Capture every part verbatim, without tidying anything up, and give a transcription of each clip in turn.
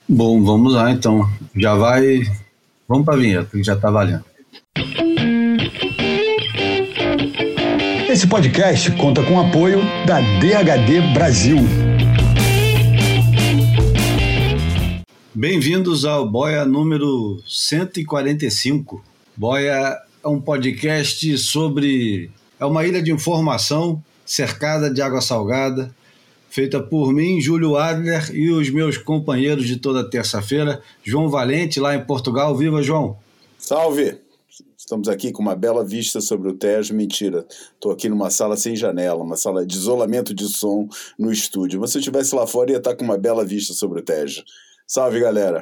Bom, vamos lá então. Já vai. Vamos para a vinheta, que já está valendo. Esse podcast conta com o apoio da D H D Brasil. Bem-vindos ao Boia número cento e quarenta e cinco. Boia é um podcast sobre... É uma ilha de informação cercada de água salgada, feita por mim, Júlio Adler, e os meus companheiros de toda terça-feira, João Valente, lá em Portugal. Viva, João! Salve! Estamos aqui com uma bela vista sobre o Tejo. Mentira, estou aqui numa sala sem janela, uma sala de isolamento de som no estúdio. Mas se eu estivesse lá fora, ia estar com uma bela vista sobre o Tejo. Salve, galera!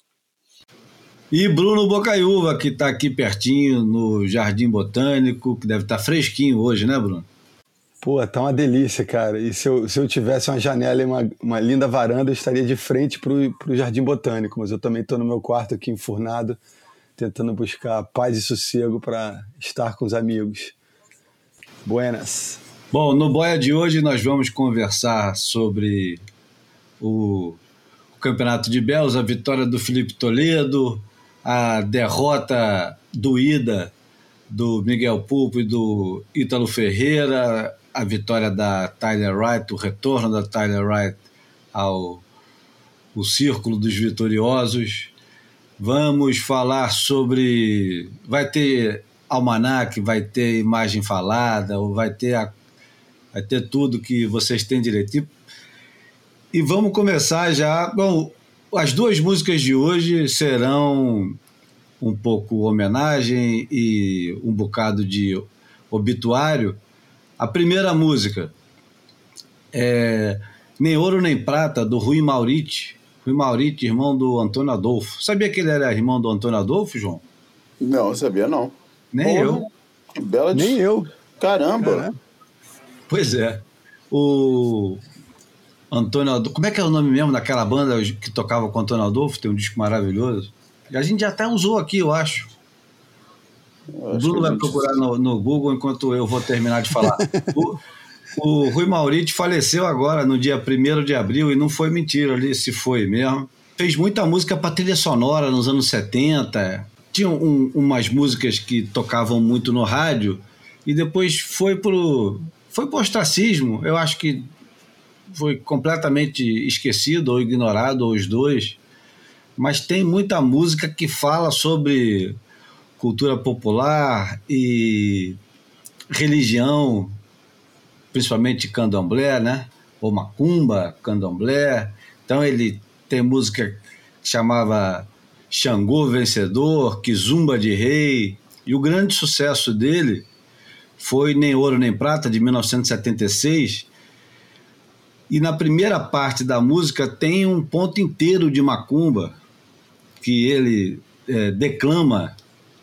E Bruno Bocaiúva, que está aqui pertinho, no Jardim Botânico, que deve estar fresquinho hoje, né, Bruno? Pô, tá uma delícia, cara. E se eu, se eu tivesse uma janela e uma, uma linda varanda, eu estaria de frente pro, pro Jardim Botânico. Mas eu também estou no meu quarto aqui enfurnado, tentando buscar paz e sossego para estar com os amigos. Buenas. Bom, no Boia de hoje nós vamos conversar sobre o, o Campeonato de Bells, a vitória do Felipe Toledo, a derrota doída do Miguel Pulpo e do Ítalo Ferreira, a vitória da Tyler Wright, o retorno da Tyler Wright ao o Círculo dos Vitoriosos. Vamos falar sobre... Vai ter almanaque, vai ter imagem falada, ou vai ter, a, vai ter tudo que vocês têm direito. E, e vamos começar já... Bom, as duas músicas de hoje serão um pouco homenagem e um bocado de obituário. A primeira música é Nem Ouro Nem Prata, do Rui Mauriti. Rui Mauriti, irmão do Antônio Adolfo. Sabia que ele era irmão do Antônio Adolfo, João? Não, sabia não. Nem Porra, eu. Que bela de... Nem eu. Caramba. Caramba. Pois é. O Antônio Adolfo... Como é que é o nome mesmo daquela banda que tocava com o Antônio Adolfo? Tem um disco maravilhoso. E a gente já até usou aqui, eu acho. Eu o Bruno vai gente... procurar no, no Google enquanto eu vou terminar de falar. o, o Rui Mauriti faleceu agora, no dia primeiro de abril, e não foi mentira ali, se foi mesmo. Fez muita música para trilha sonora nos anos setenta. Tinha um, umas músicas que tocavam muito no rádio, e depois foi pro, foi pro ostracismo. Eu acho que foi completamente esquecido ou ignorado, ou os dois. Mas tem muita música que fala sobre cultura popular e religião, principalmente candomblé, né? Ou macumba, candomblé. Então ele tem música que chamava Xangô Vencedor, Kizumba de Rei, e o grande sucesso dele foi Nem Ouro Nem Prata, de mil novecentos e setenta e seis, e na primeira parte da música tem um ponto inteiro de macumba, que ele é, declama,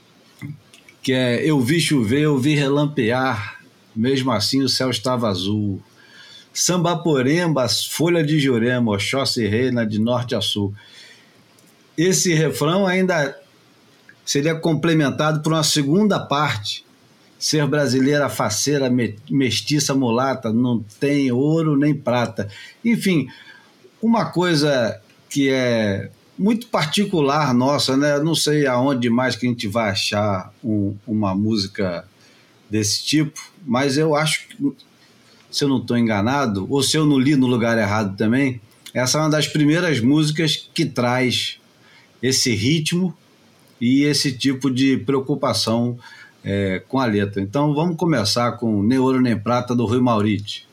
que é: eu vi chover, eu vi relampear, mesmo assim o céu estava azul. Sambaporemba, folha de Jurema, Oxóssi reina de norte a sul. Esse refrão ainda seria complementado por uma segunda parte: ser brasileira faceira, mestiça mulata, não tem ouro nem prata. Enfim, uma coisa que é muito particular nossa, né? Não sei aonde mais que a gente vai achar um, uma música desse tipo, mas eu acho que, se eu não estou enganado, ou se eu não li no lugar errado também, essa é uma das primeiras músicas que traz esse ritmo e esse tipo de preocupação é, com a letra. Então vamos começar com Nem Ouro Nem Prata, do Rui Mauriti.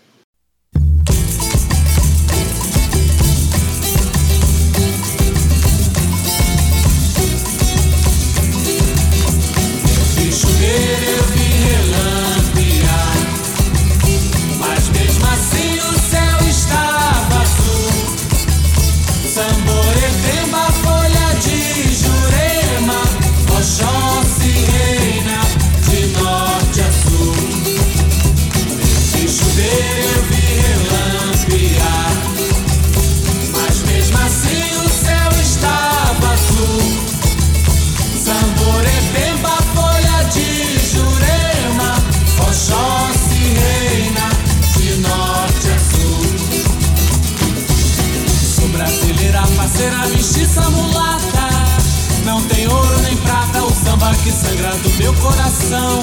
Eu vi relampear, mas mesmo assim o céu estava azul. Samboretemba, folha de Jurema, Oxóssi reina de norte a sul. Vi chover, eu vi relampear, mas mesmo assim o céu estava azul. Samboretemba, de Jurema, Oxóssi reina de norte a sul. Sou brasileira, faço a mestiça mulata. Não tem ouro nem prata, o samba que sangra do meu coração.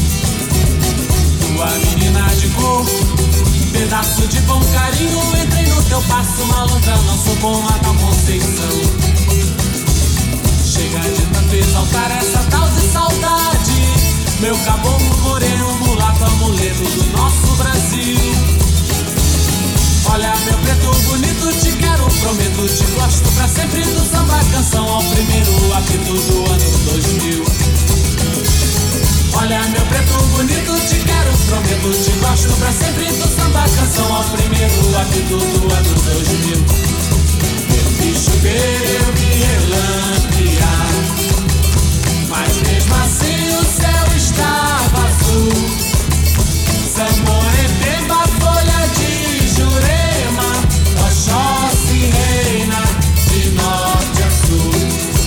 Tua menina de cor, pedaço de bom carinho. Entrei no teu passo, malandra, não sou como a tal Conceição. Chega de tanto exaltar essa tal de saudade. Meu caboclo moreno, mulato, amuleto do nosso Brasil. Olha meu preto bonito, te quero, prometo, te gosto pra sempre do samba canção ao primeiro apito do ano dois mil. Olha meu preto bonito, te quero, prometo, te gosto pra sempre do samba canção ao primeiro apito do ano dois mil. Eu vi chover, eu vi relampear, mas mesmo assim o céu estava azul. Samorepemba, folha de Jurema, Oxóssi reina de norte a sul.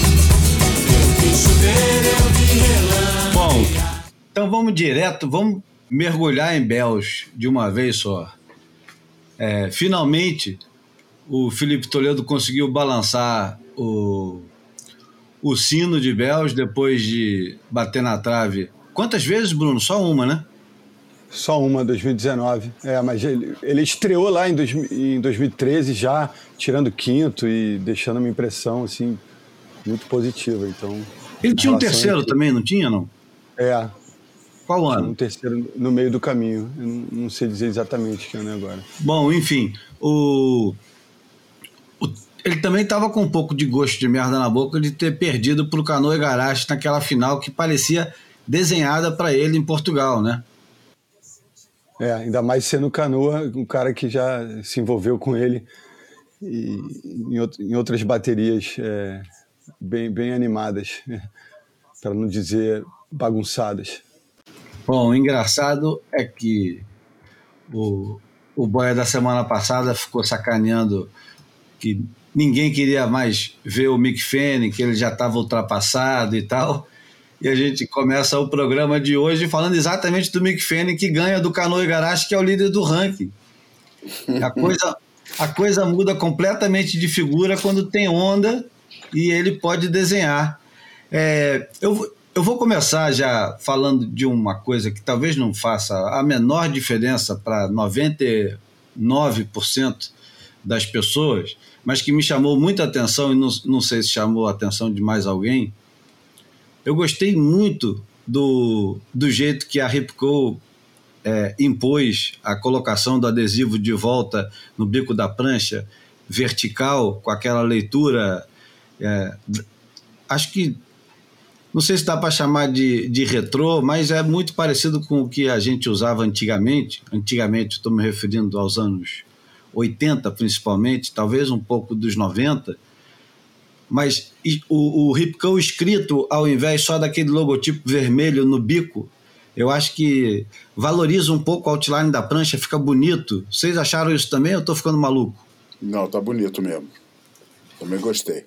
Eu vi chover, eu vi relampear. Bom, então vamos direto, vamos mergulhar em Bells de uma vez só. É, finalmente, o Felipe Toledo conseguiu balançar o, o sino de Bells depois de bater na trave. Quantas vezes, Bruno? Só uma, né? Só uma, dois mil e dezenove. É, mas ele, ele estreou lá em, dois, em dois mil e treze já, tirando quinto e deixando uma impressão, assim, muito positiva. Então, ele tinha um terceiro entre... também, não tinha, não? É. Qual ano? Tinha um terceiro no meio do caminho. Eu não, não sei dizer exatamente que ano é agora. Bom, enfim, o... o... ele também estava com um pouco de gosto de merda na boca de ter perdido para o Canoa Igarashi naquela final que parecia desenhada para ele em Portugal, né? É, ainda mais sendo Canoa, um cara que já se envolveu com ele e, em, out- em outras baterias é, bem, bem animadas, para não dizer bagunçadas. Bom, o engraçado é que o, o Boia da semana passada ficou sacaneando que ninguém queria mais ver o Mick Fanning, que ele já estava ultrapassado e tal. E a gente começa o programa de hoje falando exatamente do Mick Fanning, que ganha do Canoa Igarashi, que é o líder do ranking. A coisa, a coisa muda completamente de figura quando tem onda e ele pode desenhar. É, eu, eu vou começar já falando de uma coisa que talvez não faça a menor diferença para noventa e nove por cento das pessoas, mas que me chamou muita atenção e não, não sei se chamou a atenção de mais alguém. Eu gostei muito do, do jeito que a Ripco é, impôs a colocação do adesivo de volta no bico da prancha, vertical, com aquela leitura. É, acho que, não sei se dá para chamar de, de retrô, mas é muito parecido com o que a gente usava antigamente. Antigamente, estou me referindo aos anos oitenta, principalmente, talvez um pouco dos noventa. Mas o, o Ripco escrito, ao invés só daquele logotipo vermelho no bico, eu acho que valoriza um pouco o outline da prancha, fica bonito. Vocês acharam isso também ou eu estou ficando maluco? Não, tá bonito mesmo. Também gostei.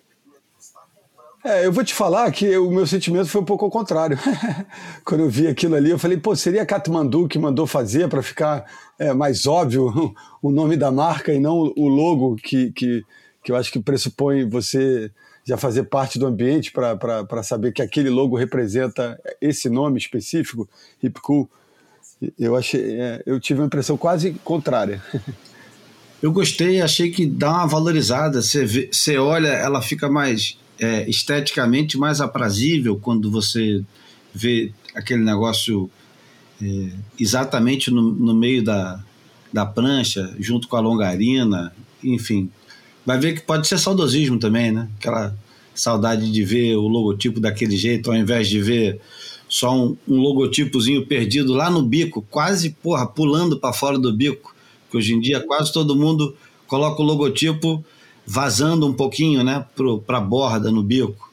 É, eu vou te falar que o meu sentimento foi um pouco ao contrário. Quando eu vi aquilo ali, eu falei, pô, seria Katmandu que mandou fazer para ficar é, mais óbvio o nome da marca e não o logo que, que, que eu acho que pressupõe você já fazer parte do ambiente para saber que aquele logo representa esse nome específico, Ripco. Eu, achei, é, eu tive uma impressão quase contrária. Eu gostei, achei que dá uma valorizada. Você, vê, você olha, ela fica mais é, esteticamente mais aprazível quando você vê aquele negócio é, exatamente no, no meio da, da prancha, junto com a longarina, enfim. Vai ver que pode ser saudosismo também, né? Aquela saudade de ver o logotipo daquele jeito, ao invés de ver só um, um logotipozinho perdido lá no bico, quase, porra, pulando para fora do bico, que hoje em dia quase todo mundo coloca o logotipo vazando um pouquinho, né, para a borda no bico.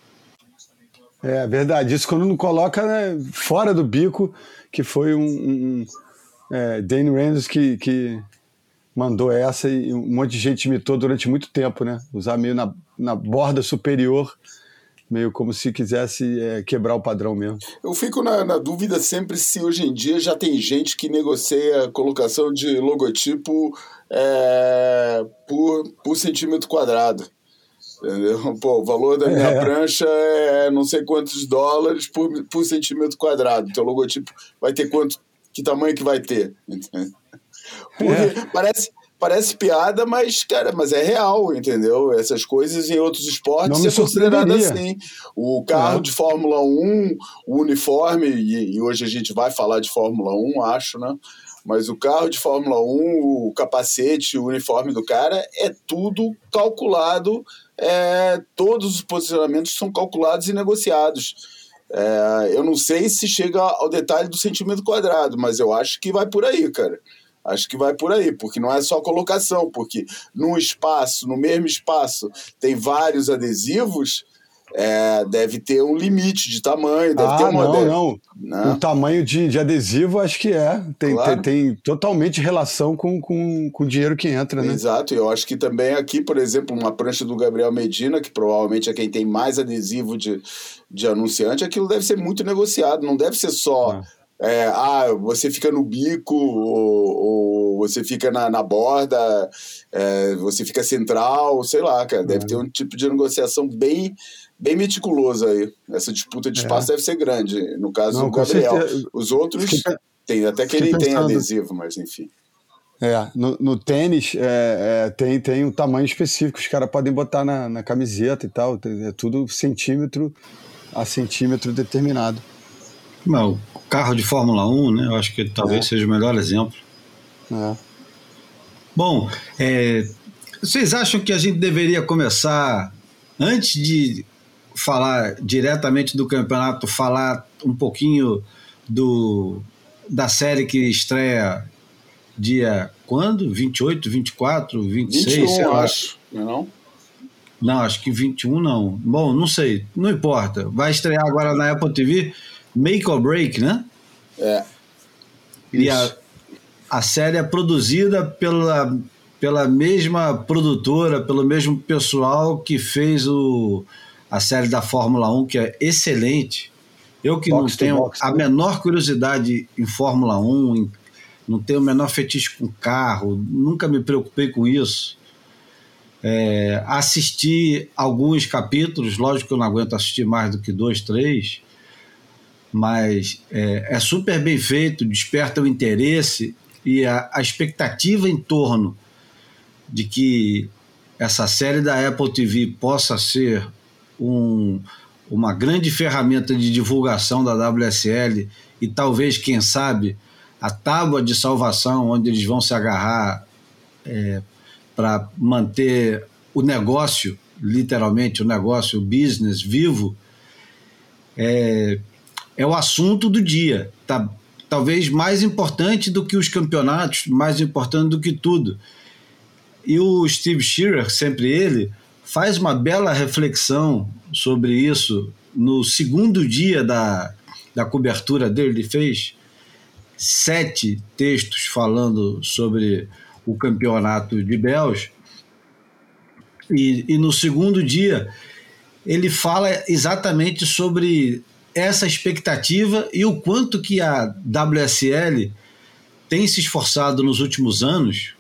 É verdade, isso quando não coloca, né, fora do bico, que foi um, um é, Dane Reynolds que, que mandou essa e um monte de gente imitou durante muito tempo, né? Usar meio na, na borda superior, meio como se quisesse é, quebrar o padrão mesmo. Eu fico na, na dúvida sempre se hoje em dia já tem gente que negocia a colocação de logotipo é, por, por centímetro quadrado. Entendeu? Pô, o valor da minha é. prancha é não sei quantos dólares por, por centímetro quadrado. Teu logotipo vai ter quanto, que tamanho que vai ter? Porque é. parece, parece piada, mas, cara, mas é real, entendeu? Essas coisas em outros esportes é considerado assim. O carro é. de Fórmula um, o uniforme, e, e hoje a gente vai falar de Fórmula um, acho, né? Mas o carro de Fórmula um, o capacete, o uniforme do cara, é tudo calculado, é, todos os posicionamentos são calculados e negociados. É, eu não sei se chega ao detalhe do centímetro quadrado, mas eu acho que vai por aí, cara. Acho que vai por aí, porque não é só colocação, porque num espaço, no mesmo espaço, tem vários adesivos. É, deve ter um limite de tamanho, deve ah, ter uma... não, deve, não. Né? O tamanho de, de adesivo, acho que é. Tem, claro. tem, tem totalmente relação com, com, com o dinheiro que entra, né? Exato, e eu acho que também aqui, por exemplo, uma prancha do Gabriel Medina, que provavelmente é quem tem mais adesivo de, de anunciante, aquilo deve ser muito negociado, não deve ser só... Ah. É, ah, você fica no bico, ou, ou você fica na, na borda, é, você fica central, sei lá, cara. Deve é. ter um tipo de negociação bem, bem meticuloso aí. Essa disputa de espaço é. deve ser grande. No caso do Gabriel. Certeza. Os outros, Fiquei... tem, até que Fiquei ele pensando. tem adesivo, mas enfim. É, no, no tênis é, é, tem, tem um tamanho específico, os caras podem botar na, na camiseta e tal. É tudo centímetro a centímetro determinado. Não, o carro de Fórmula um, né? Eu acho que talvez é. seja o melhor exemplo. É. Bom, é, vocês acham que a gente deveria começar, antes de falar diretamente do campeonato, falar um pouquinho do, da série que estreia dia quando? vinte e oito, vinte e quatro, vinte e seis? vinte e um, sei lá. Acho, não? Não, acho que vinte e um não. Bom, não sei, não importa. Vai estrear agora na Apple T V. Make or Break, né? É. E a, a série é produzida pela, pela mesma produtora, pelo mesmo pessoal que fez o, a série da Fórmula um, que é excelente. Eu que box não tenho box, a né? menor curiosidade em Fórmula um, em, não tenho o menor fetiche com carro, nunca me preocupei com isso. É, assisti alguns capítulos, lógico que eu não aguento assistir mais do que dois, três, mas é, é super bem feito, desperta o interesse e a, a expectativa em torno de que essa série da Apple T V possa ser um, uma grande ferramenta de divulgação da W S L e talvez, quem sabe, a tábua de salvação onde eles vão se agarrar é, para manter o negócio, literalmente o negócio, o business vivo, é... é o assunto do dia, tá? Talvez mais importante do que os campeonatos, mais importante do que tudo. E o Steve Shearer, sempre ele, faz uma bela reflexão sobre isso no segundo dia da, da cobertura dele. Ele fez sete textos falando sobre o campeonato de Belgium, e, e no segundo dia ele fala exatamente sobre essa expectativa e o quanto que a W S L tem se esforçado nos últimos anos,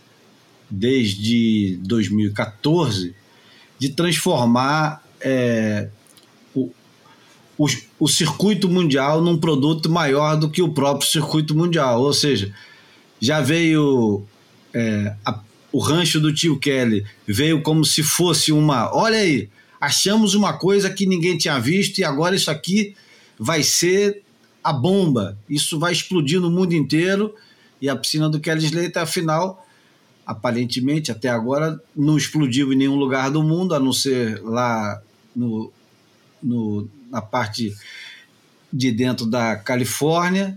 desde dois mil e catorze, de transformar é, o, o, o circuito mundial num produto maior do que o próprio circuito mundial. Ou seja, já veio é, a, o rancho do tio Kelly, veio como se fosse uma... Olha aí, achamos uma coisa que ninguém tinha visto e agora isso aqui vai ser a bomba. Isso vai explodir no mundo inteiro. E a piscina do Kelly Slater, afinal, aparentemente, até agora, não explodiu em nenhum lugar do mundo, a não ser lá no, no, na parte de dentro da Califórnia.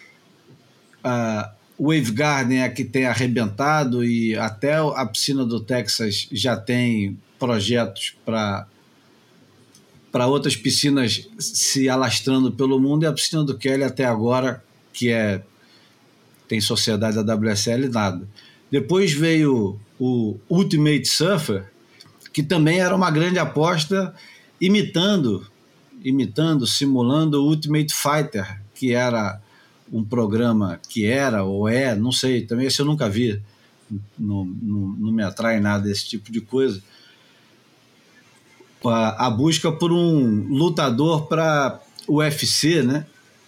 A Wave Garden é a que tem arrebentado e até a piscina do Texas já tem projetos para para outras piscinas se alastrando pelo mundo, e a piscina do Kelly até agora, que é tem sociedade da W S L, nada. Depois veio o Ultimate Surfer, que também era uma grande aposta, imitando, imitando, simulando o Ultimate Fighter, que era um programa que era ou é, não sei, também esse eu nunca vi, não, não, não me atrai nada esse tipo de coisa. a, a busca por um lutador para o U F C, né?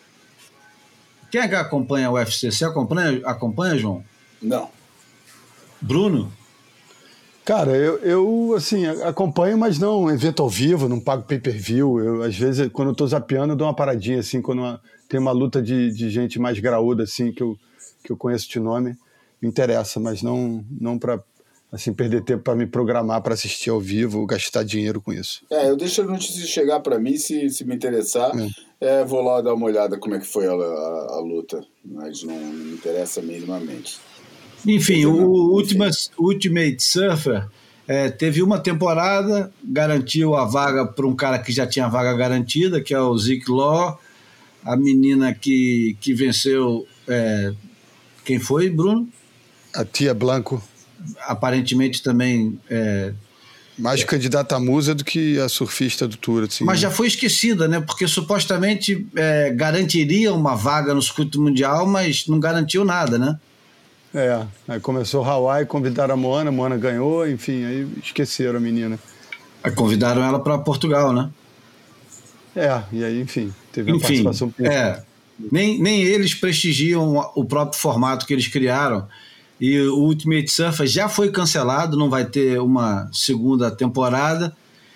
Quem é que acompanha o U F C? Você acompanha, acompanha, João? Não. Bruno? Cara, eu, eu assim, acompanho, mas não evento ao vivo, não pago pay-per-view. Eu, às vezes, quando eu tô zapeando, eu dou uma paradinha, assim, quando uma, tem uma luta de, de gente mais graúda, assim, que eu, que eu conheço de nome, me interessa, mas não, não para assim, perder tempo para me programar para assistir ao vivo ou gastar dinheiro com isso. É, eu deixo a notícia chegar para mim, se, se me interessar, é. É, vou lá dar uma olhada como é que foi a, a, a luta, mas não, não me interessa minimamente. Enfim, o Ultimate, Ultimate Surfer é, teve uma temporada, garantiu a vaga para um cara que já tinha a vaga garantida, que é o Zeke Law, a menina que, que venceu, é, quem foi, Bruno? A Tia Blanco. Aparentemente também... É, mais é, candidata a musa do que a surfista do Tour. Assim, mas né? já foi esquecida, né? Porque supostamente é, garantiria uma vaga no circuito mundial, mas não garantiu nada, né? É, aí começou Hawaii, convidaram a Moana, a Moana ganhou, enfim, aí esqueceram a menina. Aí convidaram ela para Portugal, né? É, e aí, enfim, teve uma enfim, participação... É, nem, nem eles prestigiam o próprio formato que eles criaram, e o Ultimate Surfer já foi cancelado, não vai ter uma segunda temporada,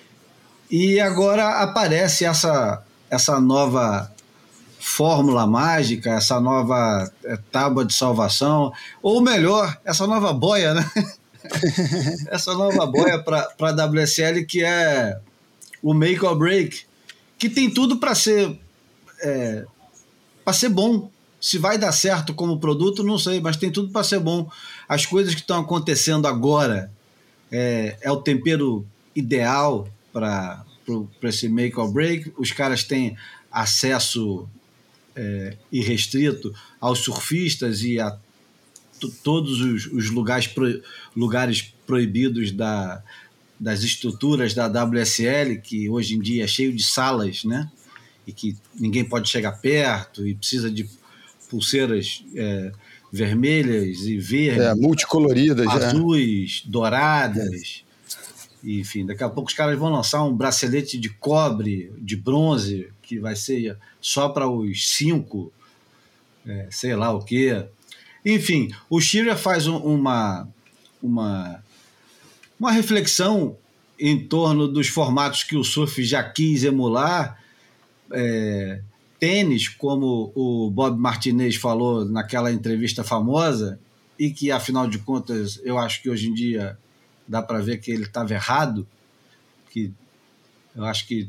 e agora aparece essa, essa nova... fórmula mágica, essa nova é, tábua de salvação, ou melhor, essa nova boia, né? essa nova boia para a W S L, que é o Make or Break, que tem tudo para ser é, para ser bom. Se vai dar certo como produto, não sei, mas tem tudo para ser bom. As coisas que estão acontecendo agora é, é o tempero ideal para esse Make or Break. Os caras têm acesso É, irrestrito aos surfistas e a t- todos os, os lugares, pro, lugares proibidos da, das estruturas da W S L, que hoje em dia é cheio de salas, né? E que ninguém pode chegar perto e precisa de pulseiras é, vermelhas e verdes, é, multicoloridas, azuis, é. douradas. E, enfim, daqui a pouco os caras vão lançar um bracelete de cobre, de bronze, que vai ser só para os cinco, é, sei lá o quê. Enfim, o Shearer faz um, uma, uma, uma reflexão em torno dos formatos que o surf já quis emular. É, tênis, como o Bob Martinez falou naquela entrevista famosa, e que, afinal de contas, eu acho que hoje em dia dá para ver que ele estava errado, que eu acho que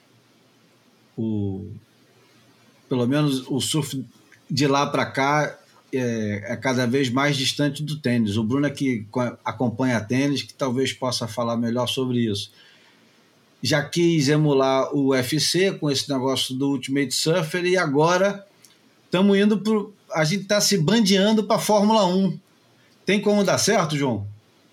o, pelo menos o surf de lá para cá é, é cada vez mais distante do tênis. O Bruno é que acompanha tênis, que talvez possa falar melhor sobre isso. Já quis emular o U F C com esse negócio do Ultimate Surfer e agora estamos indo pro, a gente está se bandeando para a Fórmula um. Tem como dar certo, João?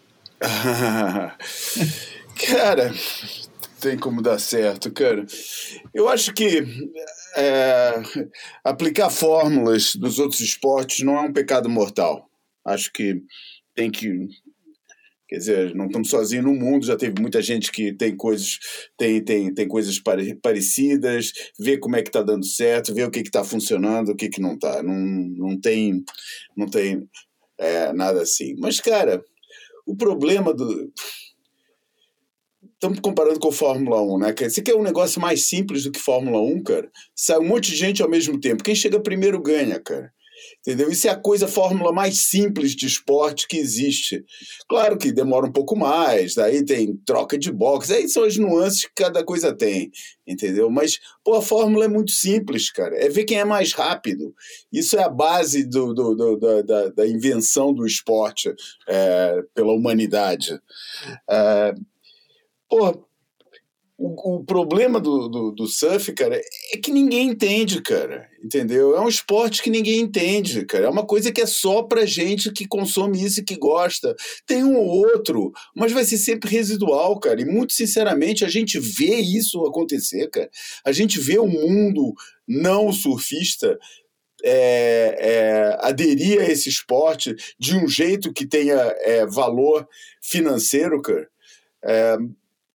Cara, tem como dar certo, cara. Eu acho que é, aplicar fórmulas dos outros esportes não é um pecado mortal. Acho que tem que... Quer dizer, não estamos sozinhos no mundo, já teve muita gente que tem coisas, tem, tem, tem coisas pare, parecidas, vê como é que está dando certo, vê o que está funcionando, o que, que não está. Não, não tem, não tem é, nada assim. Mas, cara... O problema do... Estamos comparando com a Fórmula um, né? Você quer um negócio mais simples do que Fórmula um, cara? Sai um monte de gente ao mesmo tempo. Quem chega primeiro ganha, cara. Entendeu? Isso é a coisa, a fórmula mais simples de esporte que existe. Claro que demora um pouco mais, daí tem troca de boxe, aí são as nuances que cada coisa tem, entendeu? Mas, pô, a fórmula é muito simples, cara. É ver quem é mais rápido. Isso é a base do, do, do, da, da, da invenção do esporte é, pela humanidade. É, pô, O, o problema do, do, do surf, cara, é que ninguém entende, cara, entendeu? É um esporte que ninguém entende, cara. É uma coisa que é só pra gente que consome isso e que gosta. Tem um ou outro, mas vai ser sempre residual, cara. E, muito sinceramente, a gente vê isso acontecer, cara. A gente vê o mundo não surfista é, é, aderir a esse esporte de um jeito que tenha é, valor financeiro, cara. É,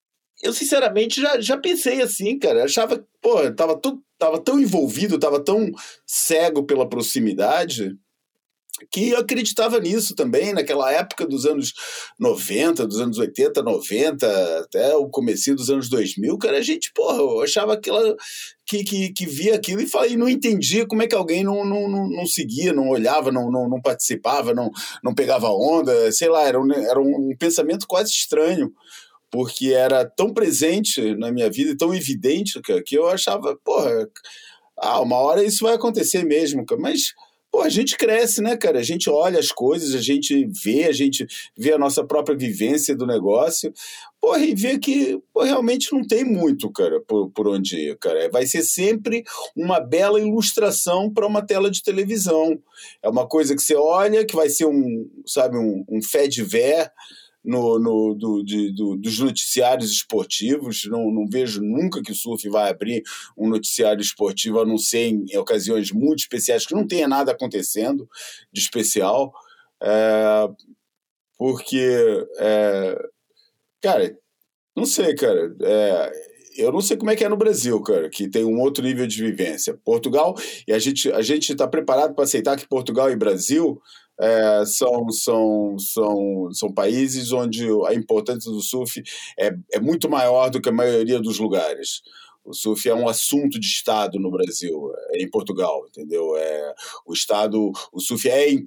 eu sinceramente já, já pensei assim, cara. Achava, pô, eu tava, tão, tava tão envolvido, tava tão cego pela proximidade, que eu acreditava nisso também, naquela época dos anos noventa, dos anos oitenta, noventa, até o comecinho dos anos dois mil, cara, a gente, porra, eu achava aquela, que, que, que via aquilo e, falei, e não entendia como é que alguém não, não, não, não seguia, não olhava, não, não, não participava, não, não pegava onda, sei lá, era um, era um pensamento quase estranho, porque era tão presente na minha vida e tão evidente, cara, que eu achava, porra, ah, uma hora isso vai acontecer mesmo, cara, mas... Pô, a gente cresce, né, cara? A gente olha as coisas, a gente vê, a gente vê a nossa própria vivência do negócio, porra, e vê que pô, realmente não tem muito, cara, por, por onde ir, cara. Vai ser sempre uma bela ilustração para uma tela de televisão. É uma coisa que você olha, que vai ser um, sabe, um, um fait-divers no, no, do, de, do, dos noticiários esportivos. Não, não vejo nunca que o surf vai abrir um noticiário esportivo, a não ser em, em ocasiões muito especiais, que não tenha nada acontecendo de especial, é, porque, é, cara, não sei, cara, é, eu não sei como é que é no Brasil, cara, que tem um outro nível de vivência. Portugal, e a gente a gente está preparado para aceitar que Portugal e Brasil É, são, são, são, são países onde a importância do surf é, é muito maior do que a maioria dos lugares. O surf é um assunto de Estado no Brasil, é em Portugal, entendeu? É, o Estado, o surf é, é,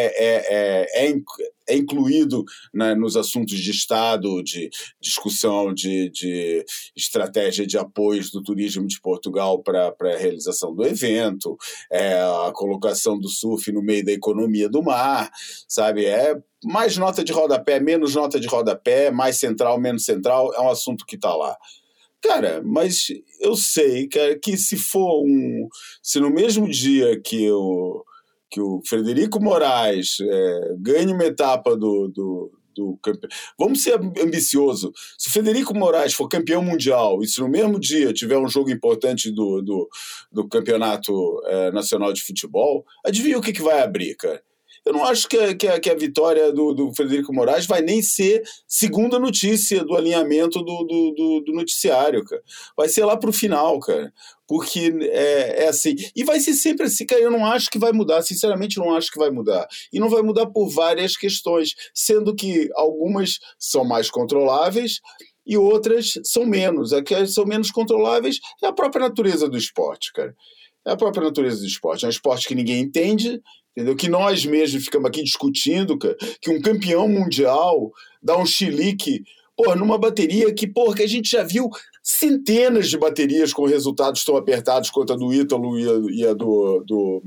é, é, é incluído na, nos assuntos de Estado, de discussão de, de estratégia de apoios do turismo de Portugal para a realização do evento, é, a colocação do surf no meio da economia do mar, sabe? É mais nota de rodapé, menos nota de rodapé, mais central, menos central, é um assunto que está lá. Cara, mas eu sei, cara, que se for um... Se no mesmo dia que o, que o Frederico Moraes é, ganhe uma etapa do, do, do campeão... Vamos ser ambicioso. Se o Frederico Moraes for campeão mundial e se no mesmo dia tiver um jogo importante do, do, do Campeonato é, Nacional de Futebol, adivinha o que, que vai abrir, cara? Eu não acho que a, que a, que a vitória do, do Frederico Moraes vai nem ser segunda notícia do alinhamento do, do, do, do noticiário, cara. Vai ser lá pro final, cara. Porque é, é assim. E vai ser sempre assim, cara. Eu não acho que vai mudar. Sinceramente, não acho que vai mudar. E não vai mudar por várias questões, sendo que algumas são mais controláveis e outras são menos. As que são menos controláveis é a própria natureza do esporte, cara. É a própria natureza do esporte. É um esporte que ninguém entende, entendeu? Que nós mesmos ficamos aqui discutindo, cara, que um campeão mundial dá um chilique, porra, numa bateria que, porra, que a gente já viu centenas de baterias com resultados tão apertados quanto a do Ítalo e a, e a do... do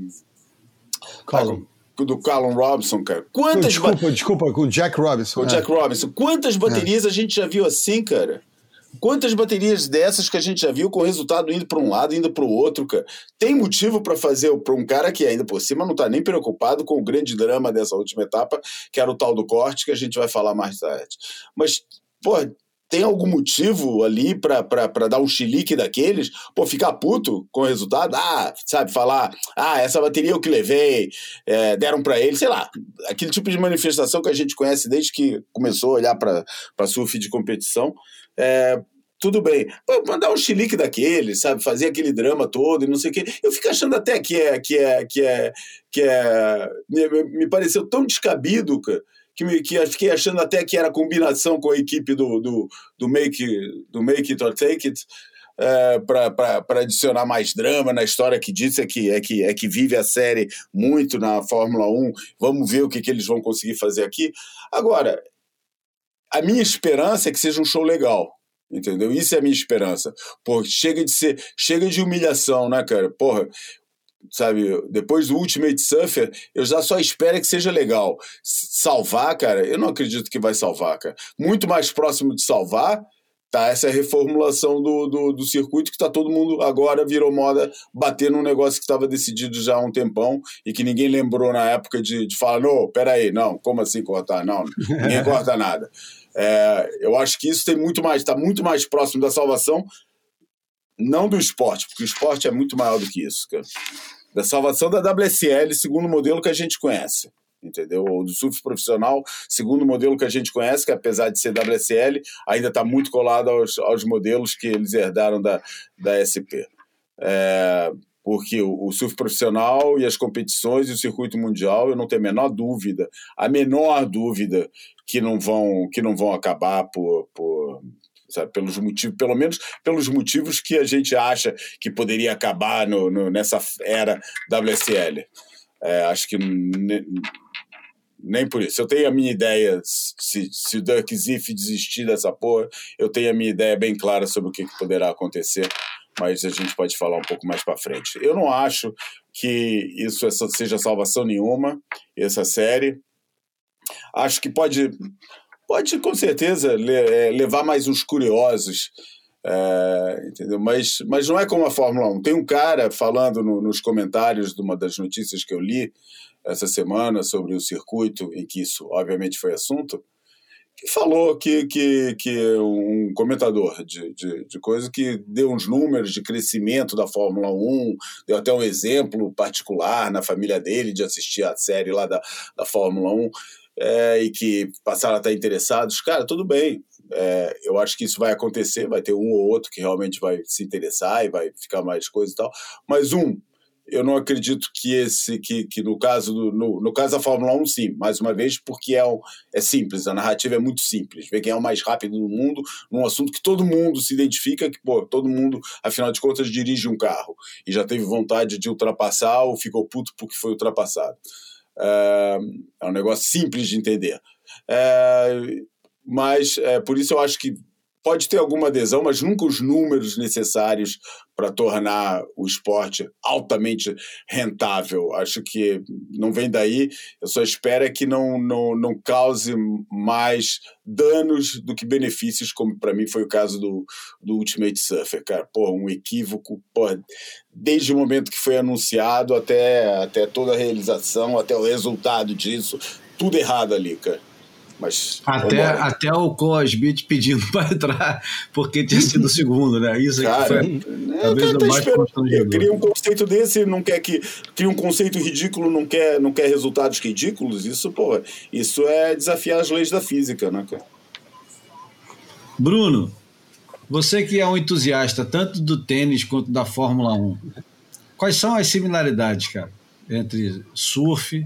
Callum. do Callum Robinson, cara. Quantas desculpa, ba... desculpa, com o Jack Robinson. Com o é. Jack Robinson. Quantas baterias é. a gente já viu assim, cara? Quantas baterias dessas que a gente já viu com o resultado indo para um lado, indo para o outro, cara? Tem motivo para fazer para um cara que ainda por cima não está nem preocupado com o grande drama dessa última etapa, que era o tal do corte, que a gente vai falar mais tarde. Mas, pô, tem algum motivo ali para dar um chilique daqueles? Pô, ficar puto com o resultado? Ah, sabe, falar, ah, essa bateria eu que levei, é, deram para ele, sei lá. Aquele tipo de manifestação que a gente conhece desde que começou a olhar para surf de competição. É, tudo bem, pô, mandar um chilique daquele, sabe, fazer aquele drama todo e não sei o quê, eu fico achando até que é, que é, que é, que é, me, me pareceu tão descabido, cara, que, me, que fiquei achando até que era combinação com a equipe do, do, do, make, do Make It or Take It, é, para adicionar mais drama na história que diz é que, é, que, é que vive a série muito na Fórmula um, vamos ver o que, que eles vão conseguir fazer aqui. Agora, a minha esperança é que seja um show legal, entendeu? Isso é a minha esperança. Pô, chega de ser, chega de humilhação, né, cara? Porra, sabe, depois do Ultimate Surfer, eu já só espero que seja legal. Salvar, cara, eu não acredito que vai salvar, cara. Muito mais próximo de salvar tá essa reformulação do, do, do circuito, que tá todo mundo agora virou moda bater num negócio que estava decidido já há um tempão e que ninguém lembrou na época de, de falar, não, peraí, não, como assim cortar? Não, ninguém corta nada. É, eu acho que isso tem muito mais, está muito mais próximo da salvação, não do esporte, porque o esporte é muito maior do que isso, cara. Da salvação da W S L, segundo o modelo que a gente conhece. entendeu? Ou do surf profissional, segundo o modelo que a gente conhece, que apesar de ser W S L, ainda está muito colado aos, aos modelos que eles herdaram da, da S P. É, porque o, o surf profissional e as competições e o circuito mundial, eu não tenho a menor dúvida, a menor dúvida que não vão, que não vão acabar por... por sabe, pelos motivos, pelo menos pelos motivos que a gente acha que poderia acabar no, no, nessa era W S L. É, acho que ne, nem por isso. Eu tenho a minha ideia, se, se o Dirk Ziff desistir dessa porra, eu tenho a minha ideia bem clara sobre o que, que poderá acontecer, mas a gente pode falar um pouco mais para frente. Eu não acho que isso seja salvação nenhuma, essa série. Acho que pode... Pode, com certeza, levar mais uns curiosos, é, entendeu? Mas, mas não é como a Fórmula um. Tem um cara falando no, nos comentários de uma das notícias que eu li essa semana sobre o circuito, em que isso, obviamente, foi assunto, que falou que, que, que um comentador de, de, de coisa que deu uns números de crescimento da Fórmula um, deu até um exemplo particular na família dele de assistir a série lá da, da Fórmula um, É, e que passaram a estar interessados. Cara, tudo bem, é, eu acho que isso vai acontecer, vai ter um ou outro que realmente vai se interessar e vai ficar mais coisa e tal, mas um, eu não acredito que esse, que, que no caso do, no, no caso da Fórmula um, sim, mais uma vez, porque é, um, é simples, a narrativa é muito simples, ver quem é o mais rápido do mundo num assunto que todo mundo se identifica, que pô, todo mundo, afinal de contas, dirige um carro e já teve vontade de ultrapassar ou ficou puto porque foi ultrapassado. É, é um negócio simples de entender, é, mas é, por isso eu acho que pode ter alguma adesão, mas nunca os números necessários para tornar o esporte altamente rentável. Acho que não vem daí. Eu só espero que não, não, não cause mais danos do que benefícios, como para mim foi o caso do, do Ultimate Surfer. Cara, porra, um equívoco, porra, desde o momento que foi anunciado até, até toda a realização, até o resultado disso, tudo errado ali, cara. Mas, até, até o Cosbit pedindo para entrar porque tinha sido o segundo, né? Isso aí cara, foi talvez tá o mais constrangedor. Cria um conceito desse, não quer que cria um conceito ridículo, não quer, não quer resultados ridículos. Isso, pô, isso é desafiar as leis da física, né, cara? Bruno, você que é um entusiasta tanto do tênis quanto da Fórmula um, quais são as similaridades, cara, entre surf,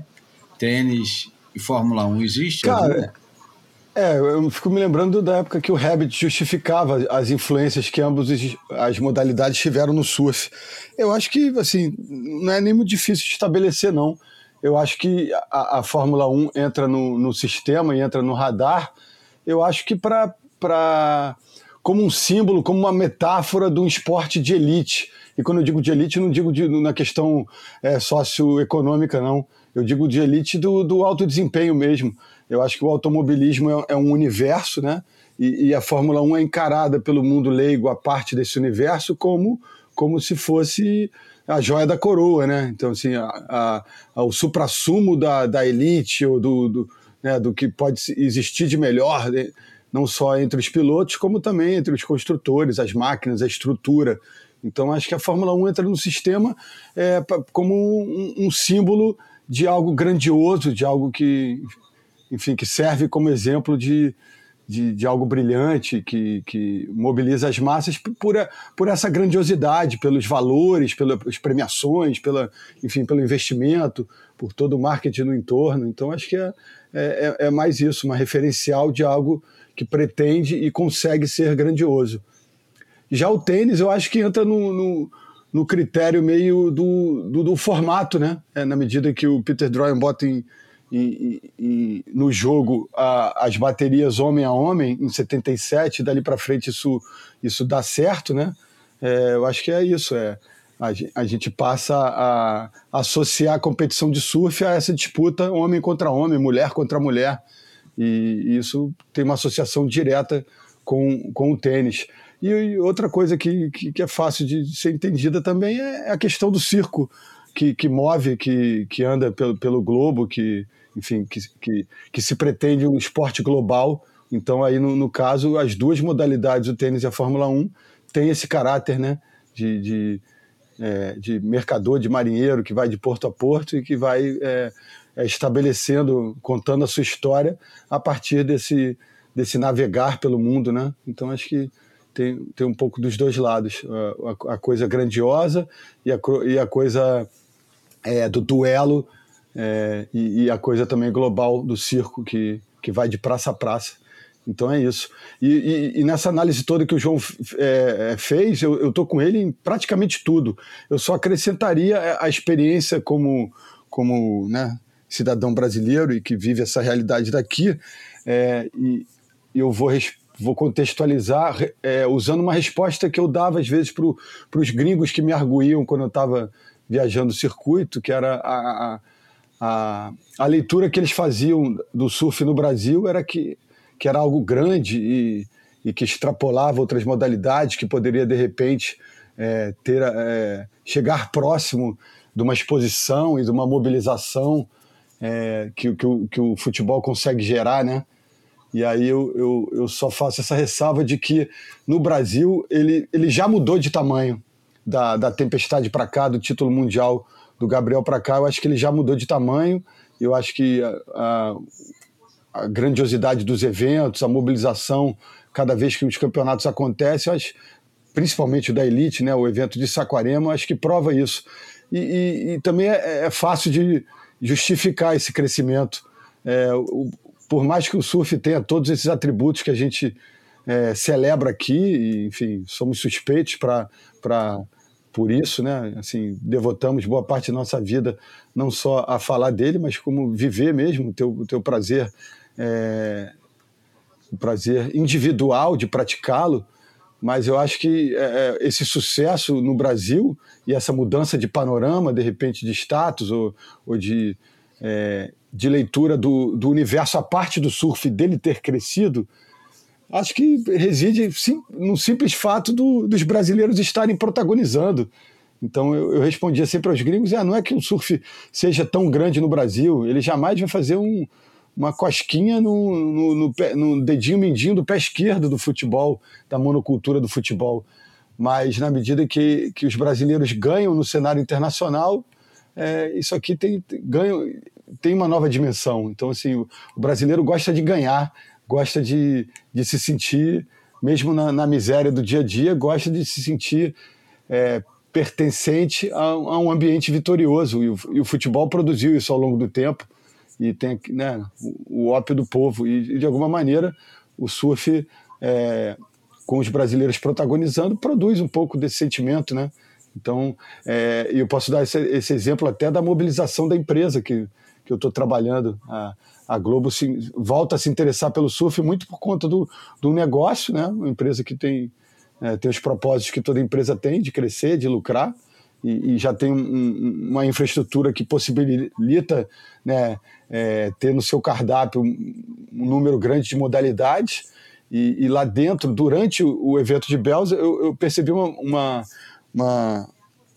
tênis e Fórmula um? Existe? Cara, alguma? É, eu fico me lembrando da época que o Rabbit justificava as influências que ambas as modalidades tiveram no surf. Eu acho que, assim, não é nem muito difícil de estabelecer, não. Eu acho que a, a Fórmula um entra no, no sistema e entra no radar, eu acho que para para como um símbolo, como uma metáfora de um esporte de elite. E quando eu digo de elite, não digo de, na questão é, socioeconômica, não. Eu digo de elite do, do alto desempenho mesmo. Eu acho que o automobilismo é, é um universo, né? E, e a Fórmula um é encarada pelo mundo leigo, a parte desse universo, como, como se fosse a joia da coroa, né? Então, assim, a, a, a, o suprassumo da, da elite, ou do, do, né, do que pode existir de melhor, né? Não só entre os pilotos, como também entre os construtores, as máquinas, a estrutura. Então, acho que a Fórmula um entra no sistema é, como um, um símbolo de algo grandioso, de algo que, enfim, que serve como exemplo de, de, de algo brilhante, que, que mobiliza as massas por, por essa grandiosidade, pelos valores, pelas premiações, pela, enfim, pelo investimento, por todo o marketing no entorno. Então, acho que é, é, é mais isso, uma referencial de algo que pretende e consegue ser grandioso. Já o tênis, eu acho que entra no... no no critério meio do, do, do formato, né? É, na medida que o Peter Drury bota em, em, em, no jogo a, as baterias homem a homem, em setenta e sete, dali para frente isso, isso dá certo, né? É, eu acho que é isso, é, a, a gente passa a, a associar a competição de surf a essa disputa homem contra homem, mulher contra mulher, e, e isso tem uma associação direta com, com o tênis. E outra coisa que, que, que é fácil de ser entendida também é a questão do circo, que, que move, que, que anda pelo, pelo globo, que, enfim, que, que, que se pretende um esporte global. Então, aí, no, no caso, as duas modalidades, o tênis e a Fórmula um, têm esse caráter, né, de, de, é, de mercador, de marinheiro, que vai de porto a porto e que vai é, é, estabelecendo, contando a sua história a partir desse, desse navegar pelo mundo, né? Então acho que tem, tem um pouco dos dois lados, a, a coisa grandiosa e a, e a coisa é, do duelo é, e, e a coisa também global do circo que, que vai de praça a praça. Então é isso. E, e, e nessa análise toda que o João é, fez, eu estou com ele em praticamente tudo. Eu só acrescentaria a experiência como, como né, cidadão brasileiro e que vive essa realidade daqui, é, e eu vou, vou contextualizar é, usando uma resposta que eu dava às vezes para os gringos que me arguíam quando eu estava viajando o circuito, que era a, a, a, a leitura que eles faziam do surf no Brasil era que que era algo grande e, e que extrapolava outras modalidades, que poderia, de repente, é, ter, é, chegar próximo de uma exposição e de uma mobilização é, que, que, o, que o futebol consegue gerar, né? E aí eu, eu, eu só faço essa ressalva de que, no Brasil, ele, ele já mudou de tamanho da, da Tempestade para cá, do título mundial do Gabriel para cá. Eu acho que ele já mudou de tamanho. Eu acho que a, a a grandiosidade dos eventos, a mobilização cada vez que os campeonatos acontecem, acho, principalmente o da Elite, né, o evento de Saquarema, acho que prova isso. E, e, e também é, é fácil de justificar esse crescimento. É, o, por mais que o surf tenha todos esses atributos que a gente é, celebra aqui, e, enfim, somos suspeitos pra, pra, por isso, né, assim, devotamos boa parte da nossa vida não só a falar dele, mas como viver mesmo, o teu, teu prazer É, o prazer individual de praticá-lo, mas eu acho que é, esse sucesso no Brasil e essa mudança de panorama, de repente de status ou, ou de, é, de leitura do, do universo, a parte do surf dele ter crescido, acho que reside sim, no simples fato do, dos brasileiros estarem protagonizando. Então eu, eu respondia sempre aos gringos, ah, não é que o surf seja tão grande no Brasil, ele jamais vai fazer um uma cosquinha no, no, no, no dedinho mindinho do pé esquerdo do futebol, da monocultura do futebol. Mas na medida que, que os brasileiros ganham no cenário internacional, é, isso aqui tem, ganha, tem uma nova dimensão. Então, assim, o, o brasileiro gosta de ganhar, gosta de, de se sentir, mesmo na, na miséria do dia a dia, gosta de se sentir é, pertencente a, a um ambiente vitorioso. E o, e o futebol produziu isso ao longo do tempo. E tem, né, o, o ópio do povo, e, e de alguma maneira o surf, é, com os brasileiros protagonizando, produz um pouco desse sentimento, né? Então, é, eu posso dar esse, esse exemplo até da mobilização da empresa que, que eu estou trabalhando. A, a Globo se, volta a se interessar pelo surf muito por conta do, do negócio, né? Uma empresa que tem, é, tem os propósitos que toda empresa tem, de crescer, de lucrar, e, e já tem um, uma infraestrutura que possibilita, né, é, ter no seu cardápio um, um número grande de modalidades, e, e lá dentro, durante o, o evento de Bells, eu, eu percebi uma, uma, uma,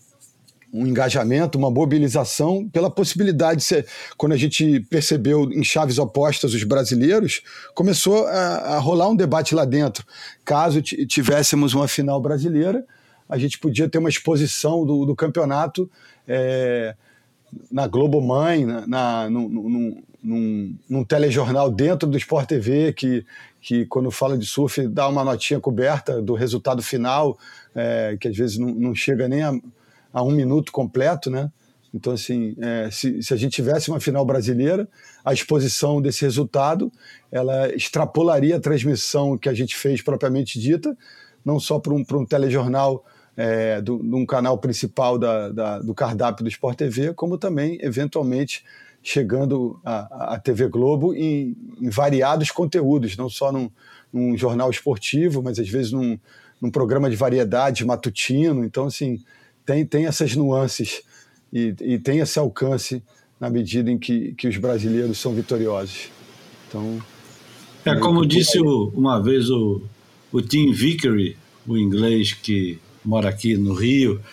um engajamento, uma mobilização pela possibilidade de ser, quando a gente percebeu em chaves opostas os brasileiros, começou a, a rolar um debate lá dentro. Caso tivéssemos uma final brasileira, a gente podia ter uma exposição do, do campeonato é, na Globo Mãe, na, na, num, num, num, num telejornal dentro do Sport T V, que, que quando fala de surf dá uma notinha coberta do resultado final, é, que às vezes não, não chega nem a, a um minuto completo, né? Então, assim, é, se, se a gente tivesse uma final brasileira, a exposição desse resultado, ela extrapolaria a transmissão que a gente fez propriamente dita, não só para um, para um telejornal É, do, de um canal principal da, da, do cardápio do Sport T V, como também, eventualmente, chegando à T V Globo em, em variados conteúdos, não só num, num jornal esportivo, mas às vezes num, num programa de variedade matutino. Então, assim, tem, tem essas nuances e, e tem esse alcance na medida em que, que os brasileiros são vitoriosos. Então, é como disse o, uma vez o, o Tim Vickery, o inglês que mora aqui no Rio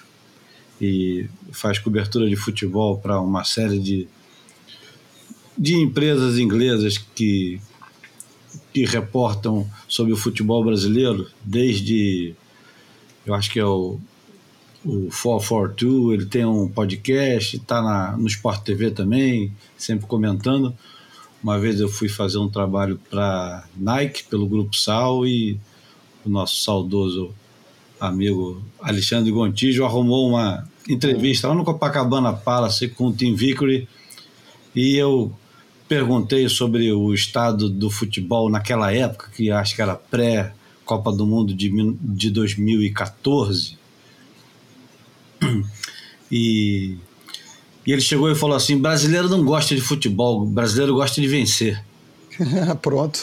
e faz cobertura de futebol para uma série de, de empresas inglesas que, que reportam sobre o futebol brasileiro, desde, eu acho que é o, o quatrocentos e quarenta e dois, ele tem um podcast, está no Sport T V também, sempre comentando. Uma vez eu fui fazer um trabalho para Nike, pelo Grupo Sal, e o nosso saudoso amigo Alexandre Gontijo arrumou uma entrevista lá no Copacabana Palace com o Tim Vickery, e eu perguntei sobre o estado do futebol naquela época, que acho que era pré-Copa do Mundo de, de dois mil e catorze, e, e ele chegou e falou assim: brasileiro não gosta de futebol, brasileiro gosta de vencer. Pronto.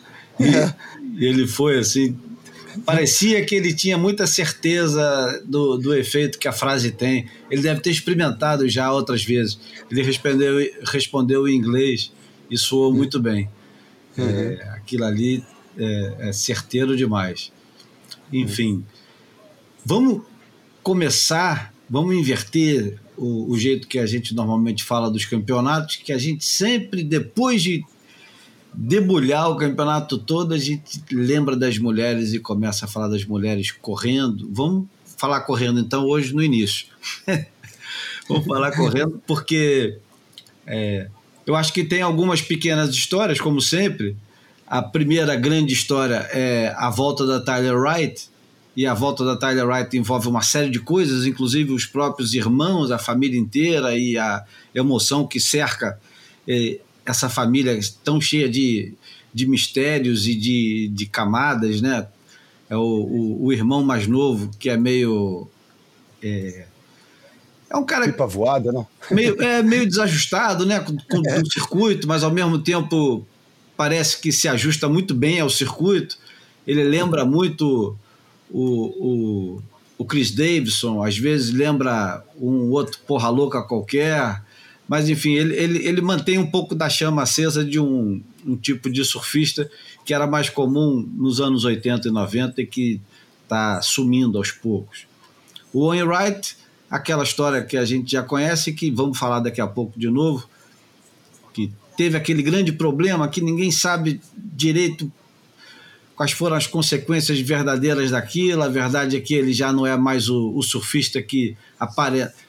E, e ele foi assim, parecia que ele tinha muita certeza do, do efeito que a frase tem. Ele deve ter experimentado já outras vezes. Ele respondeu, respondeu em inglês e soou muito bem. Uhum. É, aquilo ali é, é certeiro demais. Enfim, uhum. Vamos começar, vamos inverter o, o jeito que a gente normalmente fala dos campeonatos, que a gente sempre, depois de debulhar o campeonato todo, a gente lembra das mulheres e começa a falar das mulheres correndo. Vamos falar correndo então hoje no início. Vamos falar correndo porque é, eu acho que tem algumas pequenas histórias, como sempre. A primeira grande história é a volta da Tyler Wright, e a volta da Tyler Wright envolve uma série de coisas, inclusive os próprios irmãos, a família inteira e a emoção que cerca é, essa família tão cheia de, de mistérios e de, de camadas, né? É o, o, o irmão mais novo, que é meio... É, é um cara... Pipa voada, né? Meio, é meio desajustado, né? Com, com é. o circuito, mas ao mesmo tempo parece que se ajusta muito bem ao circuito. Ele lembra muito o, o, o Chris Davidson, às vezes lembra um outro porra louca qualquer... Mas, enfim, ele, ele, ele mantém um pouco da chama acesa de um, um tipo de surfista que era mais comum nos anos oitenta e noventa e que está sumindo aos poucos. O Owen Wright, aquela história que a gente já conhece, que vamos falar daqui a pouco de novo, que teve aquele grande problema que ninguém sabe direito quais foram as consequências verdadeiras daquilo. A verdade é que ele já não é mais o, o surfista que aparece...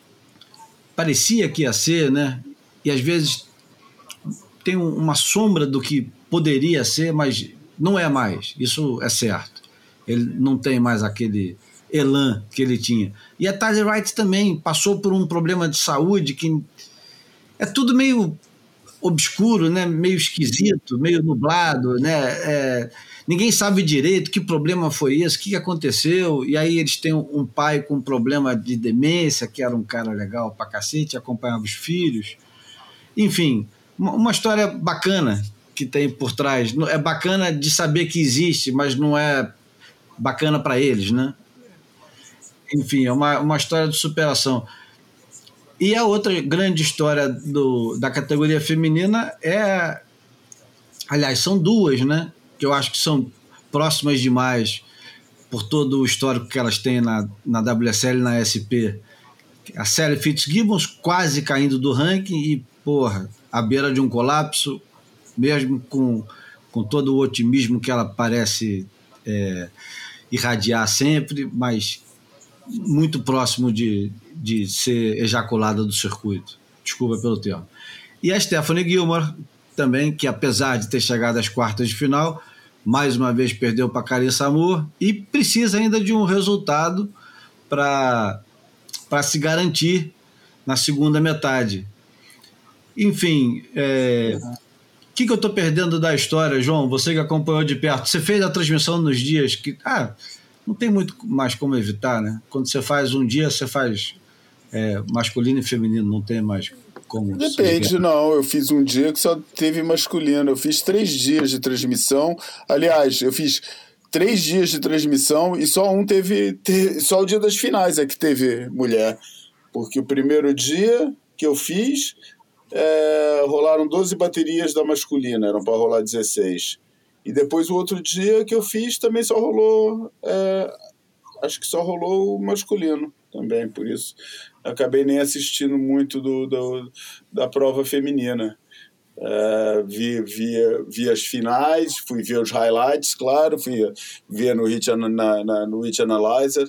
parecia que ia ser, né? E às vezes tem uma sombra do que poderia ser, mas não é mais, isso é certo. Ele não tem mais aquele elan que ele tinha. E a Tyler Wright também passou por um problema de saúde que é tudo meio obscuro, né? Meio esquisito, meio nublado, né? É, ninguém sabe direito que problema foi esse, o que aconteceu. E aí eles têm um pai com problema de demência, que era um cara legal pra cacete, acompanhava os filhos. Enfim, uma, uma história bacana que tem por trás. É bacana de saber que existe, mas não é bacana para eles, né? Enfim, é uma, uma história de superação. E a outra grande história do, da categoria feminina é... Aliás, são duas, né? Que eu acho que são próximas demais por todo o histórico que elas têm na, na W S L e na S P. A Sally Fitzgibbons quase caindo do ranking e, porra, à beira de um colapso, mesmo com, com todo o otimismo que ela parece é, irradiar sempre, mas muito próximo de, de ser ejaculada do circuito. Desculpa pelo termo. E a Stephanie Gilmore também, que apesar de ter chegado às quartas de final, mais uma vez perdeu para Carissa Amor e precisa ainda de um resultado para para se garantir na segunda metade. Enfim, é, o que, que eu estou perdendo da história, João? Você que acompanhou de perto, você fez a transmissão nos dias que... Ah, não tem muito mais como evitar, né? Quando você faz um dia, você faz é, masculino e feminino, não tem mais como... Depende, não. Eu fiz um dia que só teve masculino. Eu fiz três dias de transmissão. Aliás, eu fiz três dias de transmissão e só um teve, teve... Só o dia das finais é que teve mulher. Porque o primeiro dia que eu fiz, é, rolaram doze baterias da masculina, eram para rolar dezesseis. E depois o outro dia que eu fiz também só rolou, é, acho que só rolou o masculino também, por isso acabei nem assistindo muito do, do, da prova feminina. É, vi, vi, vi as finais, fui ver os highlights, claro, fui ver no Hit, na, na, no Hit Analyzer,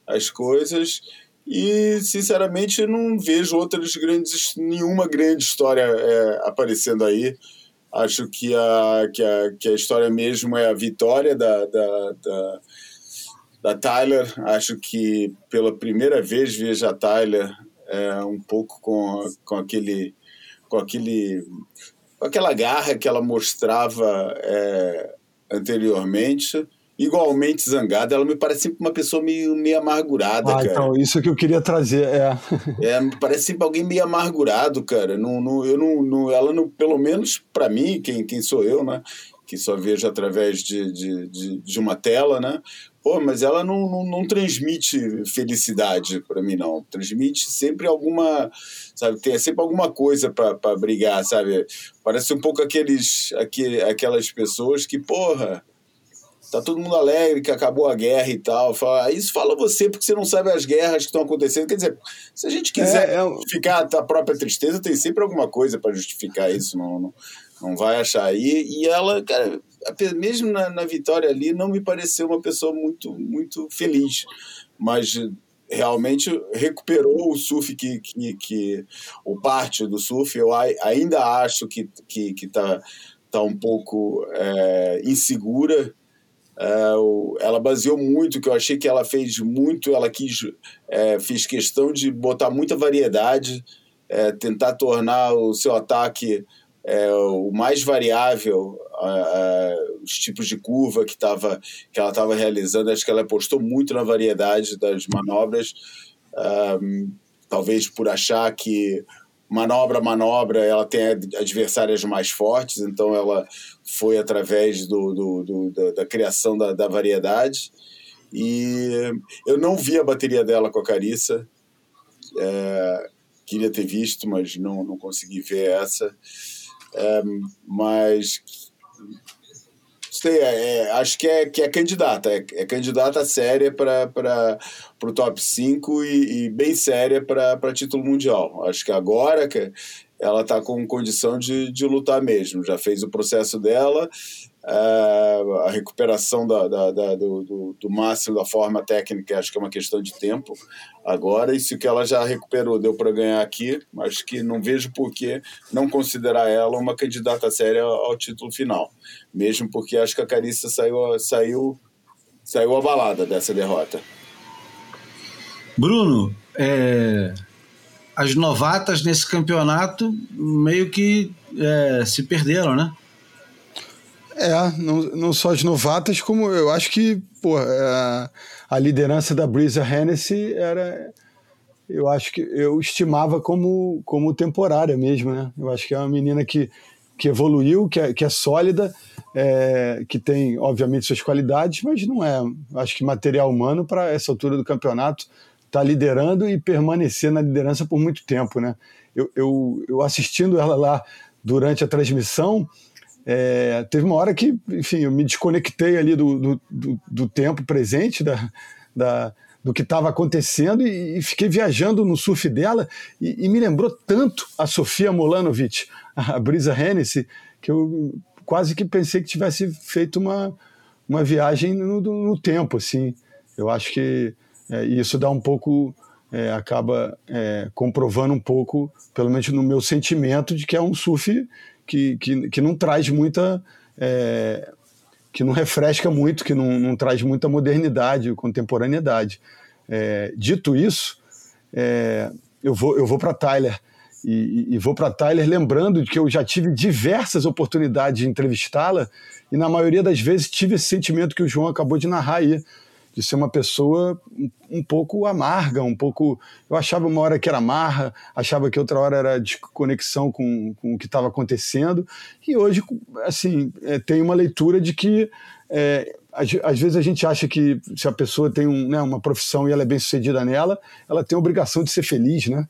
as coisas. E, sinceramente, não vejo outras grandes, nenhuma grande história é, aparecendo aí. Acho que a, que, a, que a história mesmo é a vitória da, da, da, da Tyler. Acho que pela primeira vez vejo a Tyler é, um pouco com, com, aquele, com, aquele, com aquela garra que ela mostrava é, anteriormente. Igualmente zangada, ela me parece sempre uma pessoa meio, meio amargurada, ah, cara. Então, isso que eu queria trazer, é. é me parece sempre alguém meio amargurado, cara. Não, não, eu não, não, ela, não, pelo menos para mim, quem, quem sou eu, né? Que só vejo através de, de, de, de uma tela, né? Pô, mas ela não, não, não transmite felicidade para mim, não. Transmite sempre alguma, sabe? Tem sempre alguma coisa para brigar, sabe? Parece um pouco aqueles, aquele, aquelas pessoas que, porra... Tá todo mundo alegre que acabou a guerra e tal. Fala, isso fala você, porque você não sabe as guerras que estão acontecendo. Quer dizer, se a gente quiser é, é... justificar a própria tristeza, tem sempre alguma coisa para justificar isso. Não, não, não vai achar aí. E ela, cara, mesmo na, na vitória ali, não me pareceu uma pessoa muito, muito feliz. Mas realmente recuperou o surf que... que, que o parte do surf. Eu ainda acho que, que, que tá, tá um pouco é, insegura. Uh, ela baseou muito, que eu achei que ela fez muito, ela quis, é, fez questão de botar muita variedade, é, tentar tornar o seu ataque é, o mais variável, uh, uh, os tipos de curva que, tava, que ela estava realizando. Acho que ela apostou muito na variedade das manobras, uh, talvez por achar que manobra a manobra ela tem adversárias mais fortes, então ela foi através do, do, do, da, da criação da, da variedade. E eu não vi a bateria dela com a Carissa, é, queria ter visto, mas não, não consegui ver essa. É, mas sei, é, acho que é, que é candidata, é, é candidata séria para o top cinco e, e bem séria para título mundial. Acho que agora que ela está com condição de, de lutar mesmo, já fez o processo dela, uh, a recuperação da, da, da, do, do, do máximo da forma técnica, acho que é uma questão de tempo agora, e se o que ela já recuperou deu para ganhar aqui, acho que não vejo por que não considerar ela uma candidata séria ao título final, mesmo porque acho que a Carissa saiu, saiu, saiu abalada dessa derrota. Bruno, é... as novatas nesse campeonato meio que é, se perderam, né? É, não, não só as novatas, como eu acho que pô, a, a liderança da Breeza Hennessy era, eu acho que eu estimava como, como temporária mesmo, né? Eu acho que é uma menina que, que evoluiu, que é, que é sólida, é, que tem, obviamente, suas qualidades, mas não é, acho que material humano para essa altura do campeonato tá liderando e permanecer na liderança por muito tempo, né? Eu, eu, eu assistindo ela lá durante a transmissão, é, teve uma hora que, enfim, eu me desconectei ali do, do, do, do tempo presente, da, da, do que estava acontecendo e, e fiquei viajando no surf dela e, e me lembrou tanto a Sofia Molanovic, a Breeza Hennessy, que eu quase que pensei que tivesse feito uma, uma viagem no, no tempo, assim. Eu acho que É, e isso dá um pouco, é, acaba é, comprovando um pouco, pelo menos no meu sentimento, de que é um surf que, que, que não traz muita, é, que não refresca muito, que não, não traz muita modernidade, contemporaneidade. É, dito isso, é, eu vou, eu vou para Tyler, e, e vou para Tyler lembrando de que eu já tive diversas oportunidades de entrevistá-la, e na maioria das vezes tive esse sentimento que o João acabou de narrar aí, de ser uma pessoa um, um pouco amarga, um pouco... Eu achava uma hora que era marra, achava que outra hora era desconexão com, com o que estava acontecendo, e hoje, assim, é, tem uma leitura de que, é, às, às vezes a gente acha que se a pessoa tem um, né, uma profissão e ela é bem sucedida nela, ela tem a obrigação de ser feliz, né?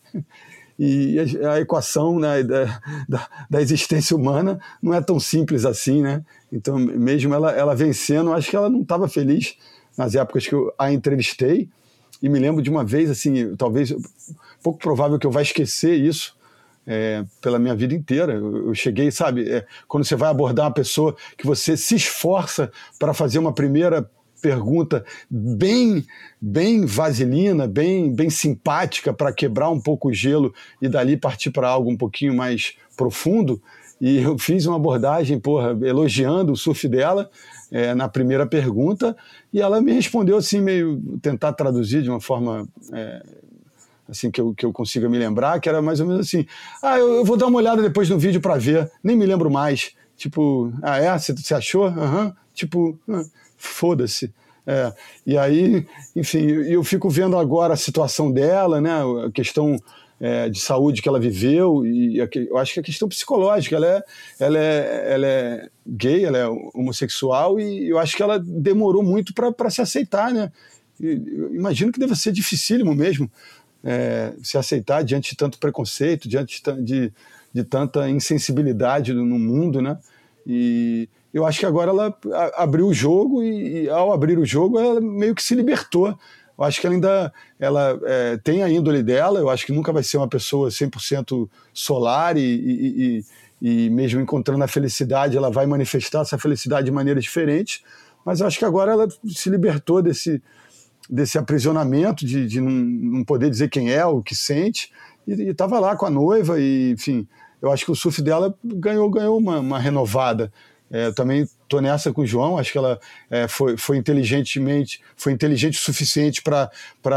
E a, a equação, né, da, da, da existência humana não é tão simples assim, né? Então, mesmo ela, ela vencendo, acho que ela não estava feliz nas épocas que eu a entrevistei, e me lembro de uma vez, assim, talvez, pouco provável que eu vá esquecer isso é, pela minha vida inteira. Eu, eu cheguei, sabe, é, quando você vai abordar uma pessoa que você se esforça para fazer uma primeira pergunta bem, bem vaselina, bem, bem simpática para quebrar um pouco o gelo e dali partir para algo um pouquinho mais profundo. E eu fiz uma abordagem, porra, elogiando o surf dela é, na primeira pergunta, e ela me respondeu assim, meio tentar traduzir de uma forma é, assim que eu, que eu consiga me lembrar, que era mais ou menos assim: ah, eu, eu vou dar uma olhada depois no vídeo para ver, nem me lembro mais. Tipo, ah, é? Você achou? Aham. Uhum. Tipo, ah, foda-se. É, e aí, enfim, eu fico vendo agora a situação dela, né, a questão é, de saúde que ela viveu, e a, eu acho que a questão psicológica, ela é, ela é, ela é gay, ela é homossexual, e eu acho que ela demorou muito para se aceitar, né? Eu imagino que deve ser dificílimo mesmo é, se aceitar diante de tanto preconceito, diante de, de, de tanta insensibilidade no mundo, né? E eu acho que agora ela abriu o jogo e, e ao abrir o jogo ela meio que se libertou. Eu acho que ela ainda ela, é, tem a índole dela, eu acho que nunca vai ser uma pessoa cem por cento solar e, e, e, e mesmo encontrando a felicidade, ela vai manifestar essa felicidade de maneiras diferentes, mas eu acho que agora ela se libertou desse, desse aprisionamento de, de não, não poder dizer quem é, o que sente, e estava lá com a noiva e, enfim, eu acho que o surf dela ganhou, ganhou uma, uma renovada. É, eu também estou nessa com o João, acho que ela é, foi, foi inteligentemente, foi inteligente o suficiente para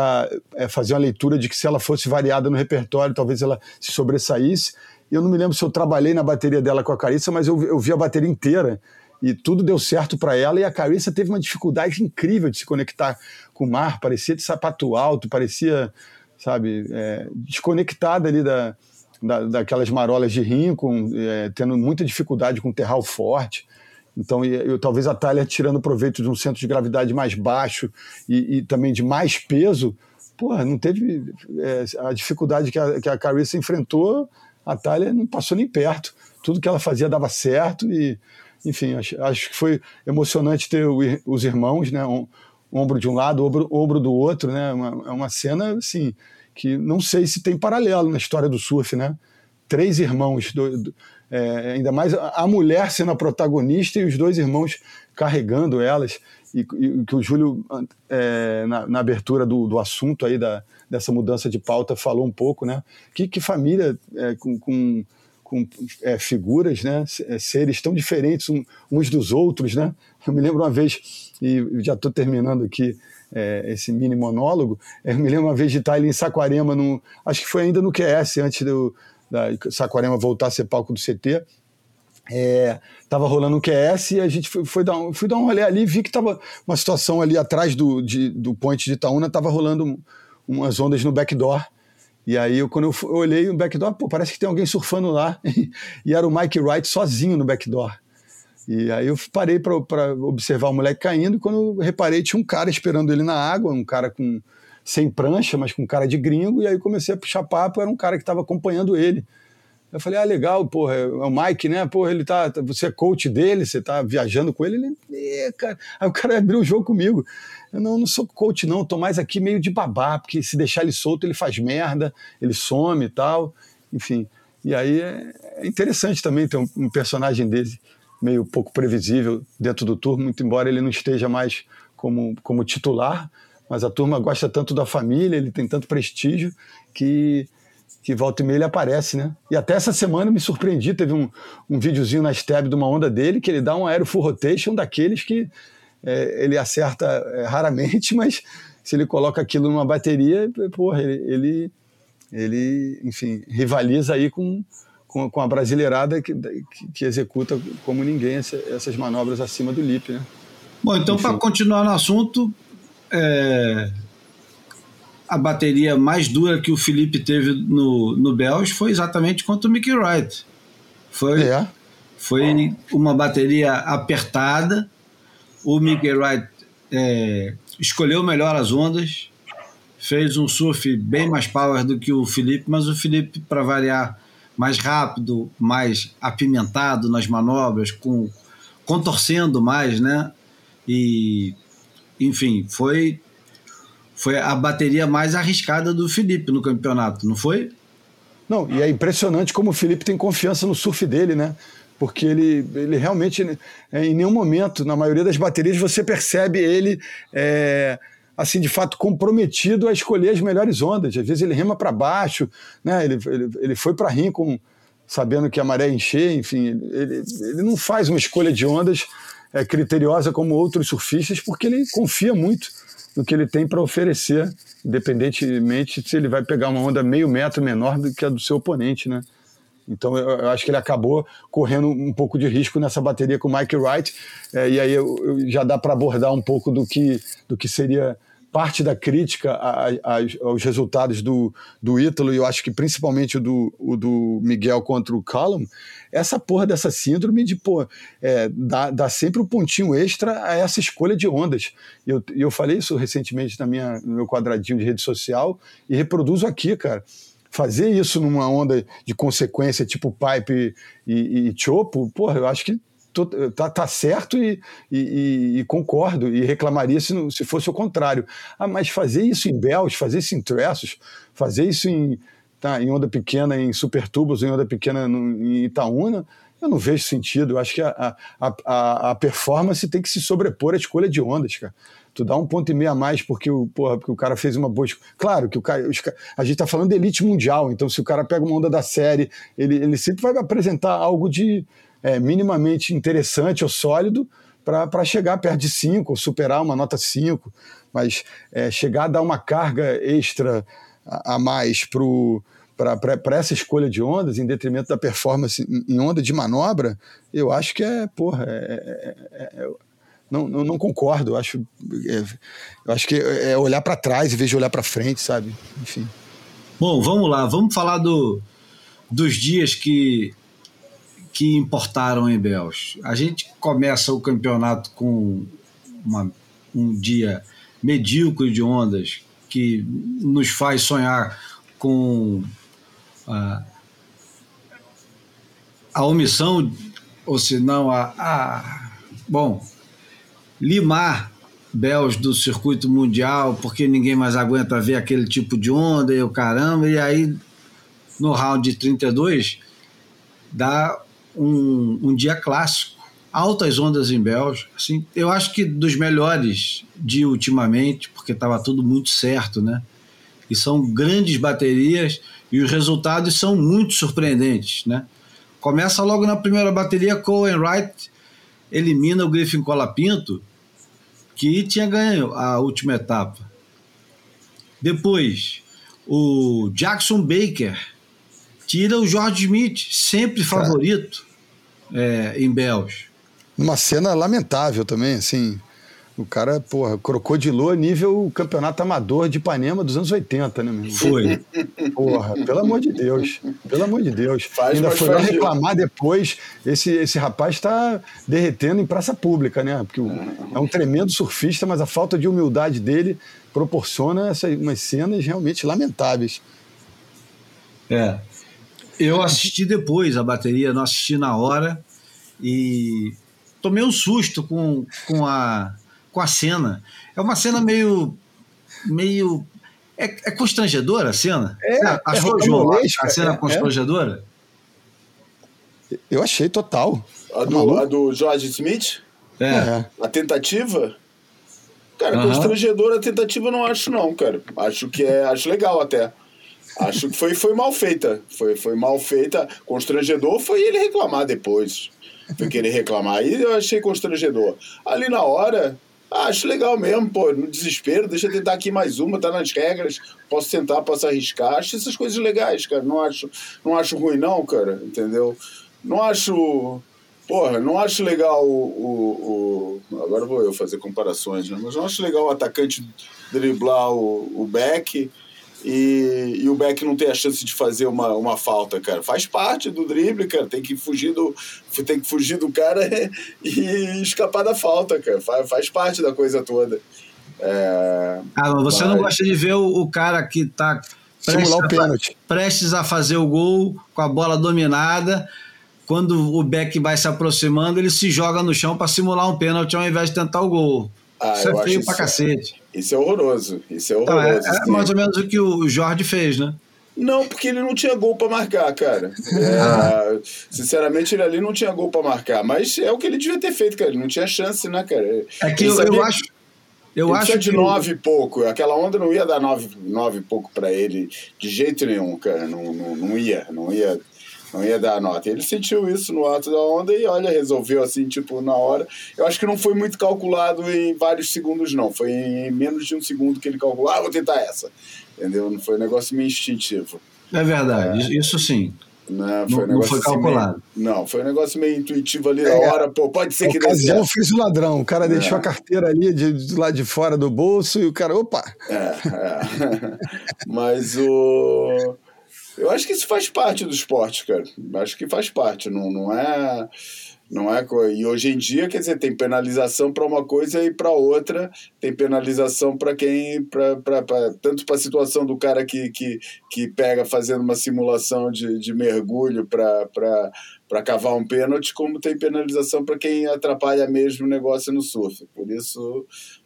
é, fazer uma leitura de que se ela fosse variada no repertório, talvez ela se sobressaísse. Eu não me lembro se eu trabalhei na bateria dela com a Carissa, mas eu, eu vi a bateria inteira e tudo deu certo para ela, e a Carissa teve uma dificuldade incrível de se conectar com o mar, parecia de sapato alto, parecia, sabe, é, desconectada ali da... Da, daquelas marolas de Rincon, é, tendo muita dificuldade com terral forte. Então, eu, eu, talvez a Thalia tirando proveito de um centro de gravidade mais baixo e, e também de mais peso, porra, não teve é, a dificuldade que a, que a Carissa enfrentou, a Thalia não passou nem perto. Tudo que ela fazia dava certo e, enfim, acho, acho que foi emocionante ter o, os irmãos, né, um, um ombro de um lado, ombro, ombro do outro, né, uma, uma cena, assim, que não sei se tem paralelo na história do surf, né? Três irmãos, do, do, é, ainda mais a mulher sendo a protagonista e os dois irmãos carregando elas, e, e que o Júlio, é, na, na abertura do, do assunto aí, da, dessa mudança de pauta, falou um pouco, né? Que, que família é, com, com, com é, figuras, né? Seres tão diferentes uns dos outros, né? Eu me lembro uma vez, e já estou terminando aqui, É, esse mini monólogo, eu me lembro uma vez de estar ali em Saquarema, no, acho que foi ainda no Q S, antes do da Saquarema voltar a ser palco do C T, estava é, rolando um Q S e a gente foi, foi dar um, fui dar um rolê ali e vi que estava uma situação ali atrás do, de, do point de Itaúna, estava rolando um, umas ondas no backdoor, e aí eu, quando eu, eu olhei o backdoor, pô, parece que tem alguém surfando lá, e era o Mike Wright sozinho no backdoor. E aí eu parei para observar o moleque caindo, e quando eu reparei tinha um cara esperando ele na água, um cara com, sem prancha, mas com cara de gringo, e aí comecei a puxar papo, era um cara que estava acompanhando ele. Eu falei, ah, legal, porra, é o Mike, né? Porra, ele tá, você é coach dele, você tá viajando com ele? Ele, é, cara. Aí o cara abriu o jogo comigo. Eu não, não sou coach não, tô mais aqui meio de babá, porque se deixar ele solto ele faz merda, ele some e tal, enfim. E aí é, é interessante também ter um, um personagem desse, meio pouco previsível dentro do tour, muito embora ele não esteja mais como, como titular, mas a turma gosta tanto da família, ele tem tanto prestígio que, que volta e meia ele aparece, né? E até essa semana eu me surpreendi, teve um, um videozinho na Stab de uma onda dele, que ele dá um aero full rotation daqueles que é, ele acerta é, raramente, mas se ele coloca aquilo numa bateria, porra, ele, ele, ele enfim, rivaliza aí com Com, com a brasileirada que, que, que executa como ninguém essa, essas manobras acima do lip, né? Bom, então, para continuar no assunto, é, a bateria mais dura que o Felipe teve no, no Bells foi exatamente contra o Mickey Wright. Foi, é. foi uma bateria apertada, o Mickey Wright é, escolheu melhor as ondas, fez um surf bem mais power do que o Felipe, mas o Felipe, para variar, mais rápido, mais apimentado nas manobras, com, contorcendo mais, né? E, enfim, foi, foi a bateria mais arriscada do Felipe no campeonato, não foi? Não, e é impressionante como o Felipe tem confiança no surf dele, né? porque ele, ele realmente, em nenhum momento, na maioria das baterias, você percebe ele, é, assim, de fato, comprometido a escolher as melhores ondas. Às vezes ele rema para baixo, né? ele, ele, ele foi para Rincon sabendo que a maré ia encher, enfim, ele, ele não faz uma escolha de ondas é, criteriosa como outros surfistas, porque ele confia muito no que ele tem para oferecer, independentemente se ele vai pegar uma onda meio metro menor do que a do seu oponente, né? Então eu, eu acho que ele acabou correndo um pouco de risco nessa bateria com o Mike Wright, é, e aí eu, eu já dá para abordar um pouco do que, do que seria parte da crítica a, a, aos resultados do, do Ítalo, e eu acho que principalmente o do, o do Miguel contra o Callum, essa porra dessa síndrome de, pô, é, dá, dá sempre um pontinho extra a essa escolha de ondas. E eu, eu falei isso recentemente na minha, no meu quadradinho de rede social e reproduzo aqui, cara. Fazer isso numa onda de consequência tipo pipe e, e, e chopo, porra, eu acho que tô, tá, tá certo e, e, e concordo, e reclamaria se, não, se fosse o contrário. Ah, mas fazer isso em Bells, fazer isso em Tressos, fazer isso em, tá, em onda pequena, em Supertubos, em onda pequena no, em Itaúna, eu não vejo sentido. Eu acho que a, a, a, a performance tem que se sobrepor à escolha de ondas, cara. Tu dá um ponto e meio a mais porque o, porra, porque o cara fez uma boa... Claro que o cara, os, a gente tá falando de elite mundial, então se o cara pega uma onda da série, ele, ele sempre vai apresentar algo de é, minimamente interessante ou sólido para chegar perto de cinco, ou superar uma nota cinco, mas é, chegar a dar uma carga extra a, a mais para essa escolha de ondas, em detrimento da performance em, em onda de manobra, eu acho que é, porra, é... é, é Não, não, não concordo, eu acho, é, eu acho que é olhar para trás em vez de olhar para frente, sabe? Enfim. Bom, vamos lá, vamos falar do, dos dias que, que importaram em Bells. A gente começa o campeonato com uma, um dia medíocre de ondas que nos faz sonhar com a, a omissão, ou se não, a, a... Bom... limar Bells do circuito mundial, porque ninguém mais aguenta ver aquele tipo de onda e o caramba, e aí no round de trinta e dois dá um, um dia clássico, altas ondas em Bells, assim, eu acho que dos melhores de ultimamente, porque estava tudo muito certo, né? E são grandes baterias e os resultados são muito surpreendentes, né? Começa logo na primeira bateria, Coen Wright elimina o Griffin Colapinto, que tinha ganho a última etapa. Depois, o Jackson Baker tira o George Smith, sempre favorito é, em Bells. Uma cena lamentável também, assim. O cara, porra, crocodilou nível campeonato amador de Ipanema dos anos oitenta, né, meu irmão? Foi. Porra, pelo amor de Deus. Pelo amor de Deus. Faz, Ainda foi lá faz reclamar depois. Esse, esse rapaz está derretendo em praça pública, né? Porque o, é um tremendo surfista, mas a falta de humildade dele proporciona essas, umas cenas realmente lamentáveis. É. Eu assisti depois a bateria, não assisti na hora, e tomei um susto com, com a... com a cena. É uma cena meio... meio é, é constrangedora a cena? É, Achou, é João, rolês, a cena é, constrangedora? Eu achei total. A do, a do George Smith? É. É. A tentativa? Cara, Uhum. constrangedora a tentativa eu não acho não, cara. Acho que é... Acho legal até. Acho que foi, foi mal feita. Foi, foi mal feita. Constrangedor foi ele reclamar depois. Foi querer reclamar. Aí eu achei constrangedor. Ali na hora... Ah, acho legal mesmo, pô, no desespero, deixa eu tentar aqui mais uma, tá nas regras, posso tentar, posso arriscar, acho essas coisas legais, cara, não acho, não acho ruim não, cara, entendeu? Não acho, porra, não acho legal o, o, o agora vou eu fazer comparações, né? Mas não acho legal o atacante driblar o, o back e, e o back não ter a chance de fazer uma, uma falta, cara. Faz parte do drible, cara. Tem que fugir do, tem que fugir do cara e escapar da falta, cara. Faz, faz parte da coisa toda. É, ah, mas você mas... não gosta de ver o, o cara que tá simular o pênalti, prestes a fazer o gol com a bola dominada, quando o back vai se aproximando, ele se joga no chão para simular um pênalti ao invés de tentar o gol. Ah, isso é feio isso, pra cacete. Isso é horroroso. Isso é horroroso. Então, é, é mais ou menos o que o Jorge fez, né? Não, porque ele não tinha gol para marcar, cara. É, sinceramente, ele ali não tinha gol para marcar. Mas é o que ele devia ter feito, cara. Ele não tinha chance, né, cara? É que eu, eu acho... Eu ele acho de que... nove e pouco. Aquela onda não ia dar nove, nove e pouco para ele de jeito nenhum, cara. Não, não, não ia, não ia... Não ia dar a nota. Ele sentiu isso no alto da onda e, olha, resolveu assim, tipo, na hora. Eu acho que não foi muito calculado em vários segundos, não. Foi em menos de um segundo que ele calculou. Ah, vou tentar essa. Entendeu? Não foi um negócio meio instintivo. É verdade, é, isso sim. Não, foi, não, um não foi calculado. Assim meio, não, foi um negócio meio intuitivo ali na hora. Pô, pode ser que dê certo. Eu fiz o ladrão. O cara é. deixou a carteira ali de, de lá de fora do bolso e o cara, opa! É, é. Mas o... Eu acho que isso faz parte do esporte, cara. Acho que faz parte, não, não é... Não é, e hoje em dia, quer dizer, tem penalização para uma coisa e para outra, tem penalização para quem, pra, pra, pra, tanto para a situação do cara que, que, que pega fazendo uma simulação de, de mergulho para cavar um pênalti, como tem penalização para quem atrapalha mesmo o negócio no surf. Por isso,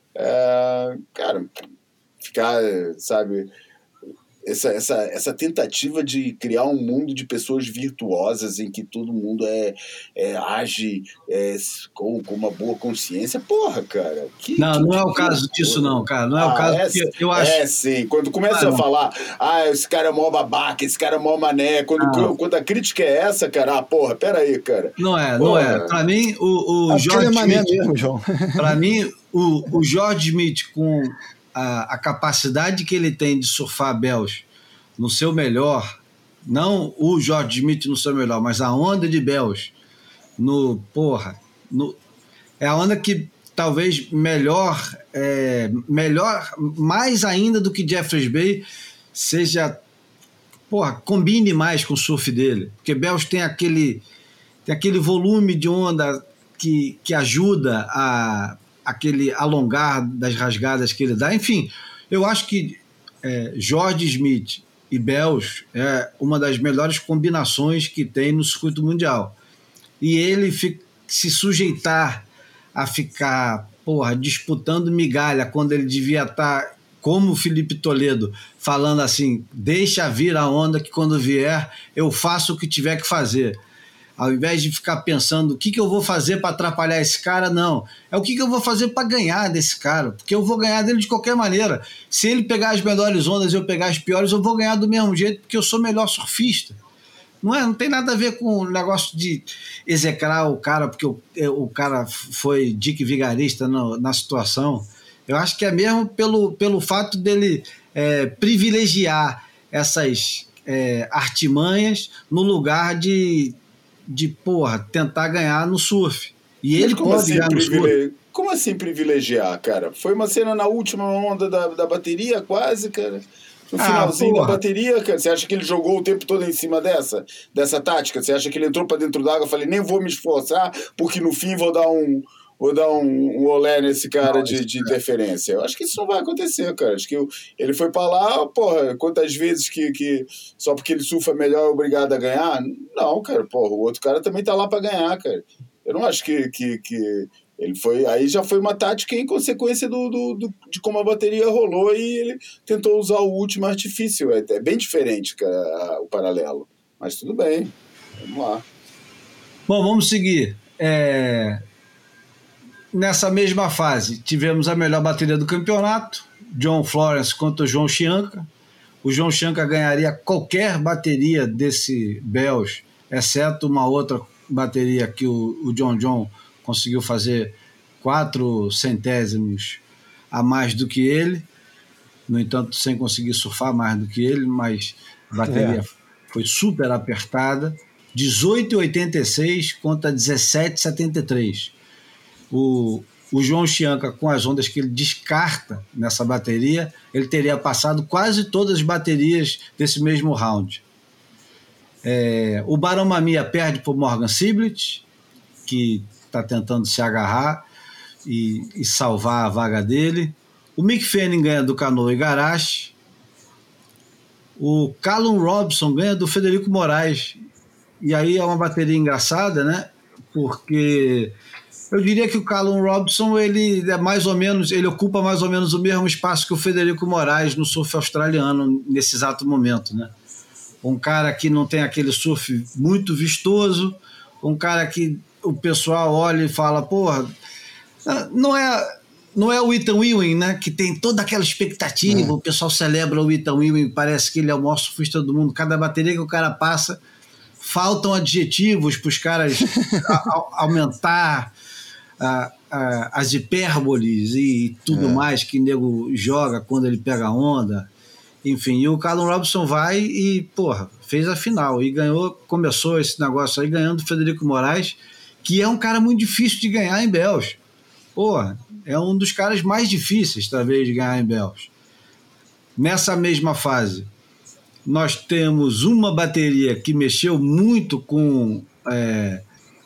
é, cara, ficar, sabe... Essa, essa, essa tentativa de criar um mundo de pessoas virtuosas em que todo mundo é, é, age é, com, com uma boa consciência, porra, cara. Que, não, que, não é o que, caso que, disso, não, cara. Não é ah, o caso. É, que eu acho... é sim. Quando começa ah, a falar, ah, esse cara é mó babaca, esse cara é mó mané. Quando, ah. quando a crítica é essa, cara, ah, porra, peraí, cara. Não é, porra. não é. Pra mim, o, o George é mané Smith. Mesmo, João. Pra mim, o, o George Smith, com a, a capacidade que ele tem de surfar Bells no seu melhor, não o George Smith no seu melhor, mas a onda de Bells, no, porra, no, é a onda que talvez melhor, é, melhor, mais ainda do que Jeffreys Bay, seja, porra, combine mais com o surf dele, porque Bells tem aquele, tem aquele volume de onda que, que ajuda a aquele alongar das rasgadas que ele dá, enfim, eu acho que é, George Smith e Bells é uma das melhores combinações que tem no circuito mundial. E ele fica, se sujeitar a ficar, porra, disputando migalha quando ele devia estar, como o Felipe Toledo, falando assim, deixa vir a onda que quando vier eu faço o que tiver que fazer. Ao invés de ficar pensando o que, que eu vou fazer para atrapalhar esse cara, não. É o que, que eu vou fazer para ganhar desse cara, porque eu vou ganhar dele de qualquer maneira. Se ele pegar as melhores ondas e eu pegar as piores, eu vou ganhar do mesmo jeito, porque eu sou melhor surfista. Não, é, não tem nada a ver com o negócio de execrar o cara, porque o, o cara foi dique vigarista no, na situação. Eu acho que é mesmo pelo, pelo fato dele é, privilegiar essas é, artimanhas no lugar de... de, porra, tentar ganhar no surf. E Mas ele como pode assim ganhar no surf. Como assim privilegiar, cara? Foi uma cena na última onda da, da bateria, quase, cara. No ah, finalzinho porra. da bateria, cara. Você acha que ele jogou o tempo todo em cima dessa, dessa tática? Você acha que ele entrou pra dentro d'água e falei, nem vou me esforçar, porque no fim vou dar um... Vou dar um, um olé nesse cara não, de, de interferência. Eu acho que isso não vai acontecer, cara. Acho que eu, ele foi pra lá, porra, quantas vezes que, que só porque ele surfa melhor é obrigado a ganhar? Não, cara, porra, o outro cara também tá lá pra ganhar, cara. Eu não acho que, que, que ele foi... Aí já foi uma tática em consequência do, do, do, de como a bateria rolou e ele tentou usar o último artifício. É, é bem diferente, cara, o paralelo. Mas tudo bem, vamos lá. Bom, vamos seguir. É... Nessa mesma fase, tivemos a melhor bateria do campeonato, John Florence contra o João Chianca. O João Chianca ganharia qualquer bateria desse Bells, exceto uma outra bateria que o, o John John conseguiu fazer quatro centésimos a mais do que ele, no entanto, sem conseguir surfar mais do que ele, mas a bateria é. foi super apertada, dezoito e oitenta e seis contra dezessete e setenta e três. O, o João Chianca, com as ondas que ele descarta nessa bateria, ele teria passado quase todas as baterias desse mesmo round. É, o Barão Mamiya perde para o Morgan Siblet, que está tentando se agarrar e, e salvar a vaga dele. O Mick Fanning ganha do Canoa Igarashi. O Callum Robson ganha do Federico Moraes. E aí é uma bateria engraçada, né? Porque... eu diria que o Callum Robson, ele é mais ou menos, ele ocupa mais ou menos o mesmo espaço que o Federico Moraes no surf australiano nesse exato momento, né? um cara que não tem aquele surf muito vistoso, um cara que o pessoal olha e fala, porra, não é, não é o Ethan Ewing, né, que tem toda aquela expectativa, é. O pessoal celebra o Ethan Ewing, parece que ele é o maior surfista do mundo, cada bateria que o cara passa, faltam adjetivos para os caras a, a, aumentar a, a, as hipérboles e tudo é. mais que o nego joga quando ele pega a onda. Enfim, e o Callum Robinson vai e, porra, fez a final e ganhou, começou esse negócio aí ganhando o Frederico Moraes, que é um cara muito difícil de ganhar em Bells. Porra, é um dos caras mais difíceis, talvez, de ganhar em Bells. Nessa mesma fase, nós temos uma bateria que mexeu muito com, é,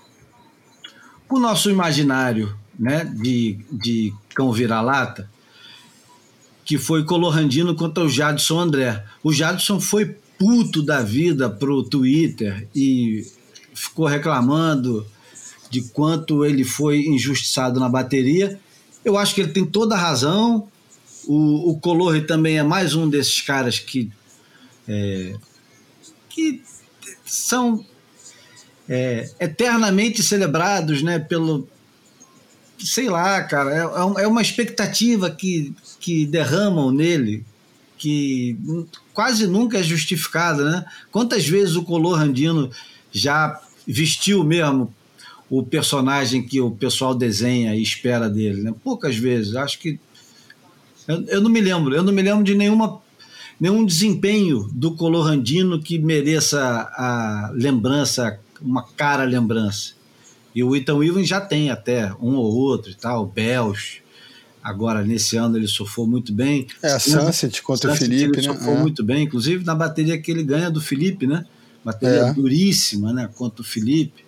com o nosso imaginário, né, de, de cão vira-lata, que foi Colorandino contra o Jadson André. O Jadson foi puto da vida pro Twitter e ficou reclamando de quanto ele foi injustiçado na bateria. Eu acho que ele tem toda a razão. O, o Colorri também é mais um desses caras que, é, que são é, eternamente celebrados, né, pelo... Sei lá, cara, é, é uma expectativa que, que derramam nele, que quase nunca é justificada, né? Quantas vezes o Colorandino já vestiu mesmo o personagem que o pessoal desenha e espera dele, né? Poucas vezes, acho que... Eu, eu não me lembro, eu não me lembro de nenhuma, nenhum desempenho do Colorandino que mereça a lembrança, uma cara lembrança. E o Ethan Ewing já tem até um ou outro e tal, Bells. Agora, nesse ano, ele surfou muito bem. É, a Sunset contra Sunset, o Felipe, ele né? surfou é. muito bem, inclusive na bateria que ele ganha do Felipe, né? Bateria é. duríssima, né? Contra o Felipe.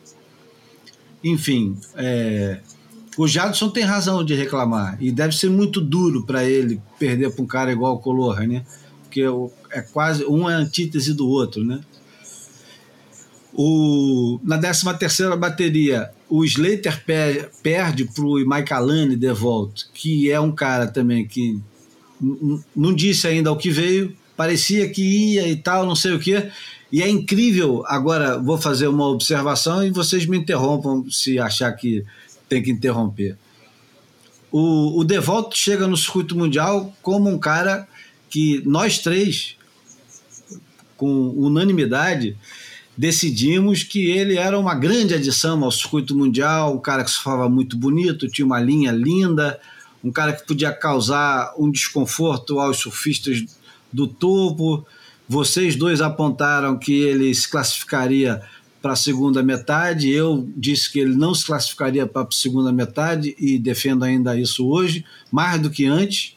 Enfim, é... o Jadson tem razão de reclamar. E deve ser muito duro para ele perder para um cara igual o Colorra, né? Porque é quase... Um é a antítese do outro, né? O, na décima terceira bateria, o Slater per, perde para o Mike Alane de volta, que é um cara também que n- não disse ainda ao que veio, parecia que ia e tal, não sei o quê, e é incrível. Agora vou fazer uma observação e vocês me interrompam se achar que tem que interromper. O, o DeVault chega no circuito mundial como um cara que nós três, com unanimidade, decidimos que ele era uma grande adição ao circuito mundial, um cara que surfava muito bonito, tinha uma linha linda, um cara que podia causar um desconforto aos surfistas do topo. Vocês dois apontaram que ele se classificaria para a segunda metade, eu disse que ele não se classificaria para a segunda metade e defendo ainda isso hoje, mais do que antes.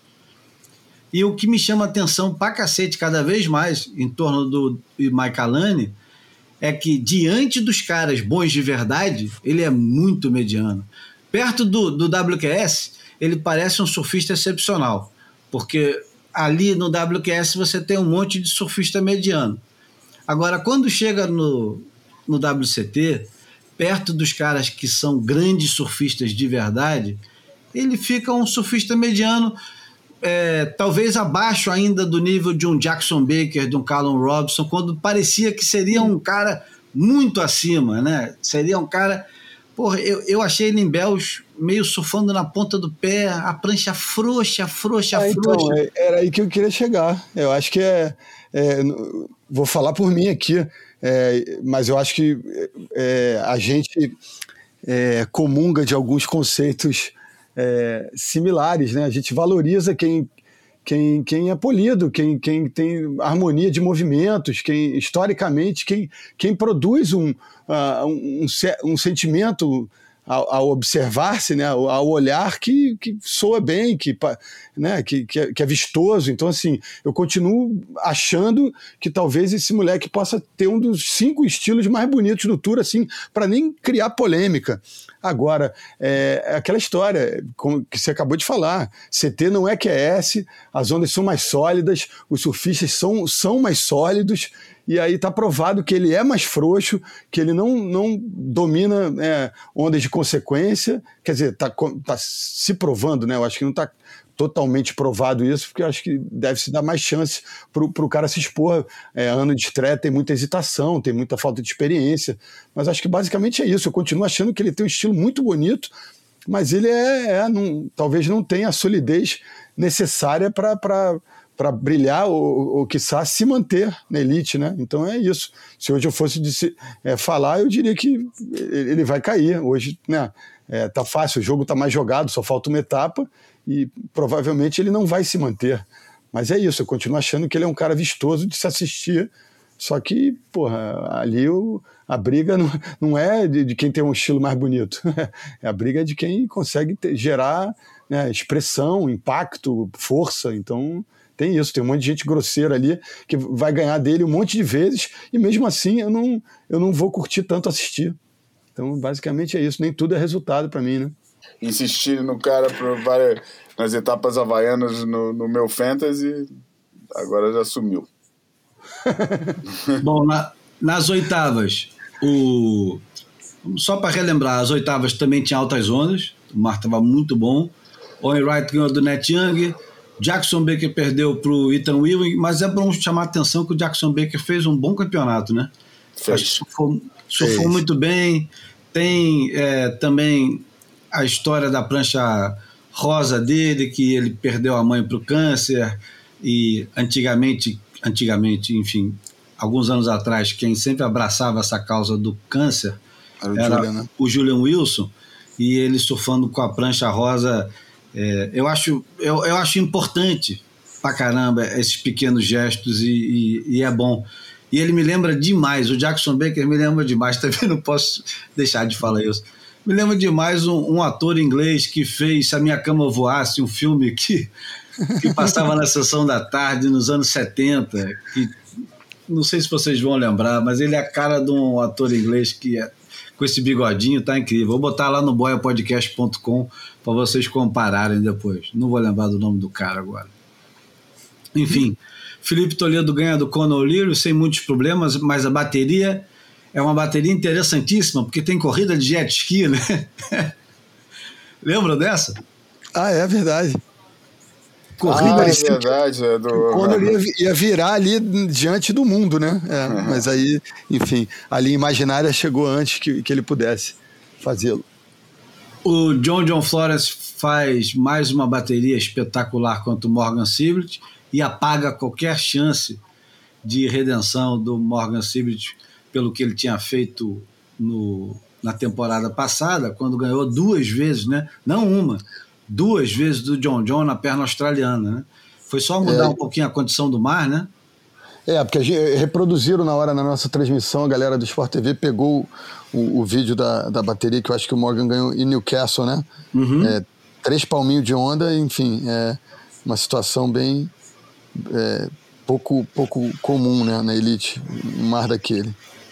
E o que me chama a atenção pra cacete cada vez mais em torno do Mike Alane é que, diante dos caras bons de verdade, ele é muito mediano. Perto do, do W Q S, ele parece um surfista excepcional, porque ali no W Q S você tem um monte de surfista mediano. Agora, quando chega no, no W C T, perto dos caras que são grandes surfistas de verdade, ele fica um surfista mediano, É, talvez abaixo ainda do nível de um Jackson Baker, de um Callum Robinson, quando parecia que seria um cara muito acima, né? Seria um cara... Porra, eu, eu achei ele em Bells meio surfando na ponta do pé, a prancha frouxa, frouxa, ah, frouxa. Então, era aí que eu queria chegar. Eu acho que é... é vou falar por mim aqui, é, mas eu acho que é, a gente é, comunga de alguns conceitos É, similares, né? A gente valoriza quem, quem, quem é polido, quem, quem tem harmonia de movimentos, quem historicamente quem, quem produz um, uh, um, um sentimento ao, ao observar-se, né? ao, ao olhar que, que soa bem, que, né? que, que, é, que é vistoso. Então, assim, eu continuo achando que talvez esse moleque possa ter um dos cinco estilos mais bonitos do Tour, assim, para nem criar polêmica. Agora, é, é aquela história que você acabou de falar, C T não é Q S, as ondas são mais sólidas, os surfistas são, são mais sólidos, e aí está provado que ele é mais frouxo, que ele não, não domina é, ondas de consequência, quer dizer, está tá se provando, né? Eu acho que não está totalmente provado isso, porque eu acho que deve se dar mais chance para o cara se expor. É, ano de estreia tem muita hesitação, tem muita falta de experiência, mas acho que basicamente é isso. Eu continuo achando que ele tem um estilo muito bonito, mas ele é, é não, talvez não tenha a solidez necessária para para brilhar ou, ou, quiçá, se manter na elite, né? Então é isso. Se hoje eu fosse de se, é, falar, eu diria que ele vai cair. Hoje, né? É, tá fácil, o jogo tá mais jogado, só falta uma etapa e provavelmente ele não vai se manter. Mas é isso, eu continuo achando que ele é um cara vistoso de se assistir, só que, porra, ali o, a briga não, não é de, de quem tem um estilo mais bonito, é a briga de quem consegue ter, gerar, né, expressão, impacto, força. Então tem isso, tem um monte de gente grosseira ali que vai ganhar dele um monte de vezes e mesmo assim eu não, eu não vou curtir tanto assistir. Então basicamente é isso, nem tudo é resultado para mim, né? Insistir no cara por várias, nas etapas havaianas no, no meu fantasy, agora já sumiu. Bom, na, nas oitavas, o, só para relembrar, as oitavas também tinha altas zonas, o mar estava muito bom, Owen Wright ganhou do Net Young, Jackson Baker perdeu para o Ethan Ewing, mas é bom chamar a atenção que o Jackson Baker fez um bom campeonato, né? Fez. Acho que surfou, surfou muito bem, tem é, também a história da prancha rosa dele, que ele perdeu a mãe para o câncer, e antigamente, antigamente, enfim, alguns anos atrás, quem sempre abraçava essa causa do câncer era o, era Julian, né? o Julian Wilson, e ele surfando com a prancha rosa. É, eu, acho, eu, eu acho importante pra caramba esses pequenos gestos e, e, e é bom. E ele me lembra demais, o Jackson Baker me lembra demais, também não posso deixar de falar isso. Me lembra demais um, um ator inglês que fez Se a Minha Cama Voasse, um filme que, que passava na sessão da tarde nos anos setenta, que não sei se vocês vão lembrar, mas ele é a cara de um ator inglês que é, com esse bigodinho, tá incrível. Vou botar lá no boia podcast ponto com para vocês compararem depois. Não vou lembrar do nome do cara agora. Enfim, Felipe Toledo ganha do Conor O'Leary sem muitos problemas, mas a bateria é uma bateria interessantíssima, porque tem corrida de jet ski, né? Lembram dessa? Ah, é verdade. Corrida ah, é verdade. É do... O Conor ia, ia virar ali diante do mundo, né? É, uhum. Mas aí, enfim, a linha imaginária chegou antes que, que ele pudesse fazê-lo. O John John Flores faz mais uma bateria espetacular contra o Morgan Siblet e apaga qualquer chance de redenção do Morgan Siblet pelo que ele tinha feito no, na temporada passada, quando ganhou duas vezes, né? Não uma, duas vezes do John John na perna australiana, né? Foi só mudar é. um pouquinho a condição do mar, né? É, porque a gente, reproduziram na hora na nossa transmissão, a galera do Sport T V pegou o, o vídeo da, da bateria que eu acho que o Morgan ganhou em Newcastle, né? Uhum. É, três palminhos de onda, enfim, é uma situação bem é, pouco, pouco comum, né, na elite, um mar daquele.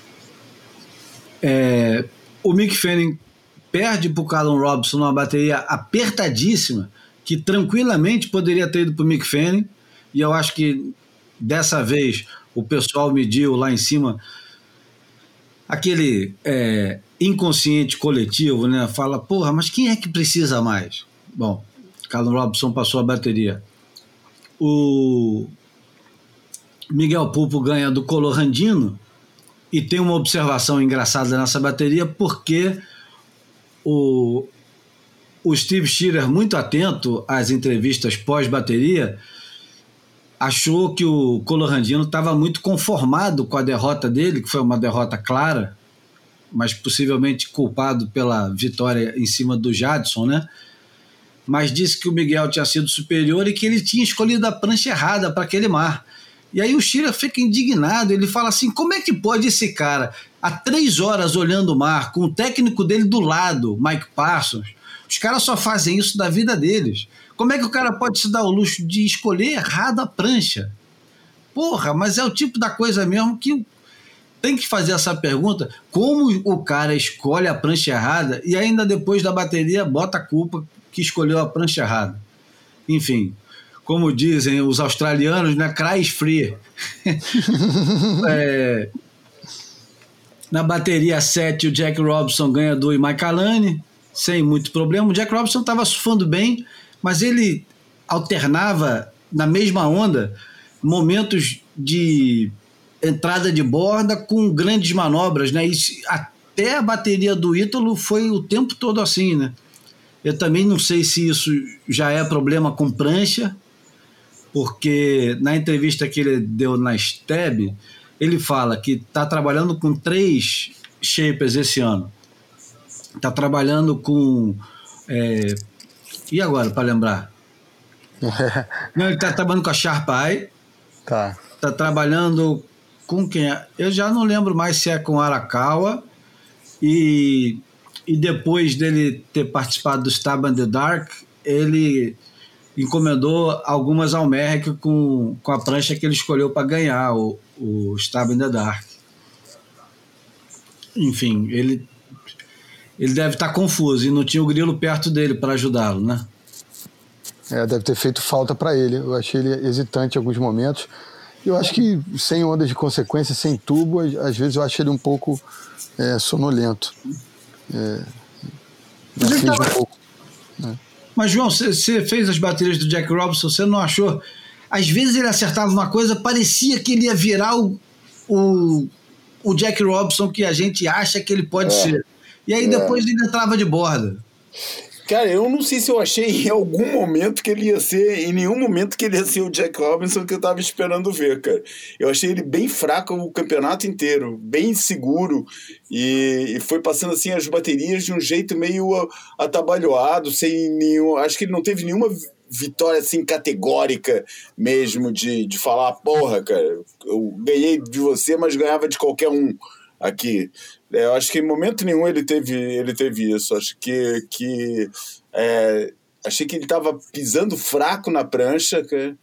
É, o Mick Fanning perde para o Callum Robinson numa bateria apertadíssima, que tranquilamente poderia ter ido para o Mick Fanning, e eu acho que dessa vez o pessoal mediu lá em cima aquele é, inconsciente coletivo, né? Fala, porra, mas quem é que precisa mais? Bom, Callum Robinson passou a bateria. O Miguel Pulpo ganha do Colorandino, e tem uma observação engraçada nessa bateria, porque o, o Steve Shearer, muito atento às entrevistas pós-bateria, achou que o Colorandino estava muito conformado com a derrota dele, que foi uma derrota clara, mas possivelmente culpado pela vitória em cima do Jadson, né? Mas disse que o Miguel tinha sido superior e que ele tinha escolhido a prancha errada para aquele mar. E aí o Shearer fica indignado, ele fala assim, como é que pode esse cara, há três horas olhando o mar, com o técnico dele do lado, Mike Parsons, os caras só fazem isso da vida deles. Como é que o cara pode se dar o luxo de escolher errado a prancha? Porra, mas é o tipo da coisa mesmo que tem que fazer essa pergunta, como o cara escolhe a prancha errada e ainda depois da bateria bota a culpa que escolheu a prancha errada. Enfim, como dizem os australianos, né, cries free. é, na bateria sete, o Jack Robinson ganha do Mike Alane, sem muito problema. O Jack Robinson estava surfando bem, mas ele, alternava na mesma onda momentos de entrada de borda com grandes manobras, né? E até a bateria do Ítalo foi o tempo todo assim, né? Eu também não sei se isso já é problema com prancha, porque na entrevista que ele deu na Steb, ele fala que está trabalhando com três shapers esse ano. Está trabalhando com... É, e agora, para lembrar? Não, ele está trabalhando com a Sharp Eye. Tá. Está trabalhando com quem? Eu já não lembro mais se é com Arakawa. E, e depois dele ter participado do Stab in the Dark, ele encomendou algumas ao Merrick com, com a prancha que ele escolheu para ganhar o, o Stab in the Dark. Enfim, ele, ele deve estar confuso e não tinha o Grilo perto dele para ajudá-lo, né? É, deve ter feito falta para ele. Eu achei ele hesitante em alguns momentos. Eu acho que sem ondas de consequência, sem tubo, às vezes eu acho ele um pouco é, sonolento. É, Mas, tava... um pouco, né? Mas, João, você fez as baterias do Jack Robinson, você não achou? Às vezes ele acertava uma coisa, parecia que ele ia virar o, o, o Jack Robinson que a gente acha que ele pode é. ser. E aí depois é. ele entrava de borda. Cara, eu não sei se eu achei em algum momento que ele ia ser, em nenhum momento que ele ia ser o Jack Robinson que eu tava esperando ver, cara. Eu achei ele bem fraco o campeonato inteiro, bem inseguro, e, e foi passando assim as baterias de um jeito meio atabalhoado, sem nenhum... Acho que ele não teve nenhuma vitória assim categórica mesmo de, de falar, porra, cara, eu ganhei de você, mas ganhava de qualquer um aqui. É, eu acho que em momento nenhum ele teve, ele teve isso. Acho que, que é, achei que ele estava pisando fraco na prancha. Cara.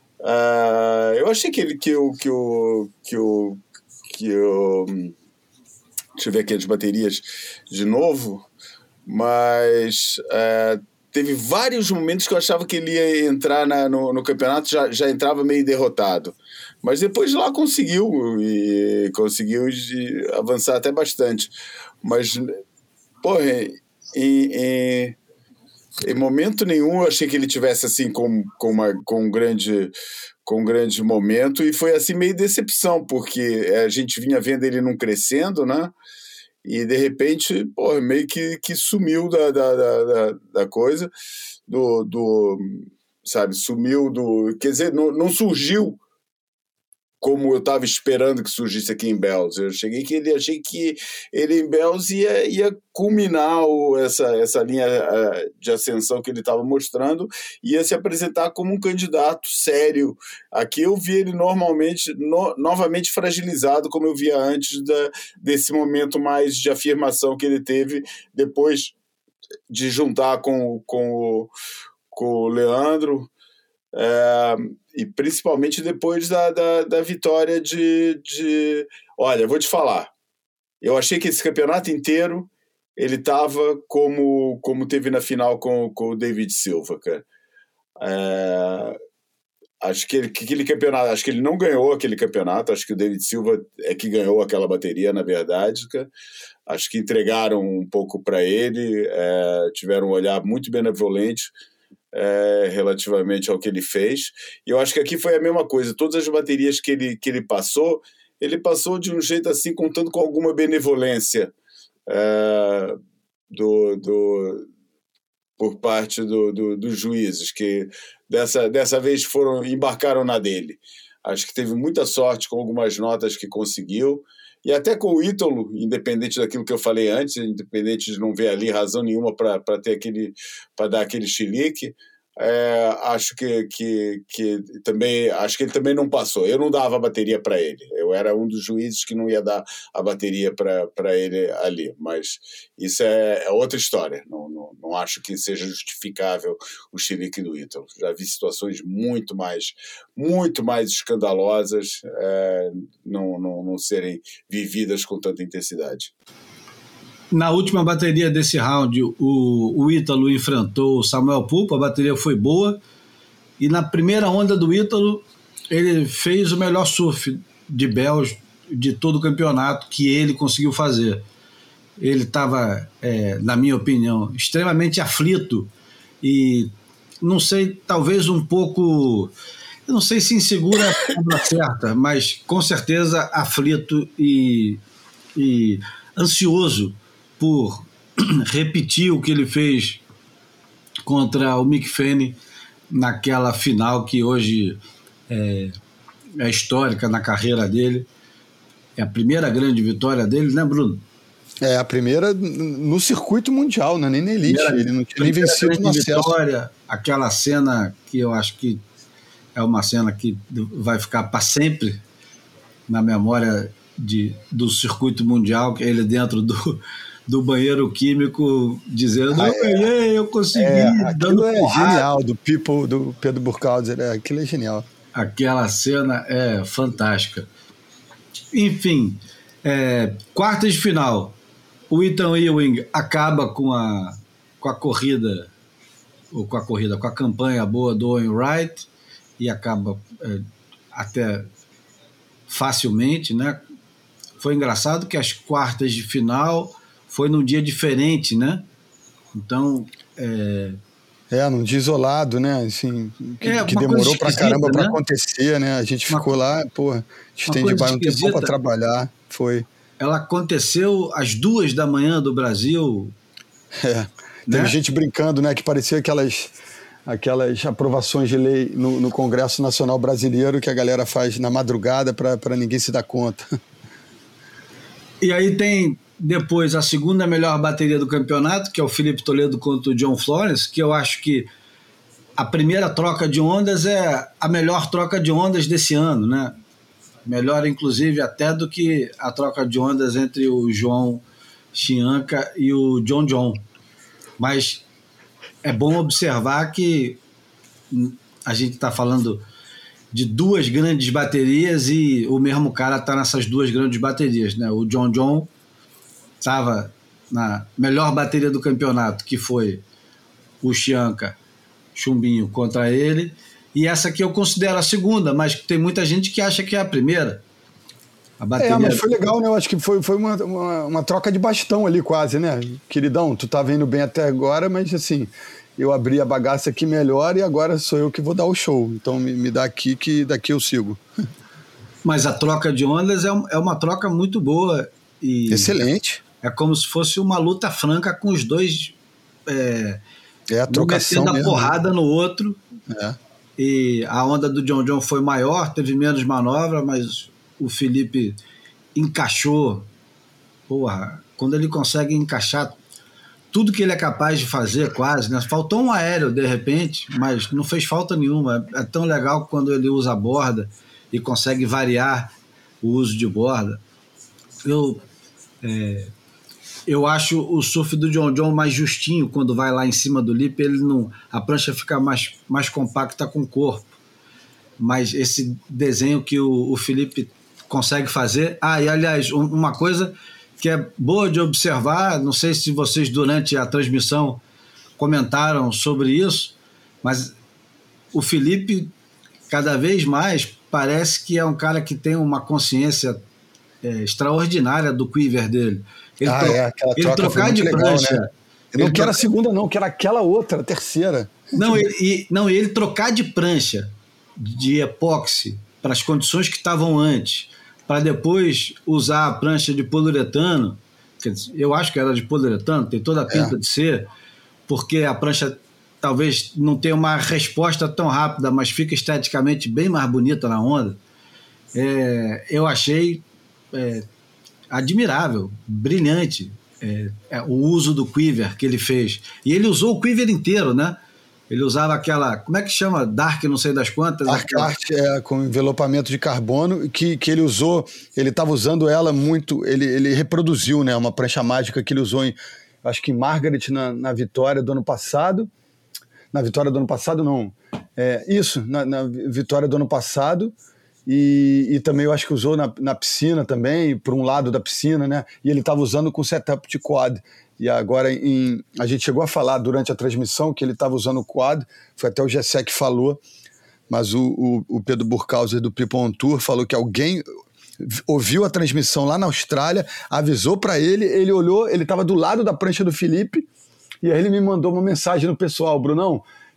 Uh, eu achei que ele que o que o que o que o deixa eu ver aqui as baterias de novo, mas uh, teve vários momentos que eu achava que ele ia entrar na, no, no campeonato, já, já entrava meio derrotado. Mas depois lá conseguiu, e conseguiu avançar até bastante. Mas, porra, em, em, em momento nenhum eu achei que ele tivesse assim com, com, uma, com, um grande, com um grande momento, e foi assim meio decepção, porque a gente vinha vendo ele não crescendo, né? E de repente, porra, meio que, que sumiu da, da, da, da coisa, do, do, sabe, sumiu do... Quer dizer, não, não surgiu como eu estava esperando que surgisse aqui em Bells. Eu cheguei que ele achei que ele em Bells ia, ia culminar o, essa, essa linha de ascensão que ele estava mostrando, ia se apresentar como um candidato sério. Aqui eu vi ele normalmente, no, novamente fragilizado, como eu via antes da, desse momento mais de afirmação que ele teve depois de juntar com, com, o, com o Leandro. É, e principalmente depois da, da, da vitória de, de... Olha, vou te falar, eu achei que esse campeonato inteiro ele estava como, como teve na final com, com o David Silva, cara. É, acho que, ele, que aquele campeonato, acho que ele não ganhou aquele campeonato, acho que o David Silva é que ganhou aquela bateria, na verdade, cara. Acho que entregaram um pouco para ele, é, tiveram um olhar muito benevolente É, relativamente ao que ele fez, e eu acho que aqui foi a mesma coisa. Todas as baterias que ele, que ele passou, ele passou de um jeito assim, contando com alguma benevolência é, do, do, por parte do, do, dos juízes, que dessa, dessa vez foram, embarcaram na dele. Acho que teve muita sorte com algumas notas que conseguiu, e até com o Ítalo, independente daquilo que eu falei antes, independente de não ver ali razão nenhuma para ter aquele, para dar aquele chilique, é, acho que, que, que também acho que ele também não passou. Eu não dava a bateria para ele. Eu era um dos juízes que não ia dar a bateria para ele ali. Mas isso é, é outra história. Não, não, não acho que seja justificável o chilique do Ítalo. Já vi situações muito mais, muito mais escandalosas é, não, não, não serem vividas com tanta intensidade. Na última bateria desse round, o, o Ítalo enfrentou o Samuel Pulpo, a bateria foi boa, e na primeira onda do Ítalo, ele fez o melhor surf de Bells de todo o campeonato que ele conseguiu fazer. Ele estava, é, na minha opinião, extremamente aflito, e não sei, talvez um pouco, eu não sei se insegura é a palavra certa, mas com certeza aflito e, e ansioso por repetir o que ele fez contra o Mick Fanning naquela final que hoje é, é histórica na carreira dele. É a primeira grande vitória dele, né, Bruno? É, a primeira no circuito mundial, né? Nem na elite. Primeira, ele não tinha nem vencido no acesso. Vitória, aquela cena que eu acho que é uma cena que vai ficar para sempre na memória de, do circuito mundial, que ele dentro do, do banheiro químico dizendo, ah, eu ganhei, eu consegui. É, dando é genial, do People, do Pedro Burkhalter, é, aquilo é genial. Aquela cena é fantástica. Enfim, é, quartas de final, o Ethan Ewing acaba com a, com a corrida, ou com a corrida, com a campanha boa do Owen Wright, e acaba é, até facilmente, né? Foi engraçado que as quartas de final foi num dia diferente, né? Então... É, é num dia isolado, né? Assim, que, é, que demorou pra caramba, né? Pra acontecer, né? A gente uma, ficou lá, porra, stand-by um tempo pra trabalhar, foi... Ela aconteceu às duas da manhã do Brasil. É, teve né? gente brincando, né? Que parecia aquelas, aquelas aprovações de lei no, no Congresso Nacional Brasileiro que a galera faz na madrugada para ninguém se dar conta. E aí tem depois a segunda melhor bateria do campeonato, que é o Felipe Toledo contra o John Florence, que eu acho que a primeira troca de ondas é a melhor troca de ondas desse ano, né? Melhor, inclusive, até do que a troca de ondas entre o João Chianca e o John John. Mas é bom observar que a gente está falando de duas grandes baterias e o mesmo cara está nessas duas grandes baterias, né? O John John estava na melhor bateria do campeonato, que foi o Chianca Chumbinho contra ele, e essa aqui eu considero a segunda, mas tem muita gente que acha que é a primeira. A bateria... É, mas foi legal, né? Eu acho que foi, foi uma, uma, uma troca de bastão ali quase, né? Queridão, tu tá vendo bem até agora, mas assim, eu abri a bagaça aqui melhor e agora sou eu que vou dar o show. Então me, me dá aqui que daqui eu sigo. Mas a troca de ondas é, um, é uma troca muito boa. E excelente. É como se fosse uma luta franca com os dois é, é a trocação metendo a porrada no outro. É. E a onda do John John foi maior, teve menos manobra, mas o Felipe encaixou. Porra, quando ele consegue encaixar tudo que ele é capaz de fazer quase, né? Faltou um aéreo de repente, mas não fez falta nenhuma. É tão legal quando ele usa a borda e consegue variar o uso de borda. Eu, é, eu acho o surf do John John mais justinho quando vai lá em cima do lip, ele não, a prancha fica mais, mais compacta com o corpo. Mas esse desenho que o, o Felipe consegue fazer... Ah, e aliás, um, uma coisa que é boa de observar, não sei se vocês durante a transmissão comentaram sobre isso, mas o Felipe cada vez mais parece que é um cara que tem uma consciência é, extraordinária do quiver dele. Ele, ah, tro é, aquela ele trocar de legal, prancha. Né? Eu não quero a segunda, não, quero aquela outra, a terceira. Não, ele, e, não, ele trocar de prancha de epóxi para as condições que estavam antes, para depois usar a prancha de poliuretano, eu acho que era de poliuretano, tem toda a pinta é. de ser, porque a prancha talvez não tenha uma resposta tão rápida, mas fica esteticamente bem mais bonita na onda. É, eu achei é, admirável, brilhante é, é, o uso do quiver que ele fez. E ele usou o quiver inteiro, né? Ele usava aquela, como é que chama? Dark não sei das quantas. Dark aquela... Art, é, com envelopamento de carbono, que, que ele usou, ele estava usando ela muito, ele, ele reproduziu, né, uma prancha mágica que ele usou em, acho que em Margaret, na, na vitória do ano passado. Na vitória do ano passado, não. É, isso, na, na vitória do ano passado. E, e também eu acho que usou na, na piscina também, por um lado da piscina, né? E ele estava usando com setup de quad. E agora em, a gente chegou a falar durante a transmissão que ele estava usando o quad, foi até o Gessé que falou, mas o, o, o Pedro Burkhalter do People on Tour falou que alguém ouviu a transmissão lá na Austrália, avisou para ele, ele olhou, ele estava do lado da prancha do Felipe, e aí ele me mandou uma mensagem no pessoal: Brunão,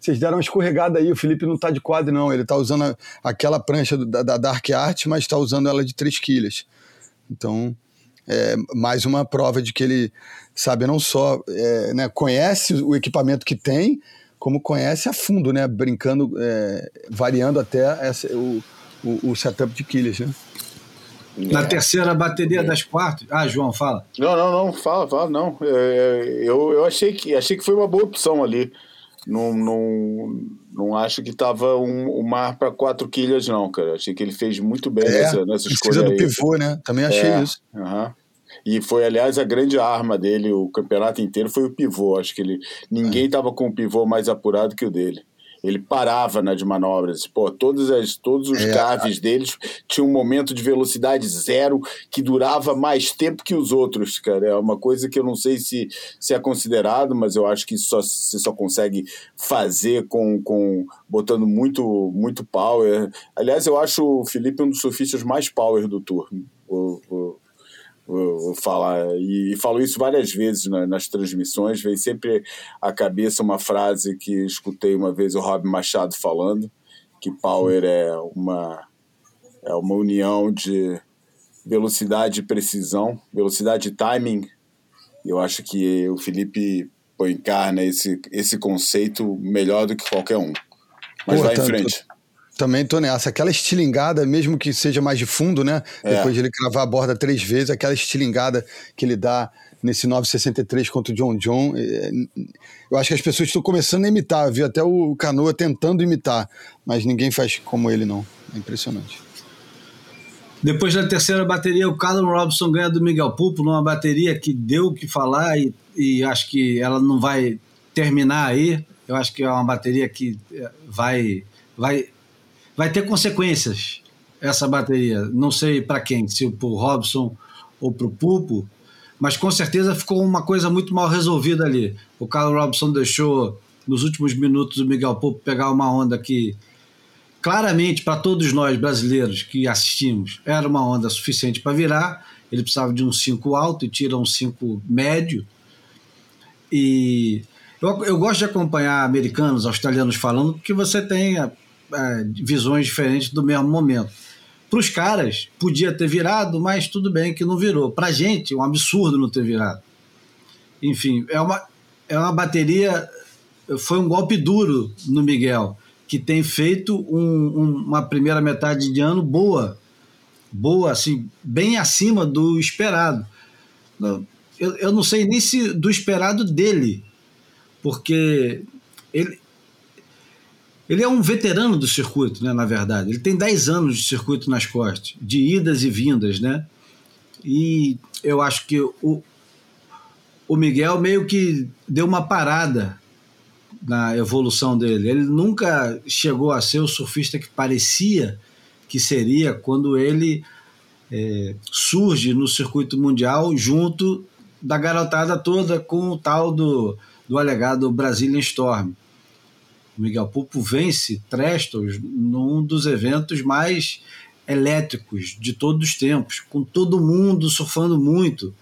vocês deram uma escorregada aí, o Felipe não está de quad não, ele está usando a, aquela prancha da, da Dark Art, mas está usando ela de três quilhas. Então, é mais uma prova de que ele sabe não só, é, né, conhece o equipamento que tem, como conhece a fundo, né, brincando, é, variando até essa, o, o, o setup de quilhas, né? Na é. terceira bateria é. das quartas... Ah, João, fala. Não, não, não, fala, fala, não. É, eu eu achei, que, achei que foi uma boa opção ali. Não, não, não acho que estava um, um mar para quatro quilhas, não, cara. Achei que ele fez muito bem é, nessa, nessa escolha do aí. pivô, né? Também achei é, isso. Uh-huh. E foi, aliás, a grande arma dele, o campeonato inteiro, foi o pivô. Acho que ele, ninguém estava é. com o pivô mais apurado que o dele. Ele parava nas manobras. Pô, todas as, todos os é. caves deles tinham um momento de velocidade zero que durava mais tempo que os outros, cara. É uma coisa que eu não sei se, se é considerado, mas eu acho que isso só, você só consegue fazer com, com botando muito, muito power. Aliás, eu acho o Felipe um dos surfistas mais power do Tour. O, o, Vou falar, e, e falo isso várias vezes na, nas transmissões. Vem sempre à cabeça uma frase que escutei uma vez o Rob Machado falando, que power é uma, é uma união de velocidade e precisão, velocidade e timing. Eu acho que o Felipe encarna esse, esse conceito melhor do que qualquer um. Mas Pô, vai tanto... em frente. Também tô nessa. Aquela estilingada, mesmo que seja mais de fundo, né? É. Depois de ele cravar a borda três vezes, aquela estilingada que ele dá nesse nove sessenta e três contra o John John, eu acho que as pessoas estão começando a imitar. Vi até o Canoa tentando imitar, mas ninguém faz como ele, não. É impressionante. Depois da terceira bateria, o Callum Robson ganha do Miguel Pulpo numa bateria que deu o que falar e, e acho que ela não vai terminar aí. Eu acho que é uma bateria que vai... vai Vai ter consequências essa bateria, não sei para quem, se para o Robson ou para o Pulpo, mas com certeza ficou uma coisa muito mal resolvida ali. O Carlos Robson deixou nos últimos minutos o Miguel Pulpo pegar uma onda que claramente para todos nós brasileiros que assistimos era uma onda suficiente para virar. Ele precisava de um cinco alto e tira um cinco médio. E eu, eu gosto de acompanhar americanos, australianos falando, porque você tem a, a, visões diferentes do mesmo momento. Para os caras, podia ter virado, mas tudo bem que não virou. Para a gente, é um absurdo não ter virado. Enfim, é uma, é uma bateria... Foi um golpe duro no Miguel, que tem feito um, um, uma primeira metade de ano boa. Boa, assim, bem acima do esperado. Eu, eu não sei nem se do esperado dele, porque ele... Ele é um veterano do circuito, né, na verdade. Ele tem dez anos de circuito nas costas, de idas e vindas, né? E eu acho que o, o Miguel meio que deu uma parada na evolução dele. Ele nunca chegou a ser o surfista que parecia que seria quando ele é, surge no circuito mundial junto da garotada toda com o tal do, do alegado Brazilian Storm. O Miguel Pulpo vence Trestles num dos eventos mais elétricos de todos os tempos, com todo mundo surfando muito.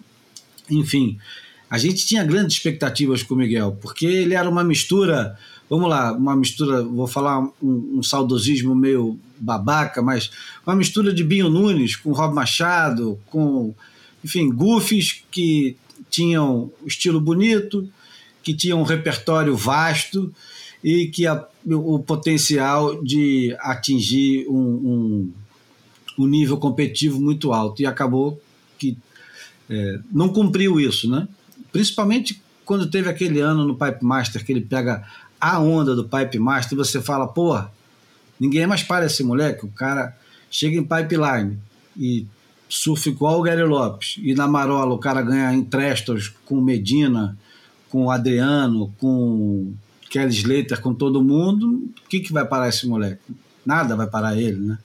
Enfim, a gente tinha grandes expectativas com o Miguel, porque ele era uma mistura, vamos lá, uma mistura, vou falar um, um saudosismo meio babaca, mas uma mistura de Binho Nunes com Rob Machado, com, enfim, goofies que tinham estilo bonito, que tinham um repertório vasto, e que a, o potencial de atingir um, um, um nível competitivo muito alto, e acabou que é, não cumpriu isso, né? Principalmente quando teve aquele ano no Pipe Master, que ele pega a onda do Pipe Master, e você fala, pô, ninguém mais para esse moleque, o cara chega em pipeline e surfa igual o Gary Lopes, e na marola o cara ganha em Trestles com Medina, com Adriano, com Kelly Slater, com todo mundo, o que, que vai parar esse moleque? Nada vai parar ele, né?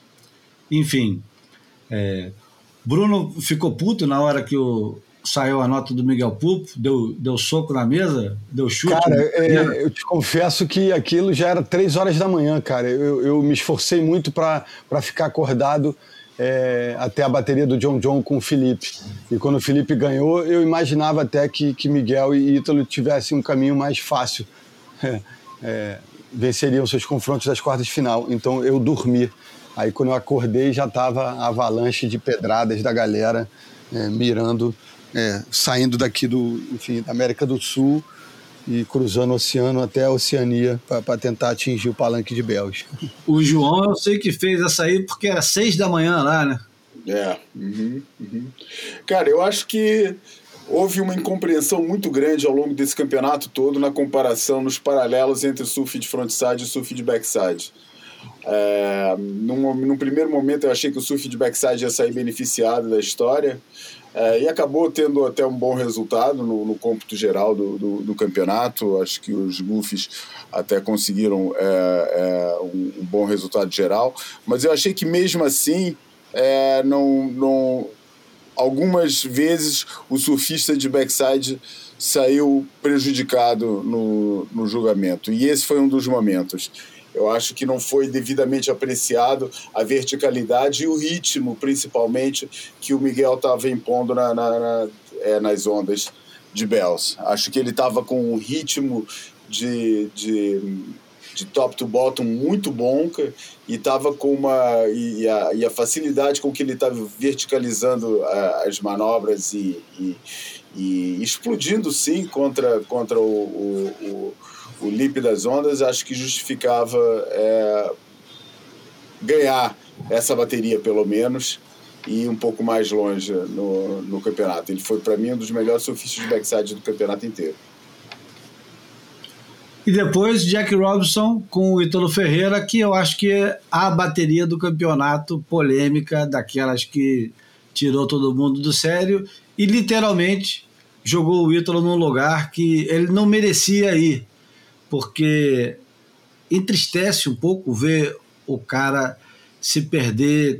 Enfim, é, Bruno ficou puto na hora que o, saiu a nota do Miguel Pulpo, deu, deu soco na mesa, deu chute. Cara, é, eu te confesso que aquilo já era três horas da manhã, cara. Eu, eu me esforcei muito para ficar acordado é, até a bateria do John John com o Felipe. E quando o Felipe ganhou, eu imaginava até que, que Miguel e Ítalo tivessem um caminho mais fácil. É, é, venceriam seus confrontos das quartas de final. Então eu dormi. Aí quando eu acordei já estava a avalanche de pedradas da galera é, mirando, é, saindo daqui do, enfim, da América do Sul e cruzando o oceano até a Oceania para tentar atingir o Palanque de Bells. O João, eu sei que fez essa aí porque era seis da manhã lá, né? É. Uhum, uhum. Cara, eu acho que houve uma incompreensão muito grande ao longo desse campeonato todo na comparação, nos paralelos entre surf de frontside e surf de backside. É, num, num primeiro momento eu achei que o surf de backside ia sair beneficiado da história, é, e acabou tendo até um bom resultado no, no cômputo geral do, do, do campeonato. Acho que os Goofys até conseguiram é, é, um, um bom resultado geral, mas eu achei que mesmo assim é, não, não, algumas vezes o surfista de backside saiu prejudicado no, no julgamento, e esse foi um dos momentos. Eu acho que não foi devidamente apreciado a verticalidade e o ritmo, principalmente, que o Miguel estava impondo na, na, na, é, nas ondas de Bells. Acho que ele estava com um ritmo de, de, de top to bottom muito bom, e estava com uma e a, e a facilidade com que ele estava verticalizando a, as manobras e, e, e explodindo, sim, contra, contra o, o, o o lip das ondas, acho que justificava é, ganhar essa bateria, pelo menos, e ir um pouco mais longe no, no campeonato. Ele foi, para mim, um dos melhores surfistas de backside do campeonato inteiro. E depois, Jack Robinson com o Ítalo Ferreira, que eu acho que é a bateria do campeonato, polêmica, daquelas que tirou todo mundo do sério e, literalmente, jogou o Ítalo num lugar que ele não merecia ir, porque entristece um pouco ver o cara se perder.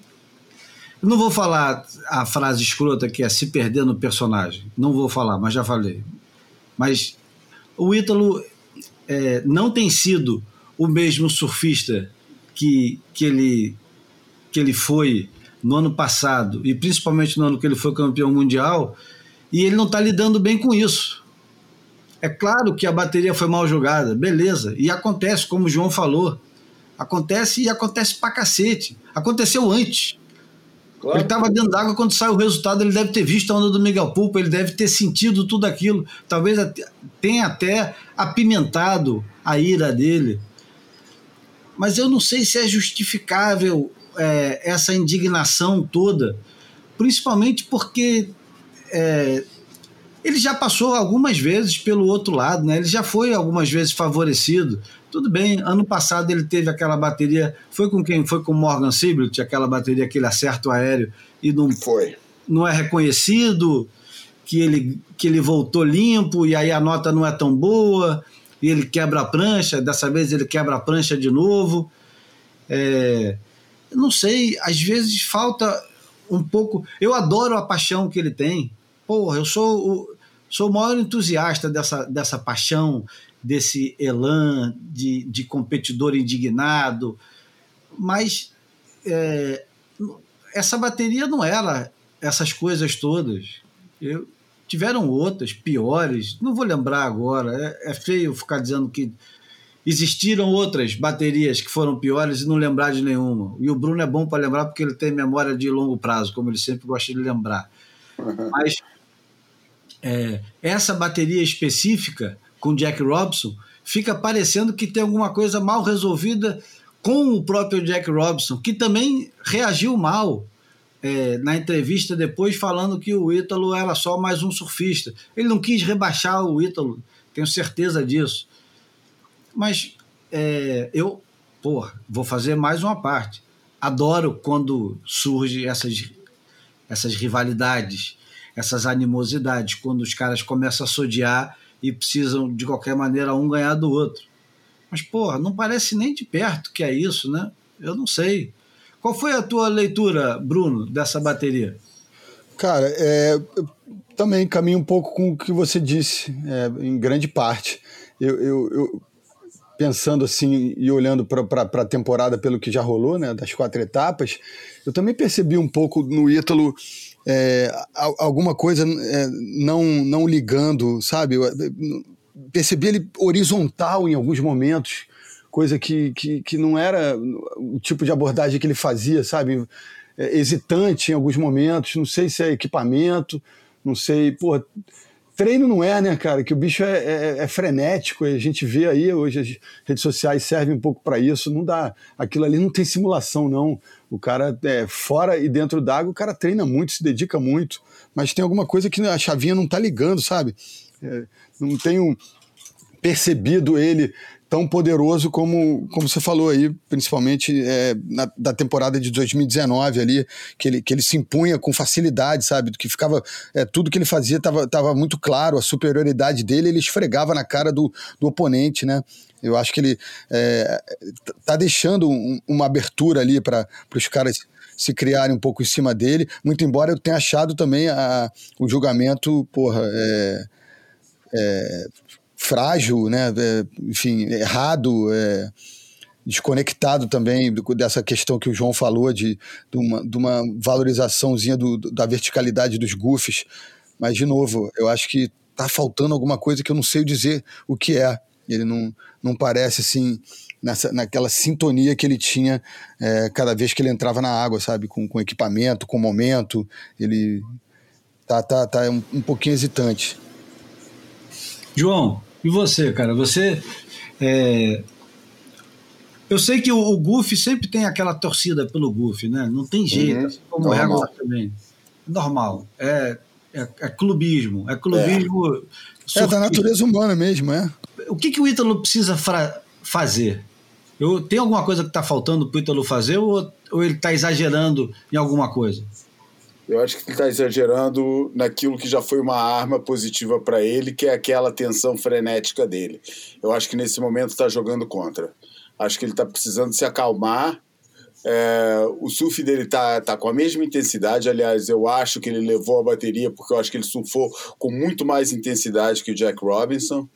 Eu não vou falar a frase escrota que é se perder no personagem, não vou falar, mas já falei. Mas o Ítalo é, não tem sido o mesmo surfista que, que, ele, que ele foi no ano passado, e principalmente no ano que ele foi campeão mundial, e ele não está lidando bem com isso. É claro que a bateria foi mal jogada, beleza, e acontece, como o João falou, acontece e acontece pra cacete. Aconteceu antes. Claro. Ele estava dentro d'água, quando sai o resultado, ele deve ter visto a onda do Miguel Pulpa, ele deve ter sentido tudo aquilo, talvez tenha até apimentado a ira dele. Mas eu não sei se é justificável é, essa indignação toda, principalmente porque é, ele já passou algumas vezes pelo outro lado, né? Ele já foi algumas vezes favorecido. Tudo bem, ano passado ele teve aquela bateria, foi com quem? Foi com o Morgan Siblet, aquela bateria que ele acerta o aéreo e não, foi. não é reconhecido, que ele, que ele voltou limpo e aí a nota não é tão boa, e ele quebra a prancha, dessa vez ele quebra a prancha de novo. É, não sei, às vezes falta um pouco... Eu adoro a paixão que ele tem. Porra, eu sou o, sou o maior entusiasta dessa, dessa paixão, desse elan de, de competidor indignado, mas é, essa bateria não era essas coisas todas. Eu, tiveram outras, piores, não vou lembrar agora, é, é feio ficar dizendo que existiram outras baterias que foram piores e não lembrar de nenhuma. E o Bruno é bom para lembrar porque ele tem memória de longo prazo, como ele sempre gosta de lembrar. Uhum. Mas é, essa bateria específica com Jack Robinson fica parecendo que tem alguma coisa mal resolvida com o próprio Jack Robinson, que também reagiu mal é, na entrevista depois, falando que o Ítalo era só mais um surfista. Ele não quis rebaixar o Ítalo, tenho certeza disso. Mas é, eu, porra, vou fazer mais uma parte. Adoro quando surgem essas, essas rivalidades, essas animosidades, quando os caras começam a se odiar e precisam, de qualquer maneira, um ganhar do outro. Mas, porra, não parece nem de perto que é isso, né? Eu não sei. Qual foi a tua leitura, Bruno, dessa bateria? Cara, é, eu também caminho um pouco com o que você disse, é, em grande parte. Eu, eu, eu pensando assim e olhando para a temporada pelo que já rolou, né, das quatro etapas, eu também percebi um pouco no Ítalo é, alguma coisa é, não, não ligando, sabe? percebi ele horizontal em alguns momentos, coisa que, que, que não era o tipo de abordagem que ele fazia, sabe? É, hesitante em alguns momentos, não sei se é equipamento, não sei, pô, treino não é, né, cara, que o bicho é, é, é frenético, a gente vê aí, hoje as redes sociais servem um pouco para isso, não dá, aquilo ali não tem simulação, não, o cara, é, fora e dentro d'água, o cara treina muito, se dedica muito, mas tem alguma coisa que a chavinha não tá ligando, sabe? É, não tenho percebido ele tão poderoso como, como você falou aí, principalmente é, na, da temporada de dois mil e dezenove ali, que ele, que ele se impunha com facilidade, sabe, que ficava, é, tudo que ele fazia estava tava muito claro, a superioridade dele, ele esfregava na cara do, do oponente, né, eu acho que ele é, tá deixando um, uma abertura ali para os caras se criarem um pouco em cima dele, muito embora eu tenha achado também a, o julgamento, porra, é, é frágil, né? É, enfim, errado, é, desconectado também dessa questão que o João falou de, de, uma, de uma valorizaçãozinha do, da verticalidade dos goofs, mas de novo, eu acho que tá faltando alguma coisa que eu não sei dizer o que é, ele não, não parece assim, nessa, naquela sintonia que ele tinha é, cada vez que ele entrava na água, sabe, com, com equipamento, com momento, ele tá, tá, tá um, um pouquinho hesitante. João, e você, cara? Você. É... Eu sei que o, o Goofy sempre tem aquela torcida pelo Goofy, né? Não tem jeito, uhum. assim como o Regular também. Normal. É, é, é clubismo. É clubismo. É, é da natureza humana mesmo, é. O que, que o Ítalo precisa fra- fazer? Eu, tem alguma coisa que está faltando para o Ítalo fazer ou, ou ele está exagerando em alguma coisa? Eu acho que ele está exagerando naquilo que já foi uma arma positiva para ele, que é aquela tensão frenética dele. Eu acho que nesse momento está jogando contra. Acho que ele está precisando se acalmar. É, o surf dele está tá com a mesma intensidade. Aliás, eu acho que ele levou a bateria porque eu acho que ele surfou com muito mais intensidade que o Jack Robinson.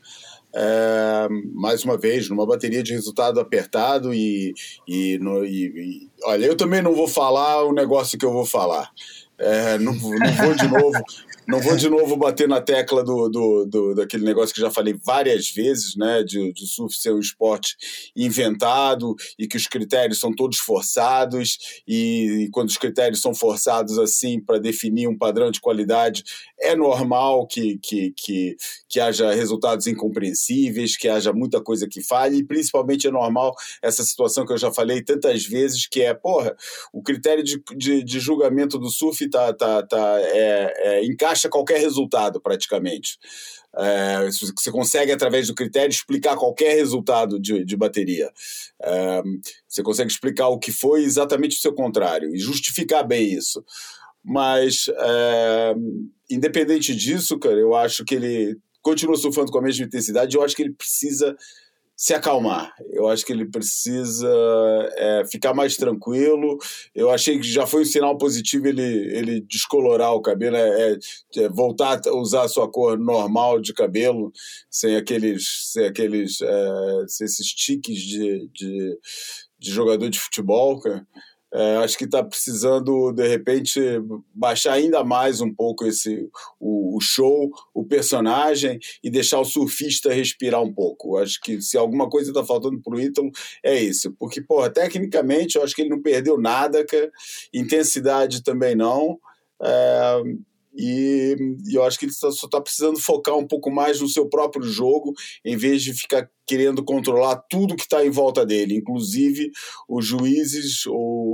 É, mais uma vez, numa bateria de resultado apertado e, e, no, e, e olha, eu também não vou falar o negócio que eu vou falar. É, não, não vou de novo não vou de novo bater na tecla do, do, do, daquele negócio que já falei várias vezes, né, de, de surf ser um esporte inventado e que os critérios são todos forçados e, e quando os critérios são forçados assim para definir um padrão de qualidade é normal que, que, que, que haja resultados incompreensíveis, que haja muita coisa que falhe e principalmente é normal essa situação que eu já falei tantas vezes que é, porra, o critério de, de, de julgamento do surf tá, tá, tá, é, é, encaixa qualquer resultado praticamente. É, você consegue através do critério explicar qualquer resultado de, de bateria. É, você consegue explicar o que foi exatamente o seu contrário e justificar bem isso. Mas é, independente disso, cara, eu acho que ele continua surfando com a mesma intensidade e eu acho que ele precisa se acalmar, eu acho que ele precisa é, ficar mais tranquilo. Eu achei que já foi um sinal positivo ele, ele descolorar o cabelo, é, é, voltar a usar a sua cor normal de cabelo, sem aqueles, sem aqueles é, sem esses tiques de, de, de jogador de futebol, cara. É, acho que está precisando, de repente, baixar ainda mais um pouco esse, o, o show, o personagem e deixar o surfista respirar um pouco. Acho que se alguma coisa está faltando para o Ítalo é isso. Porque, porra, tecnicamente, eu acho que ele não perdeu nada, cara. Intensidade também não. É, e, e eu acho que ele só está precisando focar um pouco mais no seu próprio jogo, em vez de ficar querendo controlar tudo que está em volta dele, inclusive os juízes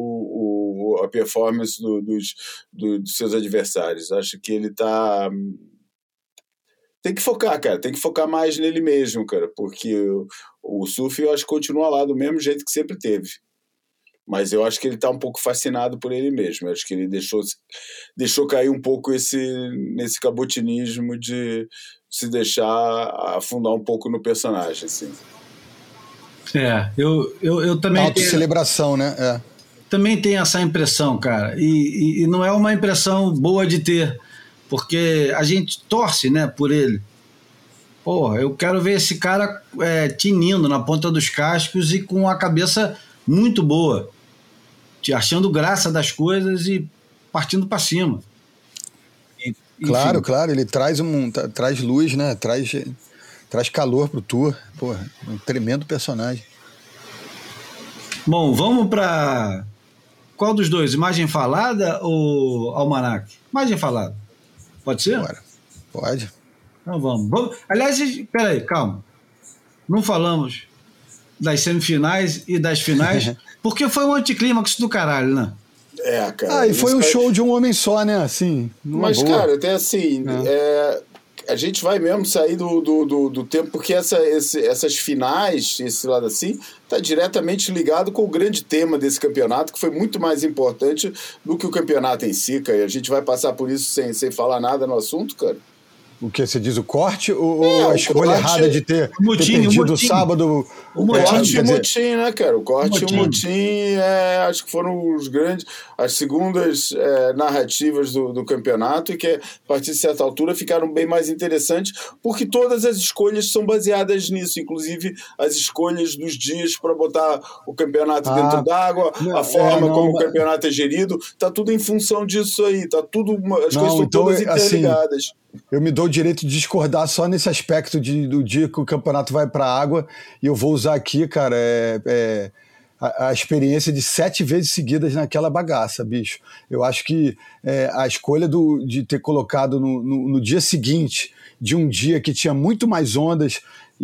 ou, ou a performance do, dos, do, dos seus adversários. Acho que ele está... Tem que focar, cara, tem que focar mais nele mesmo, cara, porque o, o surf eu acho que continua lá do mesmo jeito que sempre teve. Mas eu acho que ele está um pouco fascinado por ele mesmo. Eu acho que ele deixou, deixou cair um pouco esse, nesse cabotinismo de se deixar afundar um pouco no personagem. Assim. É, eu, eu, eu também... Autocelebração, né? É. Também tenho essa impressão, cara. E, e, e não é uma impressão boa de ter, porque a gente torce, né, por ele. Porra, eu quero ver esse cara é, tinindo na ponta dos cascos e com a cabeça muito boa, te achando graça das coisas e partindo para cima. E, claro, claro, ele traz, um, traz luz, né? Traz, traz calor pro tour. Porra, um tremendo personagem. Bom, vamos para... Qual dos dois? Imagem falada ou almanac? Imagem falada. Pode ser? Bora. Pode. Então vamos. vamos. Aliás, peraí, calma. Não falamos das semifinais e das finais, porque foi um anticlímax do caralho, né? É, cara. Ah, e foi um vai... show de um homem só, né? Assim, Mas, boa. cara, até assim, é. É, a gente vai mesmo sair do, do, do, do tempo, porque essa, esse, essas finais, esse lado assim, está diretamente ligado com o grande tema desse campeonato, que foi muito mais importante do que o campeonato em si, cara. E a gente vai passar por isso sem, sem falar nada no assunto, cara. O que? Você diz o corte ou é, a escolha corte, errada de ter, motim, ter perdido o o sábado? O, o corte e o motim, né, cara? O corte e o motim, é, acho que foram os grandes, as segundas é, narrativas do, do campeonato, e que a partir de certa altura ficaram bem mais interessantes, porque todas as escolhas são baseadas nisso, inclusive as escolhas dos dias para botar o campeonato ah, dentro d'água, a forma é, não, como mas... o campeonato é gerido, tá tudo em função disso aí, tá tudo, as não, coisas estão então, todas interligadas. Assim, eu me dou o direito de discordar só nesse aspecto de, do dia que o campeonato vai para a água, e eu vou usar aqui, cara, é, é, a, a experiência de sete vezes seguidas naquela bagaça, bicho. Eu acho que é, a escolha do, de ter colocado no, no, no dia seguinte, de um dia que tinha muito mais ondas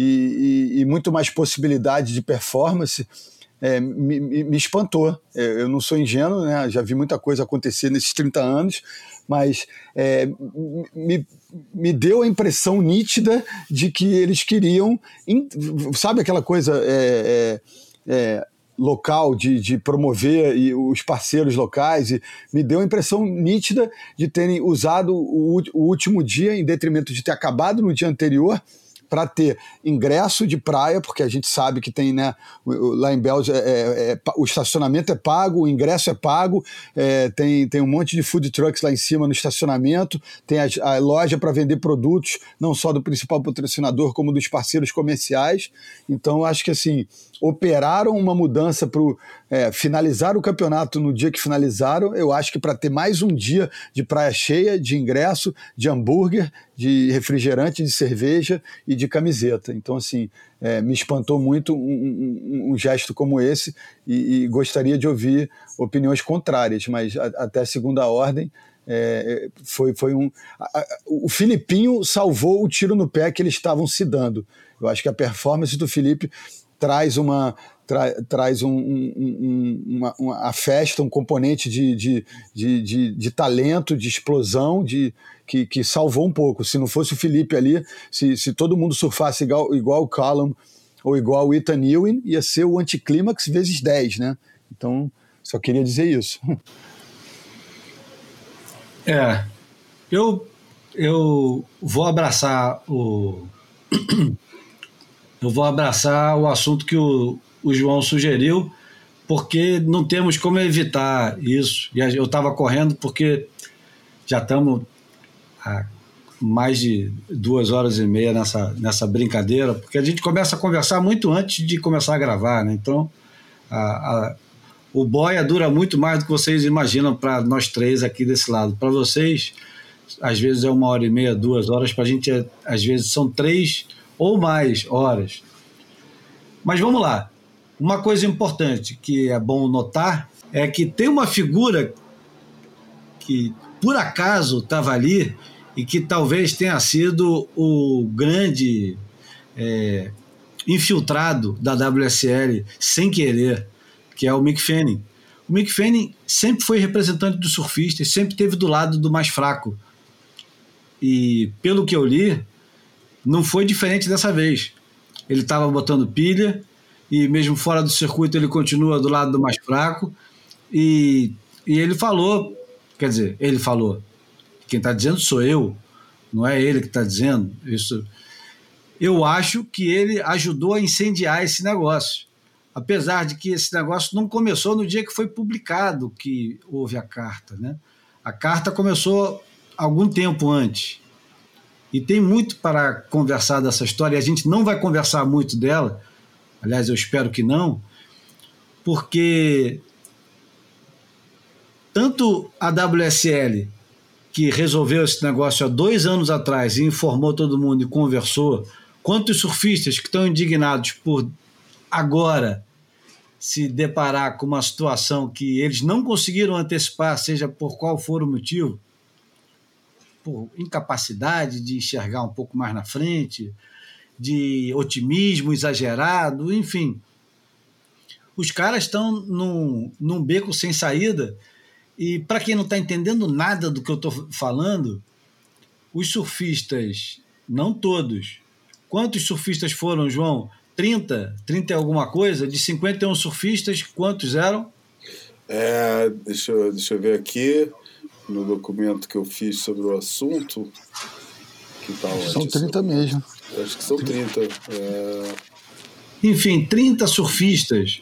e, e, e muito mais possibilidade de performance, É, me, me espantou. É, eu não sou ingênuo, né? Já vi muita coisa acontecer nesses trinta anos, mas é, me, me deu a impressão nítida de que eles queriam, sabe aquela coisa é, é, é, local de, de promover e os parceiros locais, e me deu a impressão nítida de terem usado o, o último dia em detrimento de ter acabado no dia anterior, para ter ingresso de praia, porque a gente sabe que tem, né, lá em Bélgica, é, é, o estacionamento é pago, o ingresso é pago, é, tem, tem um monte de food trucks lá em cima no estacionamento, tem a, a loja para vender produtos, não só do principal patrocinador, como dos parceiros comerciais. Então, acho que assim, operaram uma mudança para é, finalizar o campeonato no dia que finalizaram. Eu acho que para ter mais um dia de praia cheia, de ingresso, de hambúrguer, de refrigerante, de cerveja e de camiseta. Então, assim, é, me espantou muito um, um, um gesto como esse, e, e gostaria de ouvir opiniões contrárias, mas a, até a segunda ordem é, foi, foi um... A, a, o Filipinho salvou o tiro no pé que eles estavam se dando. Eu acho que a performance do Felipe traz uma... Tra, traz um, um, um, uma, uma, a festa, um componente de, de, de, de, de talento, de explosão, de, que, que salvou um pouco. Se não fosse o Felipe ali, se, se todo mundo surfasse igual, igual o Callum ou igual o Ethan Ewing, ia ser o anticlímax vezes dez, né? Então, só queria dizer isso. É, eu, eu vou abraçar o... eu vou abraçar o assunto que o o João sugeriu, porque não temos como evitar isso. E eu estava correndo porque já estamos há mais de duas horas e meia nessa, nessa brincadeira, porque a gente começa a conversar muito antes de começar a gravar, né? Então, a, a, o boia dura muito mais do que vocês imaginam para nós três aqui desse lado. Para vocês, às vezes é uma hora e meia, duas horas, para a gente, é, às vezes, são três ou mais horas. Mas vamos lá. Uma coisa importante que é bom notar é que tem uma figura que, por acaso, estava ali e que talvez tenha sido o grande é, infiltrado da W S L sem querer, que é o Mick Fanning. O Mick Fanning sempre foi representante dos surfistas, sempre esteve do lado do mais fraco. E, pelo que eu li, não foi diferente dessa vez. Ele estava botando pilha, e mesmo fora do circuito ele continua do lado do mais fraco, e, e ele falou, quer dizer, ele falou, quem está dizendo sou eu, não é ele que está dizendo isso. Eu acho que ele ajudou a incendiar esse negócio, apesar de que esse negócio não começou no dia que foi publicado que houve a carta, né? A carta começou algum tempo antes, e tem muito para conversar dessa história, e a gente não vai conversar muito dela. Aliás, eu espero que não, porque tanto a W S L, que resolveu esse negócio há dois anos atrás e informou todo mundo e conversou Quantos surfistas que estão indignados por agora se deparar com uma situação que eles não conseguiram antecipar, seja por qual for o motivo, por incapacidade de enxergar um pouco mais na frente, de otimismo exagerado, enfim. Os caras estão num, num beco sem saída e, para quem não está entendendo nada do que eu estou falando, os surfistas, não todos, quantos surfistas foram, João? trinta? trinta e alguma coisa? De cinquenta e um surfistas, quantos eram? É, deixa, eu, deixa eu ver aqui no documento que eu fiz sobre o assunto. Que tá são trinta mesmo. Acho que são trinta. É... Enfim, trinta surfistas.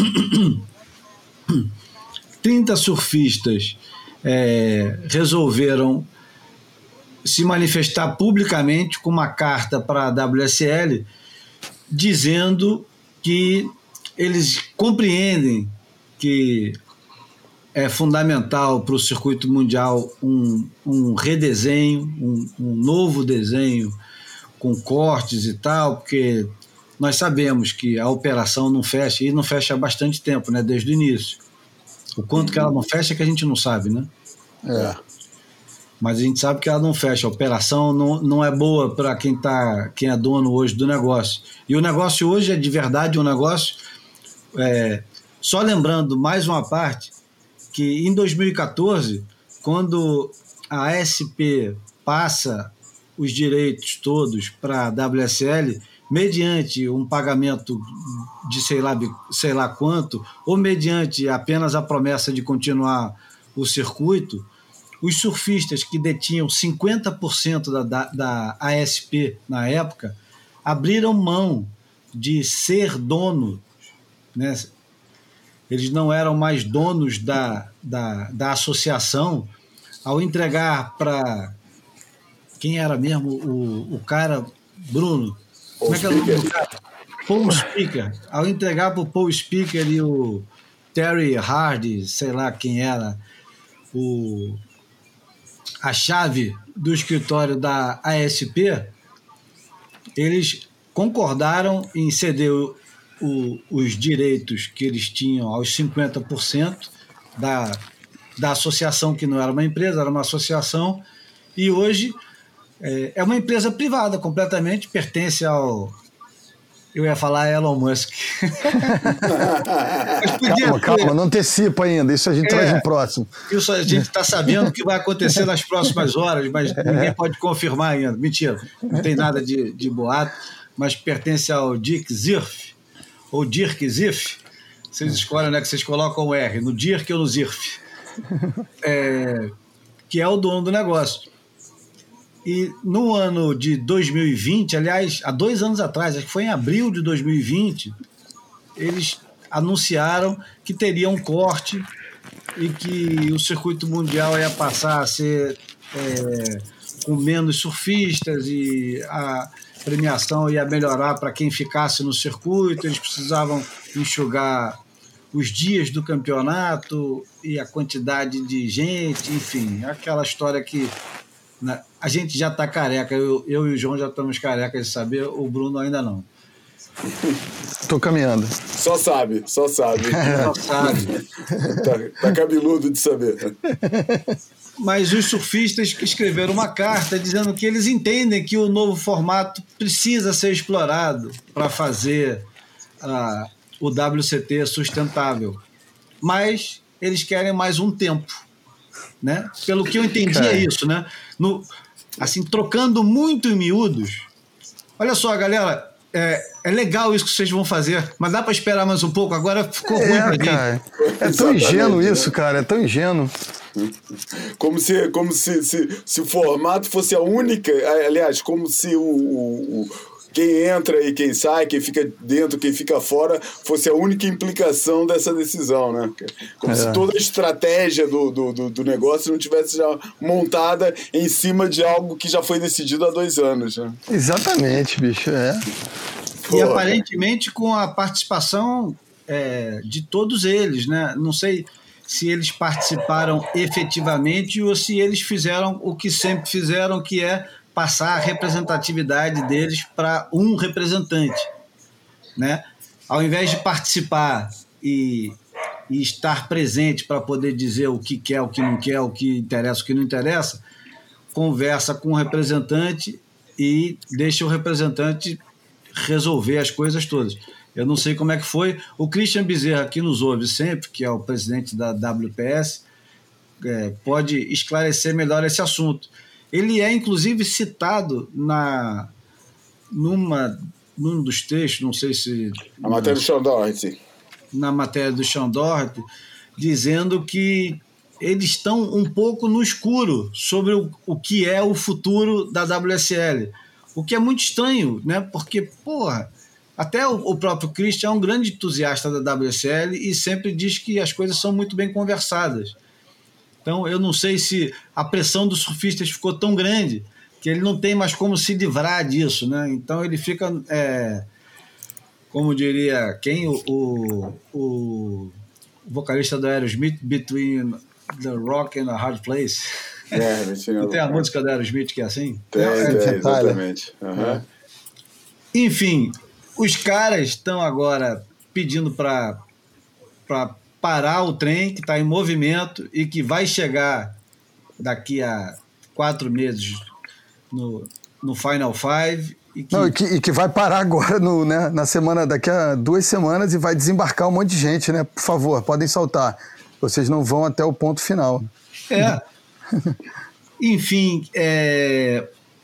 trinta surfistas é, resolveram se manifestar publicamente com uma carta para a W S L dizendo que eles compreendem que é fundamental para o circuito mundial um, um redesenho, um, um novo desenho com cortes e tal, porque nós sabemos que a operação não fecha, e não fecha há bastante tempo, né, desde o início. O quanto que ela não fecha é que a gente não sabe, né? É. Mas a gente sabe que ela não fecha. A operação não, não é boa para quem, tá, quem é dono hoje do negócio. E o negócio hoje é de verdade um negócio... É, só lembrando mais uma parte, que em dois mil e catorze, quando a A S P passa os direitos todos para a W S L, mediante um pagamento de sei lá, sei lá quanto, ou mediante apenas a promessa de continuar o circuito, os surfistas que detinham cinquenta por cento da, da, da A S P na época abriram mão de ser dono, né? Eles não eram mais donos da, da, da associação ao entregar para... Quem era mesmo o, o cara? Bruno. Como é que é o nome do cara? Paul Speaker. Ao entregar para o Paul Speaker e o Terry Hardy, sei lá quem era, o... a chave do escritório da A S P, eles concordaram em ceder o, o, os direitos que eles tinham aos cinquenta por cento da, da associação, que não era uma empresa, era uma associação, e hoje é, é uma empresa privada completamente, pertence ao... Eu ia falar Elon Musk. calma, calma, não antecipa ainda, isso a gente é, traz no próximo. Isso a gente está sabendo o que vai acontecer nas próximas horas, mas ninguém pode confirmar ainda. Mentira, não tem nada de, de boato, mas pertence ao Dick Zirf, ou Dirk Ziff. Vocês escolhem, né, que vocês colocam o R, no Dirk ou no Zirf, é, que é o dono do negócio. E no ano de dois mil e vinte, aliás, há dois anos atrás, acho que foi em abril de dois mil e vinte, eles anunciaram que teria um corte e que o circuito mundial ia passar a ser é, com menos surfistas e a premiação ia melhorar para quem ficasse no circuito. Eles precisavam enxugar os dias do campeonato e a quantidade de gente, enfim, aquela história que... A gente já está careca, eu, eu e o João já estamos carecas de saber, o Bruno ainda não. Estou caminhando. Só sabe, só sabe. Só sabe. tá, tá cabeludo de saber. Mas os surfistas que escreveram uma carta dizendo que eles entendem que o novo formato precisa ser explorado para fazer uh, o W C T sustentável. Mas eles querem mais um tempo. Né? Pelo que eu entendi é isso, né? No, assim, trocando muito em miúdos. Olha só, galera, é, é legal isso que vocês vão fazer, mas dá para esperar mais um pouco. Agora ficou é, ruim pra cara. gente. É tão ingênuo isso, cara, é tão ingênuo. Como se, como se, se, se o formato fosse a única, aliás, como se o, o, o quem entra e quem sai, quem fica dentro, quem fica fora, fosse a única implicação dessa decisão, né? Como é. se toda a estratégia do, do, do negócio não tivesse já montada em cima de algo que já foi decidido há dois anos. Né? Exatamente, bicho, é. Pô, e aparentemente com a participação é, de todos eles, né? Não sei se eles participaram efetivamente ou se eles fizeram o que sempre fizeram, que é passar a representatividade deles para um representante, né? Ao invés de participar e, e estar presente para poder dizer o que quer, o que não quer, o que interessa, o que não interessa, conversa com o representante e deixa o representante resolver as coisas todas. Eu não sei como é que foi. O Christian Bezerra, que nos ouve sempre, que é o presidente da W P S, é, pode esclarecer melhor esse assunto. Ele é, inclusive, citado na, numa, num dos textos, não sei se... A matéria do Sean Doherty. Na matéria do Sean Doherty, dizendo que eles estão um pouco no escuro sobre o, o que é o futuro da W S L. O que é muito estranho, né? Porque, porra, até o, o próprio Christian é um grande entusiasta da W S L e sempre diz que as coisas são muito bem conversadas. Então, eu não sei se a pressão dos surfistas ficou tão grande que ele não tem mais como se livrar disso, né? Então, ele fica, é, como diria quem? O, o, o vocalista do Aerosmith, Between the Rock and a Hard Place. É, não tem a música do Aerosmith que é assim? Tem, é, tem, é, exatamente. Uhum. É. Enfim, os caras estão agora pedindo para parar o trem que está em movimento e que vai chegar daqui a quatro meses no, no Final Five. E que... Não, e, que, e que vai parar agora no, né, na semana, daqui a duas semanas e vai desembarcar um monte de gente, né? Por favor, podem saltar. Vocês não vão até o ponto final. É. Enfim, é...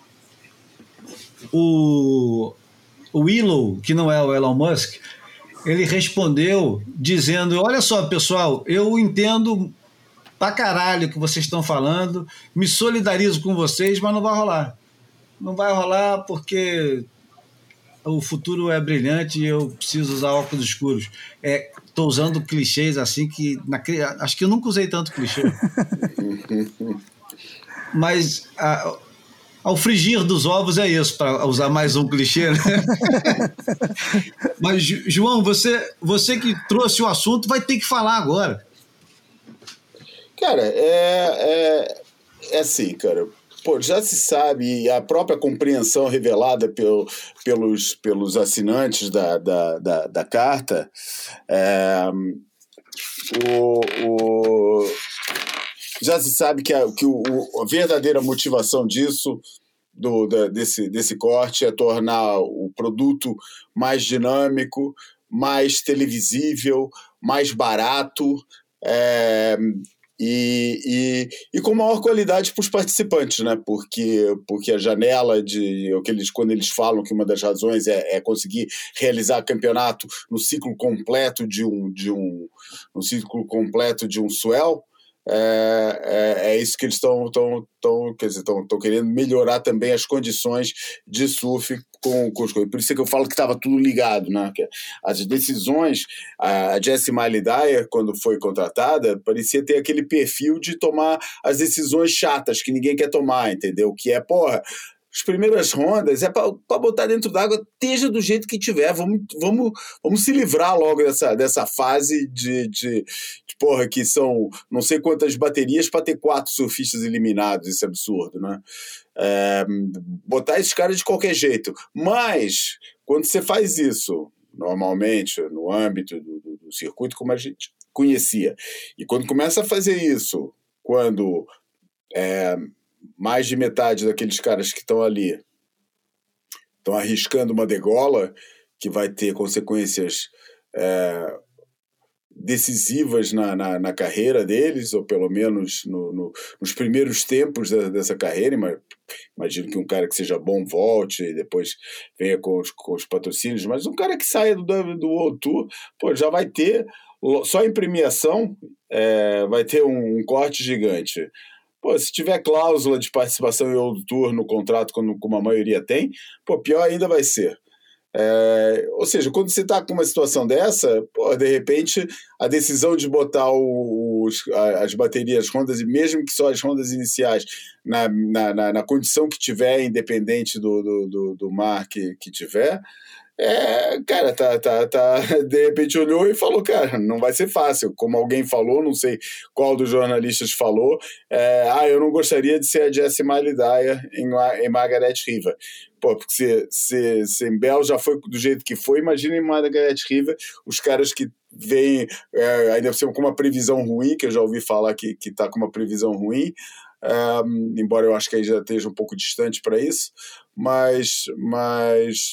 o... o Willow, que não é o Elon Musk, ele respondeu dizendo: olha só, pessoal, eu entendo pra caralho o que vocês estão falando, me solidarizo com vocês, mas não vai rolar. Não vai rolar porque o futuro é brilhante e eu preciso usar óculos escuros. É, tô usando clichês assim que... Na, acho que eu nunca usei tanto clichê. Mas a, ao frigir dos ovos é isso, para usar mais um clichê, né? Mas, João, você, você que trouxe o assunto vai ter que falar agora. Cara, é, é, é assim, cara. Pô, já se sabe, e a própria compreensão revelada pelo, pelos, pelos assinantes da, da, da, da carta, é, o, o, já se sabe que, a, que o, a verdadeira motivação disso, do, da, desse, desse corte, é tornar o produto mais dinâmico, mais televisível, mais barato, é, E, e, e com maior qualidade para os participantes, né? Porque, porque a janela de que eles, quando eles falam que uma das razões é, é conseguir realizar campeonato no ciclo completo de um, de um, no ciclo completo de um swell, é, é, é isso que eles estão quer dizer, estão querendo melhorar também as condições de surf com, com os coisas. Por isso é que eu falo que estava tudo ligado, né? As decisões, a Jessie Miley Dyer, quando foi contratada, parecia ter aquele perfil de tomar as decisões chatas que ninguém quer tomar, entendeu? Que é, porra, as primeiras rondas é para botar dentro d'água, esteja do jeito que tiver, vamos, vamos, vamos se livrar logo dessa, dessa fase de, de, de, porra, que são não sei quantas baterias para ter quatro surfistas eliminados, isso é absurdo, né? É, botar esses caras de qualquer jeito, mas quando você faz isso, normalmente, no âmbito do, do, do circuito como a gente conhecia, e quando começa a fazer isso, quando... É, mais de metade daqueles caras que estão ali estão arriscando uma degola que vai ter consequências é, decisivas na, na, na carreira deles, ou pelo menos no, no, nos primeiros tempos da, dessa carreira. Imagino que um cara que seja bom volte e depois venha com os, com os patrocínios, mas um cara que saia do, do World Tour, pô, já vai ter, só em premiação, é, vai ter um, um corte gigante. Pô, se tiver cláusula de participação em World Tour no contrato, como, como a maioria tem, pô, pior ainda vai ser. É, ou seja, quando você está com uma situação dessa, pô, de repente a decisão de botar os, as baterias, as rondas, e mesmo que só as rondas iniciais, na, na, na, na condição que tiver, independente do, do, do, do mar que, que tiver, É, cara, tá, tá, tá, de repente olhou e falou, cara, não vai ser fácil, como alguém falou, não sei qual dos jornalistas falou, é, ah, eu não gostaria de ser a Jessie Miley Dyer em, em Margaret River. Pô, porque se, se, se em Bell já foi do jeito que foi, imagina em Margaret River, os caras que vêm, é, ainda com uma previsão ruim, que eu já ouvi falar que, que tá com uma previsão ruim, um, embora eu acho que aí já esteja um pouco distante para isso, mas... mas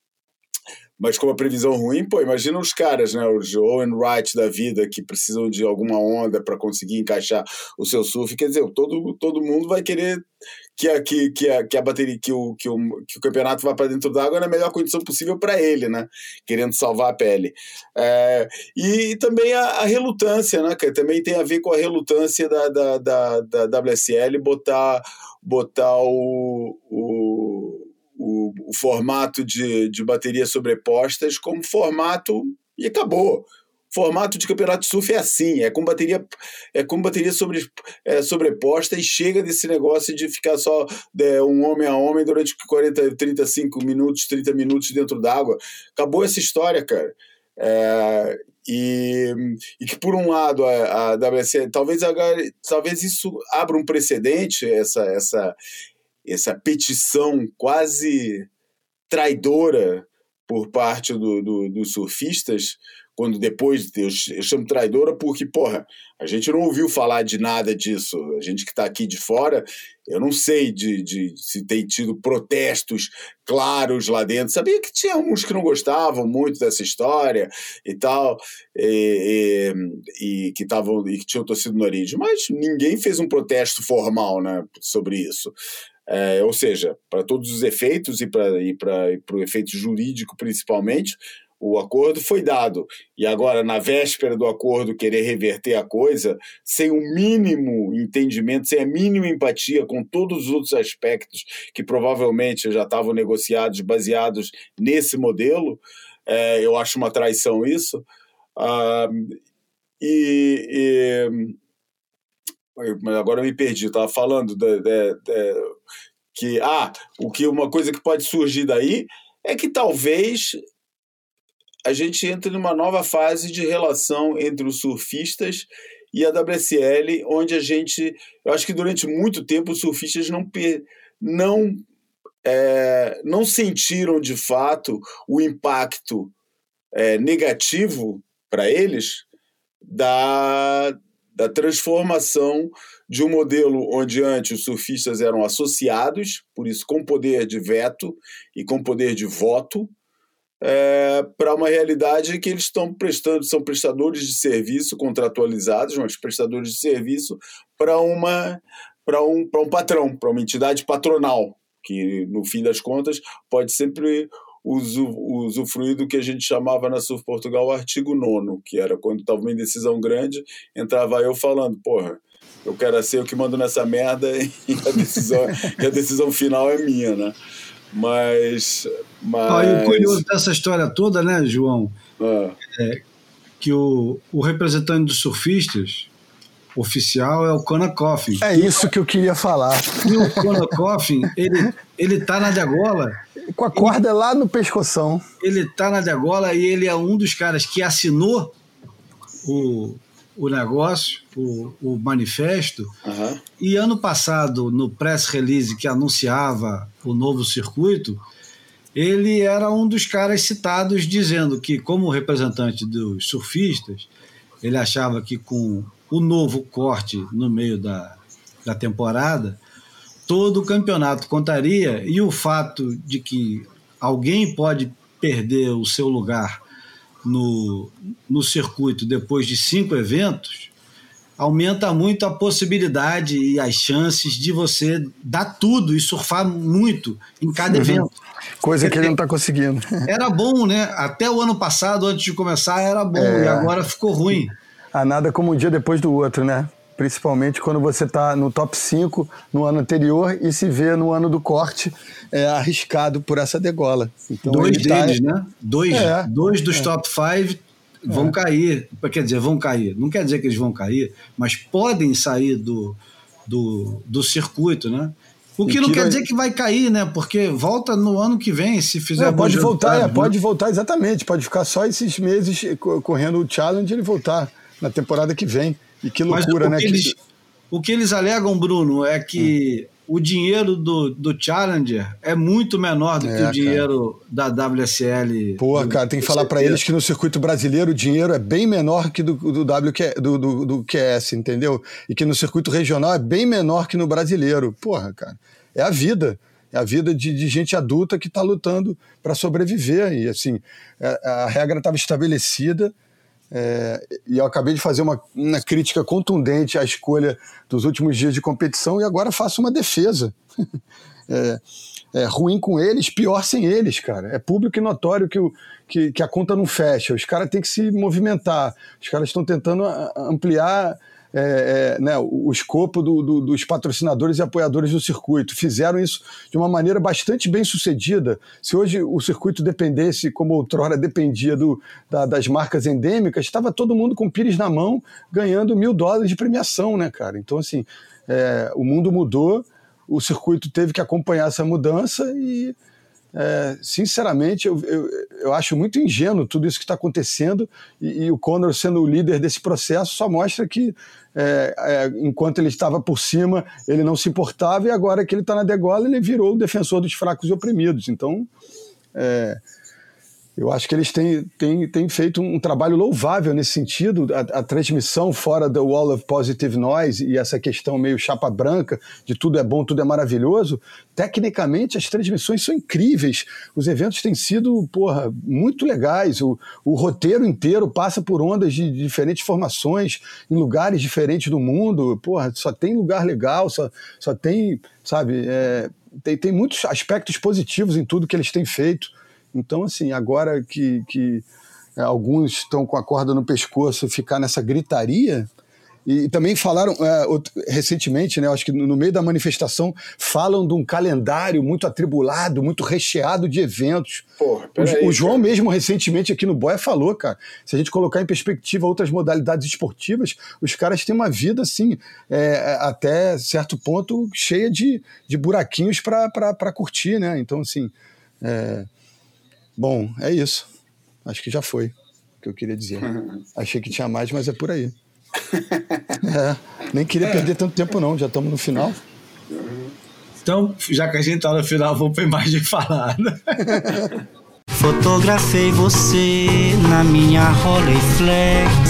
Mas com uma previsão ruim, pô, imagina os caras, né, os Owen Wright da vida, que precisam de alguma onda para conseguir encaixar o seu surf. Quer dizer, todo, todo mundo vai querer que a, que, que a, que a bateria, que o, que o, que o campeonato vá para dentro d'água na melhor condição possível para ele, né, querendo salvar a pele. É, e também a, a relutância, né, que também tem a ver com a relutância da, da, da, da W S L botar, botar o... o O, o formato de, de baterias sobrepostas como formato e acabou. Formato de campeonato de surf é assim, é com bateria, é com bateria sobre, é, sobreposta e chega desse negócio de ficar só é, um homem a homem durante quarenta, trinta e cinco minutos, trinta minutos dentro d'água. Acabou essa história, cara. É, e, e que por um lado a, a W S L, talvez, agora, talvez isso abra um precedente, essa... essa essa petição quase traidora por parte do, do, dos surfistas, quando depois, eu, eu chamo traidora porque, porra, a gente não ouviu falar de nada disso, a gente que está aqui de fora, eu não sei de, de, se tem tido protestos claros lá dentro, sabia que tinha uns que não gostavam muito dessa história e tal, e, e, e, que, tavam, e que tinham torcido no nariz, mas ninguém fez um protesto formal, né, sobre isso. É, ou seja, para todos os efeitos e para e o efeito jurídico principalmente, o acordo foi dado. E agora, na véspera do acordo, querer reverter a coisa, sem o mínimo entendimento, sem a mínima empatia com todos os outros aspectos que provavelmente já estavam negociados, baseados nesse modelo, é, eu acho uma traição isso. Ah, e... e mas agora eu me perdi, estava falando de, de, de, que ah, o que uma coisa que pode surgir daí é que talvez a gente entre numa nova fase de relação entre os surfistas e a W S L, onde a gente, eu acho que durante muito tempo os surfistas não, não, é, não sentiram de fato o impacto é, negativo para eles da da transformação de um modelo onde antes os surfistas eram associados, por isso com poder de veto e com poder de voto, é, para uma realidade que eles estão prestando, são prestadores de serviço contratualizados, mas prestadores de serviço para uma, para um, para um patrão, para uma entidade patronal, que no fim das contas pode sempre usufruir do que a gente chamava na Surf Portugal o artigo nono, que era quando estava uma indecisão grande, entrava eu falando, porra, eu quero ser o que mando nessa merda e a decisão, e a decisão final é minha, né? Mas... mas... Ah, e o curioso dessa história toda, né, João, ah. é que o, o representante dos surfistas oficial é o Conor Coffin. É isso que eu queria falar. E o Conor Coffin, ele, ele tá na degola... Com a corda ele, lá no pescoção. Ele tá na degola e ele é um dos caras que assinou o, o negócio, o, o manifesto. Uhum. E ano passado, no press release que anunciava o novo circuito, ele era um dos caras citados dizendo que, como representante dos surfistas, ele achava que com o novo corte no meio da, da temporada, todo o campeonato contaria, e o fato de que alguém pode perder o seu lugar no, no circuito depois de cinco eventos aumenta muito a possibilidade e as chances de você dar tudo e surfar muito em cada uhum. evento. Coisa que ele não está conseguindo. Era bom, né? Até o ano passado, antes de começar, era bom, é. E agora ficou ruim. Ah, nada como um dia depois do outro, né? Principalmente quando você está no top cinco no ano anterior e se vê no ano do corte é, arriscado por essa degola. Então, dois deles, tá... né? Dois, é, dois dos é. top cinco vão é. cair. Quer dizer, vão cair. Não quer dizer que eles vão cair, mas podem sair do, do, do circuito, né? O que e não tira... quer dizer que vai cair, né? Porque volta no ano que vem, se fizer... É, pode voltar, é, né? pode voltar, exatamente. Pode ficar só esses meses correndo o challenge e ele voltar na temporada que vem. E que loucura, Mas né? Que eles, que... O que eles alegam, Bruno, é que hum. o dinheiro do, do Challenger é muito menor do é, que o dinheiro cara. da W S L. Pô, do, cara, tem que falar para eles que no circuito brasileiro o dinheiro é bem menor que do, do, w Q, do, do, do Q S, entendeu? E que no circuito regional é bem menor que no brasileiro. Porra, cara, é a vida. É a vida de, de gente adulta que está lutando para sobreviver. E, assim, a, a regra estava estabelecida. É, e eu acabei de fazer uma, uma crítica contundente à escolha dos últimos dias de competição e agora faço uma defesa. é, é ruim com eles, pior sem eles, cara. É público e notório que, o, que, que a conta não fecha. Os caras têm que se movimentar. Os caras estão tentando ampliar é, é, né, o, o escopo do, do, dos patrocinadores e apoiadores do circuito. Fizeram isso de uma maneira bastante bem sucedida. Se hoje o circuito dependesse, como outrora dependia do, da, das marcas endêmicas, estava todo mundo com o pires na mão ganhando mil dólares de premiação, né, cara? Então, assim, é, o mundo mudou, o circuito teve que acompanhar essa mudança e, é, sinceramente, eu, eu, eu acho muito ingênuo tudo isso que está acontecendo e, e o Conor sendo o líder desse processo só mostra que É, é, enquanto ele estava por cima, ele não se importava, e agora que ele está na degola, ele virou o defensor dos fracos e oprimidos. Então, é, eu acho que eles têm, têm, têm feito um trabalho louvável nesse sentido. A, a transmissão fora do Wall of Positive Noise e essa questão meio chapa branca de tudo é bom, tudo é maravilhoso, tecnicamente as transmissões são incríveis. Os eventos têm sido, porra, muito legais. O, o roteiro inteiro passa por ondas de, de diferentes formações em lugares diferentes do mundo. Porra, só tem lugar legal, só, só tem, sabe, é, tem, tem muitos aspectos positivos em tudo que eles têm feito. Então, assim, agora que, que é, alguns estão com a corda no pescoço, ficar nessa gritaria, e também falaram é, recentemente, né, acho que no meio da manifestação, falam de um calendário muito atribulado, muito recheado de eventos. Porra, o, aí, o João cara. mesmo recentemente aqui no Boia falou, cara, se a gente colocar em perspectiva outras modalidades esportivas, os caras têm uma vida, assim, é, até certo ponto, cheia de, de buraquinhos para curtir, né? Então, assim... É, bom, é isso. Acho que já foi o que eu queria dizer. Achei que tinha mais, mas é por aí. É, nem queria perder tanto tempo não, já estamos no final. Então, já que a gente está no final, vou para a imagem falar. Fotografei você na minha Rolleiflex.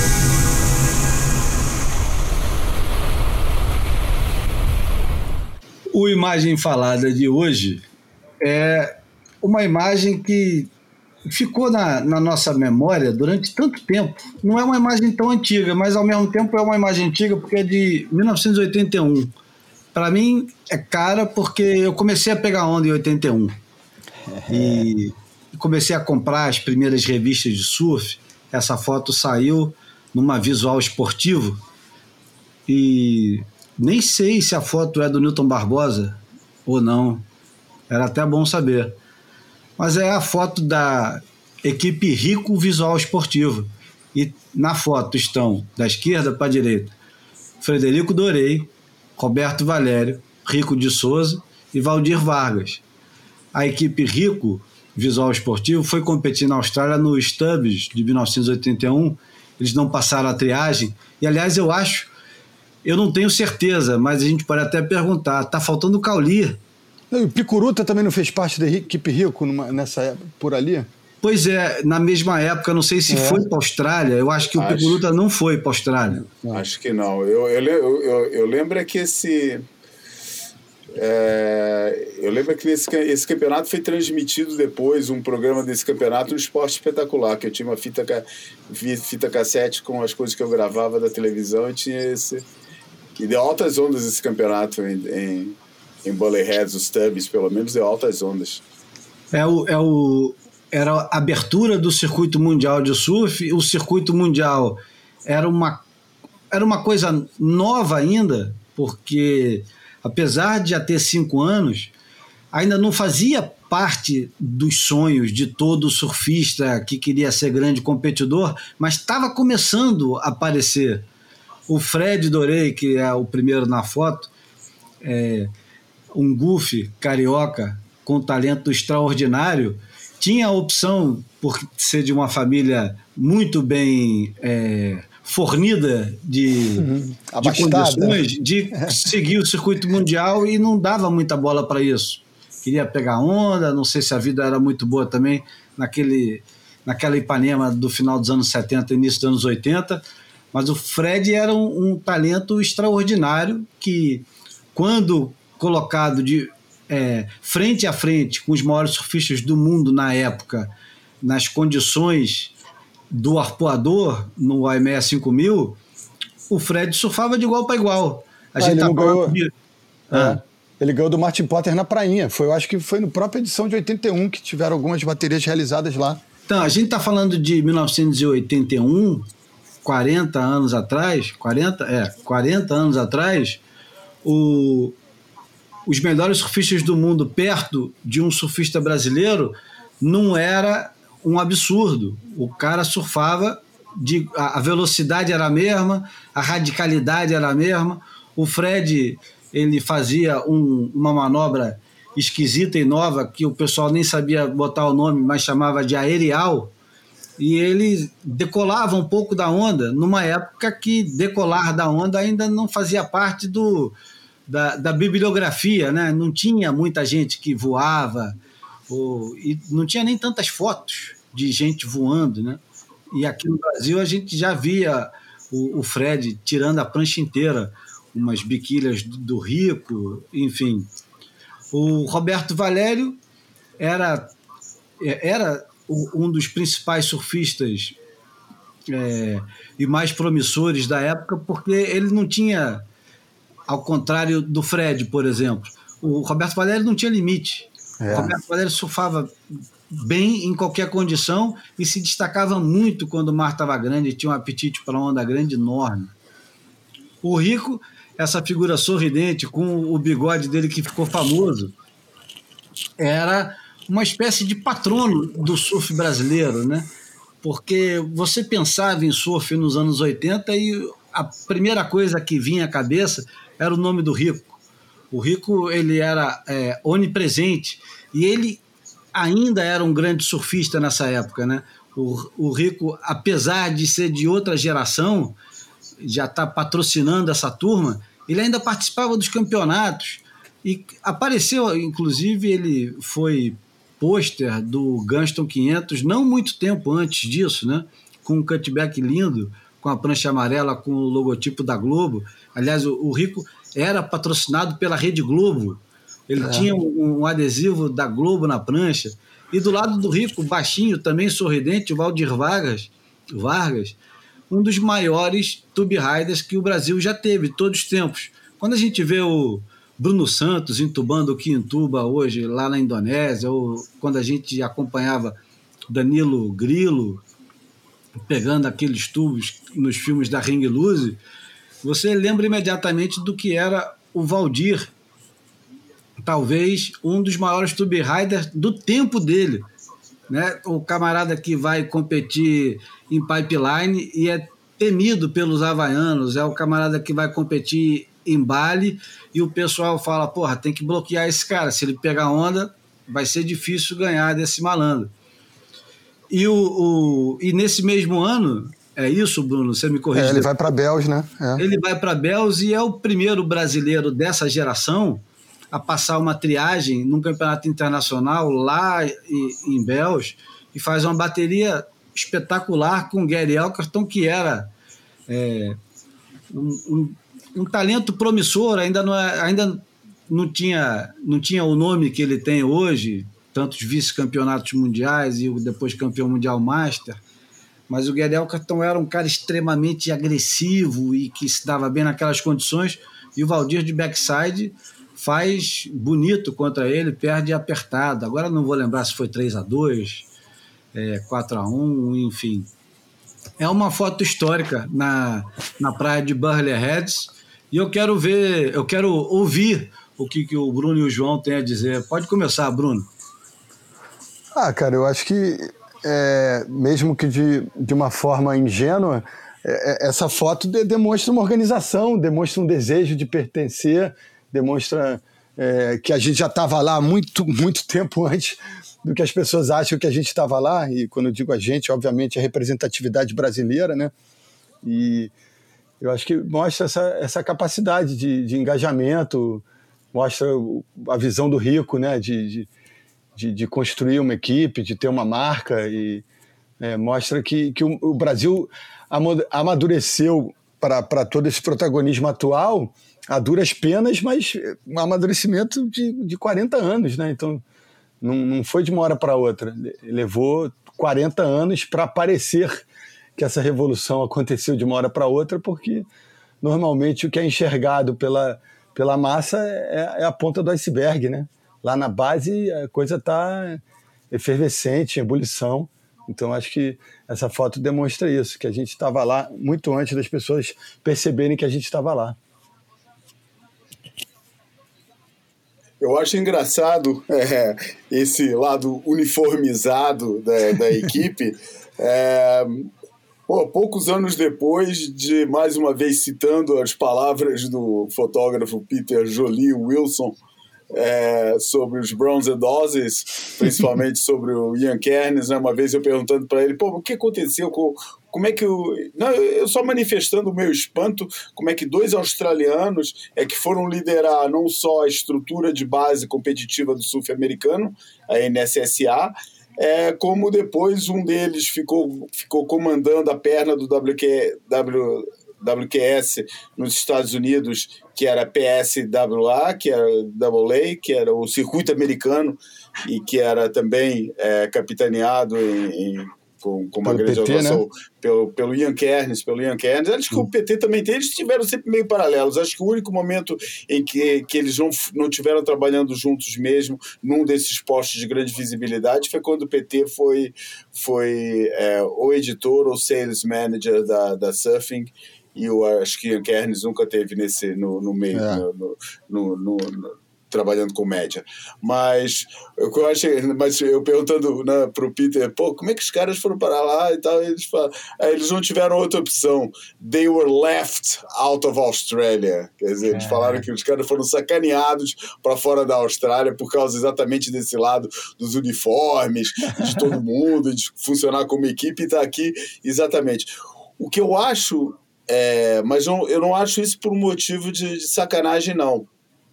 O Imagem Falada de hoje é uma imagem que ficou na, na nossa memória durante tanto tempo. Não é uma imagem tão antiga, mas ao mesmo tempo é uma imagem antiga porque é de mil novecentos e oitenta e um. Para mim é cara porque eu comecei a pegar onda em oitenta e um. E comecei a comprar as primeiras revistas de surf. Essa foto saiu numa Visual Esportivo e nem sei se a foto é do Newton Barbosa ou não. Era até bom saber. Mas é a foto da equipe Rico Visual Esportivo. E na foto estão, da esquerda para a direita, Frederico Dorei, Roberto Valério, Rico de Souza e Valdir Vargas. A equipe Rico Visual Esportivo foi competir na Austrália no Stubbs de mil novecentos e oitenta e um. Eles não passaram a triagem. E, aliás, eu acho, eu não tenho certeza, mas a gente pode até perguntar, está faltando o Cauli. O Picuruta também não fez parte da equipe Rico numa, nessa época, por ali? Pois é, na mesma época, não sei se é. foi para a Austrália, eu acho que o acho, Picuruta não foi para a Austrália. Acho que não. Eu, eu, eu, eu lembro é que esse... É, eu lembro que esse, esse campeonato foi transmitido depois, um programa desse campeonato no Esporte Espetacular, que eu tinha uma fita, fita cassete com as coisas que eu gravava da televisão e tinha esse... E deu altas ondas esse campeonato em... em em Bulletheads, os Stubbs, pelo menos, deu altas ondas. É o, é o, era a abertura do circuito mundial de surf. O circuito mundial era uma, era uma coisa nova ainda, porque, apesar de já ter cinco anos, ainda não fazia parte dos sonhos de todo surfista que queria ser grande competidor, mas estava começando a aparecer. O Fred Dorei, que é o primeiro na foto, é... um goofy carioca com talento extraordinário, tinha a opção, por ser de uma família muito bem é, fornida de, uhum. de condições, de seguir o circuito mundial, e não dava muita bola para isso. Queria pegar onda, não sei se a vida era muito boa também naquele, naquela Ipanema do final dos anos setenta, início dos anos oitenta, mas o Fred era um, um talento extraordinário que, quando colocado de É, frente a frente com os maiores surfistas do mundo na época, nas condições do arpoador no A M E cinco mil, o Fred surfava de igual para igual. A ah, gente ele, tá não ganhou, de... é, ah. ele ganhou do Martin Potter na prainha. Foi, eu acho que foi na própria edição de oitenta e um que tiveram algumas baterias realizadas lá. Então, a gente está falando de mil novecentos e oitenta e um, quarenta anos atrás, quarenta, é, quarenta anos atrás, o os melhores surfistas do mundo perto de um surfista brasileiro não era um absurdo. O cara surfava, de, a velocidade era a mesma, a radicalidade era a mesma. O Fred, ele fazia um, uma manobra esquisita e nova, que o pessoal nem sabia botar o nome, mas chamava de aerial, e ele decolava um pouco da onda, numa época que decolar da onda ainda não fazia parte do... Da, da bibliografia, né? Não tinha muita gente que voava, ou, e não tinha nem tantas fotos de gente voando, né? E aqui no Brasil a gente já via o, o Fred tirando a prancha inteira, umas biquílias do, do Rico, enfim. O Roberto Valério era, era um dos principais surfistas é, e mais promissores da época, porque ele não tinha... Ao contrário do Fred, por exemplo. O Roberto Valério não tinha limite. É. O Roberto Valério surfava bem em qualquer condição e se destacava muito quando o mar estava grande e tinha um apetite para uma onda grande enorme. O Rico, essa figura sorridente, com o bigode dele que ficou famoso, era uma espécie de patrono do surf brasileiro, né? Porque você pensava em surf nos anos oitenta e a primeira coisa que vinha à cabeça era o nome do Rico. O Rico, ele era é, onipresente, e ele ainda era um grande surfista nessa época, né? O, o Rico, apesar de ser de outra geração, já está patrocinando essa turma, ele ainda participava dos campeonatos e apareceu, inclusive, ele foi pôster do Gunston quinhentos não muito tempo antes disso, né? Com um cutback lindo, com a prancha amarela, com o logotipo da Globo. Aliás, o, o Rico era patrocinado pela Rede Globo. Ele é. tinha um, um adesivo da Globo na prancha. E do lado do Rico, baixinho, também sorridente, o Valdir Vargas, Vargas, um dos maiores tube riders que o Brasil já teve, todos os tempos. Quando a gente vê o Bruno Santos entubando o que entuba hoje lá na Indonésia, ou quando a gente acompanhava Danilo Grillo pegando aqueles tubos nos filmes da Ring Luzi, você lembra imediatamente do que era o Valdir, talvez um dos maiores tube riders do tempo dele, né? O camarada que vai competir em pipeline e é temido pelos havaianos, é o camarada que vai competir em Bali e o pessoal fala, porra, tem que bloquear esse cara, se ele pegar onda vai ser difícil ganhar desse malandro. E, o, o, e nesse mesmo ano, é isso, Bruno? Você me corrige. É, ele vai para Bells, né? É. Ele vai para Bells e é o primeiro brasileiro dessa geração a passar uma triagem num campeonato internacional lá em Bells e faz uma bateria espetacular com o Gary Elkerton, que era é, um, um, um talento promissor, ainda, não, é, ainda não, tinha, não tinha o nome que ele tem hoje, tantos vice-campeonatos mundiais e depois campeão mundial master, mas o Gary Elkerton era um cara extremamente agressivo e que se dava bem naquelas condições, e o Valdir de backside faz bonito contra ele, perde apertado. Agora não vou lembrar se foi três a dois, é, quatro a um, enfim. É uma foto histórica na, na praia de Burley Heads, e eu quero ver, eu quero ouvir o que, que o Bruno e o João têm a dizer. Pode começar, Bruno. Ah, cara, eu acho que, é, mesmo que de, de uma forma ingênua, é, essa foto de, demonstra uma organização, demonstra um desejo de pertencer, demonstra é, que a gente já estava lá muito, muito tempo antes do que as pessoas acham que a gente estava lá, e quando eu digo a gente, obviamente, a representatividade brasileira, né? E eu acho que mostra essa, essa capacidade de, de engajamento, mostra a visão do Rico, né? De, de, de, de construir uma equipe, de ter uma marca, e é, mostra que, que o, o Brasil amadureceu para todo esse protagonismo atual a duras penas, mas um amadurecimento de, de quarenta anos, né? Então, não, não foi de uma hora para outra. Levou quarenta anos para parecer que essa revolução aconteceu de uma hora para outra, porque normalmente o que é enxergado pela, pela massa é, é a ponta do iceberg, né? Lá na base a coisa está efervescente, em ebulição. Então acho que essa foto demonstra isso, que a gente estava lá muito antes das pessoas perceberem que a gente estava lá. Eu acho engraçado é, esse lado uniformizado da, da equipe. É, pô, poucos anos depois de, mais uma vez citando as palavras do fotógrafo Peter Jolie Wilson é, sobre os Browns and Aussies, principalmente sobre o Ian Kernes, né? Uma vez eu perguntando para ele, pô, o que aconteceu com... Como é que eu... Não, eu só manifestando o meu espanto, como é que dois australianos é que foram liderar não só a estrutura de base competitiva do surf americano, a N S S A, é, como depois um deles ficou, ficou comandando a perna do W Q, W, W Q S nos Estados Unidos, que era P S W A, que era A A, que era o circuito americano e que era também é, capitaneado em... em com, com uma grande atuação, né? pelo, pelo Ian Kernes, pelo Ian Kernes. Acho que hum. o P T também tem, eles estiveram sempre meio paralelos. Acho que o único momento em que, que eles não, não estiveram trabalhando juntos mesmo, num desses postos de grande visibilidade, foi quando o P T foi, foi é, o editor ou sales manager da, da Surfing, e eu acho que Ian Kernes nunca teve nesse, no, no meio, é. no, no, no, no, no trabalhando com média. Mas eu achei, mas eu perguntando, né, para o Peter, pô, como é que os caras foram parar lá e tal, e eles falam, aí eles não tiveram outra opção. They were left out of Australia. Quer dizer, eles é. falaram que os caras foram sacaneados para fora da Austrália por causa exatamente desse lado dos uniformes, de todo mundo, de funcionar como equipe, e tá aqui exatamente. O que eu acho, é, mas não, eu não acho isso por um motivo de, de sacanagem, não.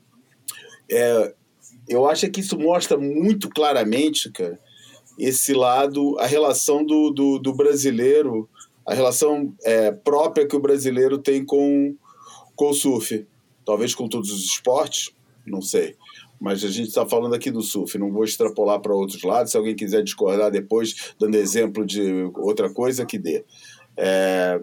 É, eu acho que isso mostra muito claramente, cara, esse lado, a relação do, do, do brasileiro, a relação é, própria que o brasileiro tem com, com o surf. Talvez com todos os esportes, não sei. Mas a gente está falando aqui do surf, não vou extrapolar para outros lados. Se alguém quiser discordar depois, dando exemplo de outra coisa, que dê. É,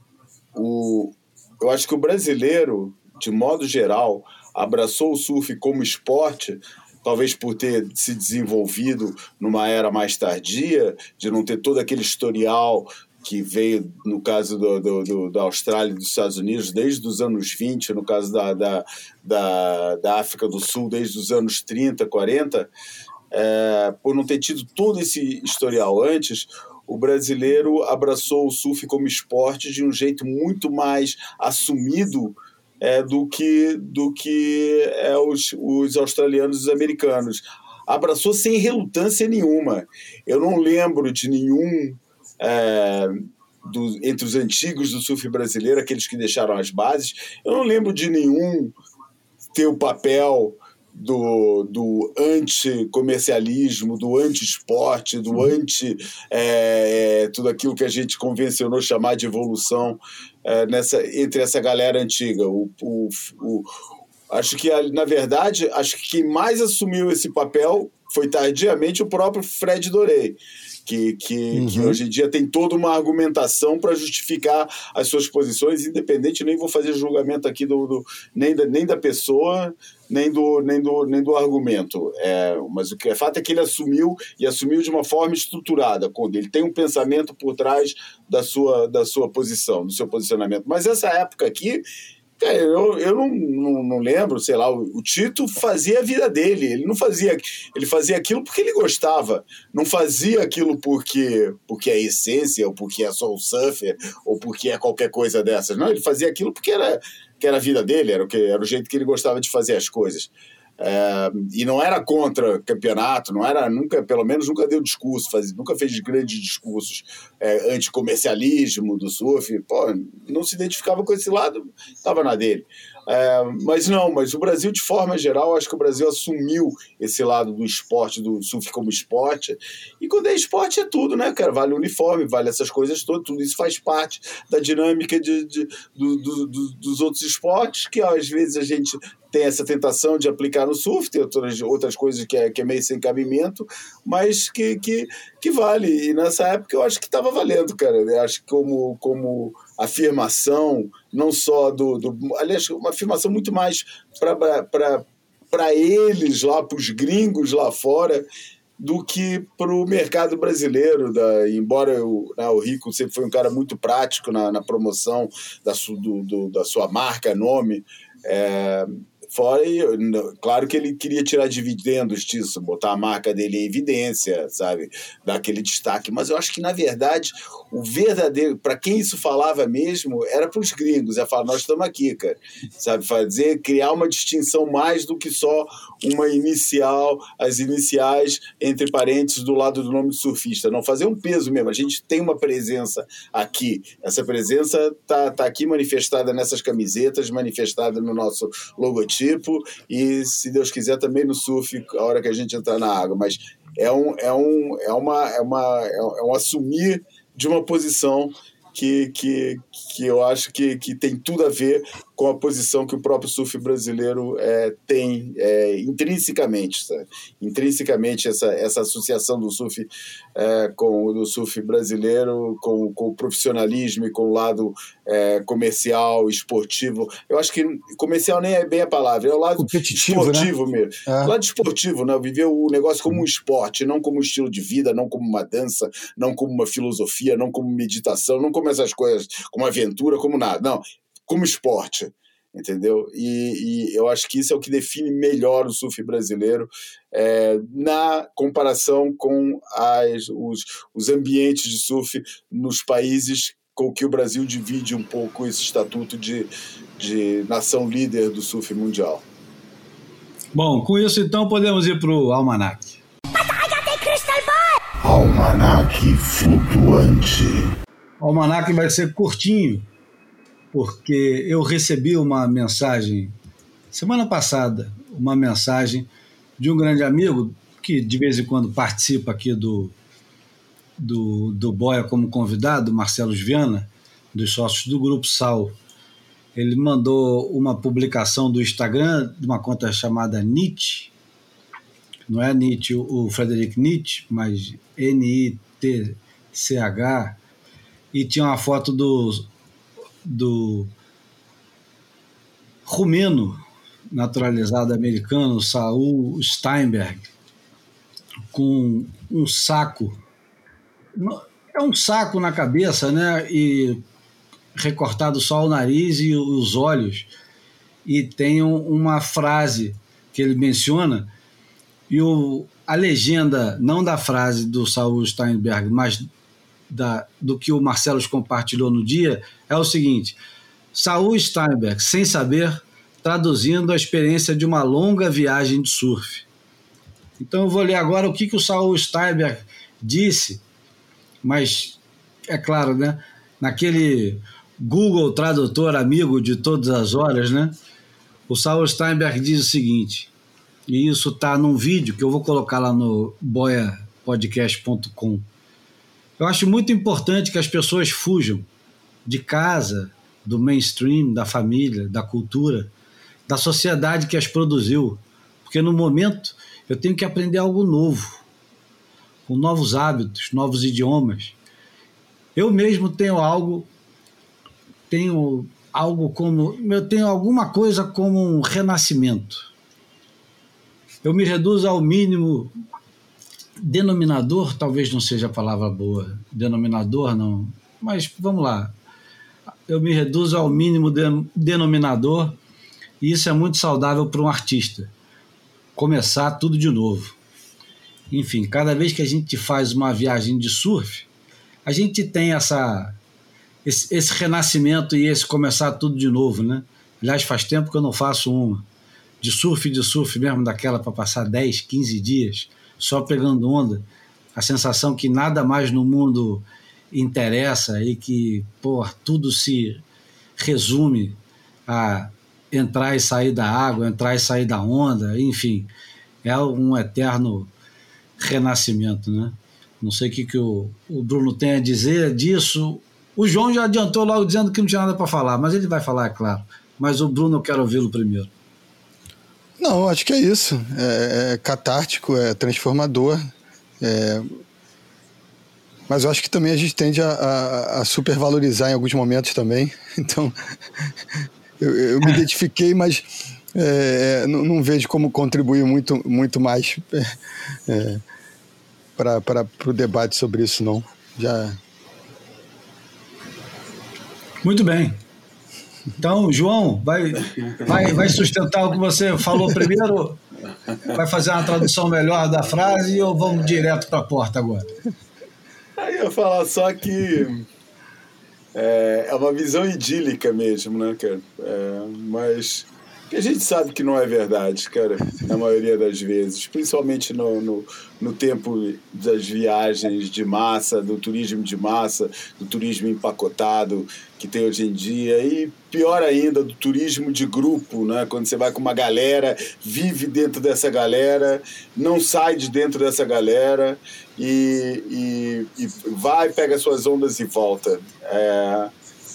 o, eu acho que o brasileiro, de modo geral, abraçou o surf como esporte, talvez por ter se desenvolvido numa era mais tardia, de não ter todo aquele historial que veio, no caso do, do, do, da Austrália e dos Estados Unidos, desde os anos vinte, no caso da, da, da, da África do Sul, desde os anos trinta, quarenta, é, por não ter tido todo esse historial antes, o brasileiro abraçou o surf como esporte de um jeito muito mais assumido É, do que, do que é, os, os australianos e os americanos. Abraçou sem relutância nenhuma. Eu não lembro de nenhum, é, do, entre os antigos do surf brasileiro, aqueles que deixaram as bases, eu não lembro de nenhum ter o papel do, do anti-comercialismo, do anti-esporte, do anti... É, é, tudo aquilo que a gente convencionou chamar de evolução é, nessa, entre essa galera antiga. O, o, o, acho que, na verdade, acho que quem mais assumiu esse papel foi tardiamente o próprio Fred Doré, que, que, uhum. que hoje em dia tem toda uma argumentação para justificar as suas posições, independente, nem vou fazer julgamento aqui do, do, nem, da, nem da pessoa, nem do, nem do, nem do argumento. É, mas o que é fato é que ele assumiu, e assumiu de uma forma estruturada, quando ele tem um pensamento por trás da sua, da sua posição, do seu posicionamento. Mas essa época aqui, cara, eu, eu não, não, não lembro, sei lá, o, o Tito fazia a vida dele, ele não fazia, ele fazia aquilo porque ele gostava, não fazia aquilo porque, porque é essência, ou porque é só o surfer, ou porque é qualquer coisa dessas, não, ele fazia aquilo porque era, que era a vida dele, era o, que, era o jeito que ele gostava de fazer as coisas. É, e não era contra campeonato, não era, nunca, pelo menos nunca deu discurso, faz, nunca fez grandes discursos é, anticomercialismo do surf, pô, não se identificava com esse lado, estava na dele. É, mas não, mas o Brasil, de forma geral, acho que o Brasil assumiu esse lado do esporte, do surf como esporte, e quando é esporte é tudo, né, cara? Vale o uniforme, vale essas coisas todas, tudo isso faz parte da dinâmica de, de, do, do, do, dos outros esportes, que às vezes a gente tem essa tentação de aplicar no surf, tem outras, outras coisas que é, que é meio sem cabimento, mas que, que, que vale, e nessa época eu acho que estava valendo, cara, eu acho que como, como afirmação, não só do, do... aliás, uma afirmação muito mais para eles lá, para os gringos lá fora, do que para o mercado brasileiro. Da, embora eu, né, o Rico sempre foi um cara muito prático na, na promoção da, su, do, do, da sua marca, nome, é, fora, e, claro que ele queria tirar dividendos disso, botar a marca dele em evidência, sabe, dar aquele destaque, mas eu acho que, na verdade, o verdadeiro, para quem isso falava mesmo, era para os gringos, é falar, nós estamos aqui, cara, sabe, fazer, criar uma distinção mais do que só uma inicial, as iniciais entre parênteses do lado do nome do surfista, não, fazer um peso mesmo, a gente tem uma presença aqui, essa presença tá, tá aqui manifestada nessas camisetas, manifestada no nosso logotipo, e, se Deus quiser, também no surf, a hora que a gente entrar na água. Mas é um, é um, é uma, é uma, é um assumir de uma posição que, que, que eu acho que, que tem tudo a ver com a posição que o próprio surf brasileiro é, tem é, intrinsecamente, sabe? Intrinsecamente essa, essa associação do surf é, com do surf brasileiro com, com o profissionalismo e com o lado é, comercial, esportivo. Eu acho que comercial nem é bem a palavra, é o lado esportivo, né? Mesmo. É. O lado esportivo, né? Viver o negócio como um esporte, não como um estilo de vida, não como uma dança, não como uma filosofia, não como meditação, não como essas coisas, como aventura, como nada, não. Como esporte, entendeu? E, e eu acho que isso é o que define melhor o surf brasileiro é, na comparação com as, os, os ambientes de surf nos países com que o Brasil divide um pouco esse estatuto de, de nação líder do surf mundial. Bom, com isso então podemos ir para o Almanac. Almanac flutuante. O Almanac vai ser curtinho, porque eu recebi uma mensagem, semana passada, uma mensagem de um grande amigo que de vez em quando participa aqui do, do, do Boia como convidado, Marcelo Viana, dos sócios do Grupo Sal. Ele mandou uma publicação do Instagram, de uma conta chamada Nietzsche, não é Nietzsche, o Frederic Nietzsche, mas N I T C H, e tinha uma foto do do rumeno naturalizado americano Saul Steinberg com um saco, é um saco na cabeça, né, e recortado só o nariz e os olhos, e tem uma frase que ele menciona, e o, a legenda, não da frase do Saul Steinberg, mas Da, do que o Marcelo compartilhou no dia, é o seguinte: Saul Steinberg, sem saber, traduzindo a experiência de uma longa viagem de surf. Então eu vou ler agora o que, que o Saul Steinberg disse, mas é claro, né, naquele Google Tradutor amigo de todas as horas, né, o Saul Steinberg diz o seguinte, e isso está num vídeo que eu vou colocar lá no boia podcast ponto com. Eu acho muito importante que as pessoas fujam de casa, do mainstream, da família, da cultura, da sociedade que as produziu, porque no momento eu tenho que aprender algo novo, com novos hábitos, novos idiomas. Eu mesmo tenho algo, tenho algo como, eu tenho alguma coisa como um renascimento. Eu me reduzo ao mínimo. Denominador, talvez não seja a palavra boa, denominador não, mas vamos lá, eu me reduzo ao mínimo de, denominador, e isso é muito saudável para um artista, começar tudo de novo. Enfim, cada vez que a gente faz uma viagem de surf, a gente tem essa, esse, esse renascimento e esse começar tudo de novo, né? Aliás, faz tempo que eu não faço uma. de surf, de surf mesmo, daquela para passar dez, quinze dias só pegando onda, a sensação que nada mais no mundo interessa e que, pô, tudo se resume a entrar e sair da água, entrar e sair da onda, enfim, é um eterno renascimento, né? Não sei o que, que o, o Bruno tem a dizer disso. O João já adiantou logo dizendo que não tinha nada para falar, mas ele vai falar, é claro. Mas o Bruno eu quero ouvi-lo primeiro. Não, acho que é isso. É, é catártico, é transformador. É... Mas eu acho que também a gente tende a, a, a supervalorizar em alguns momentos também. Então, eu, eu me identifiquei, mas é, não, não vejo como contribuir muito, muito mais é, para o debate sobre isso, não. Já... Muito bem. Então, João, vai, vai, vai sustentar o que você falou primeiro? Vai fazer uma tradução melhor da frase ou vamos direto para a porta agora? Aí eu ia falar só que é, é uma visão idílica mesmo, né, cara? É, mas que a gente sabe que não é verdade, cara, na maioria das vezes, principalmente no, no, no tempo das viagens de massa, do turismo de massa, do turismo empacotado que tem hoje em dia, e pior ainda, do turismo de grupo, né? Quando você vai com uma galera, vive dentro dessa galera, não sai de dentro dessa galera e, e, e vai, pega suas ondas e volta. É...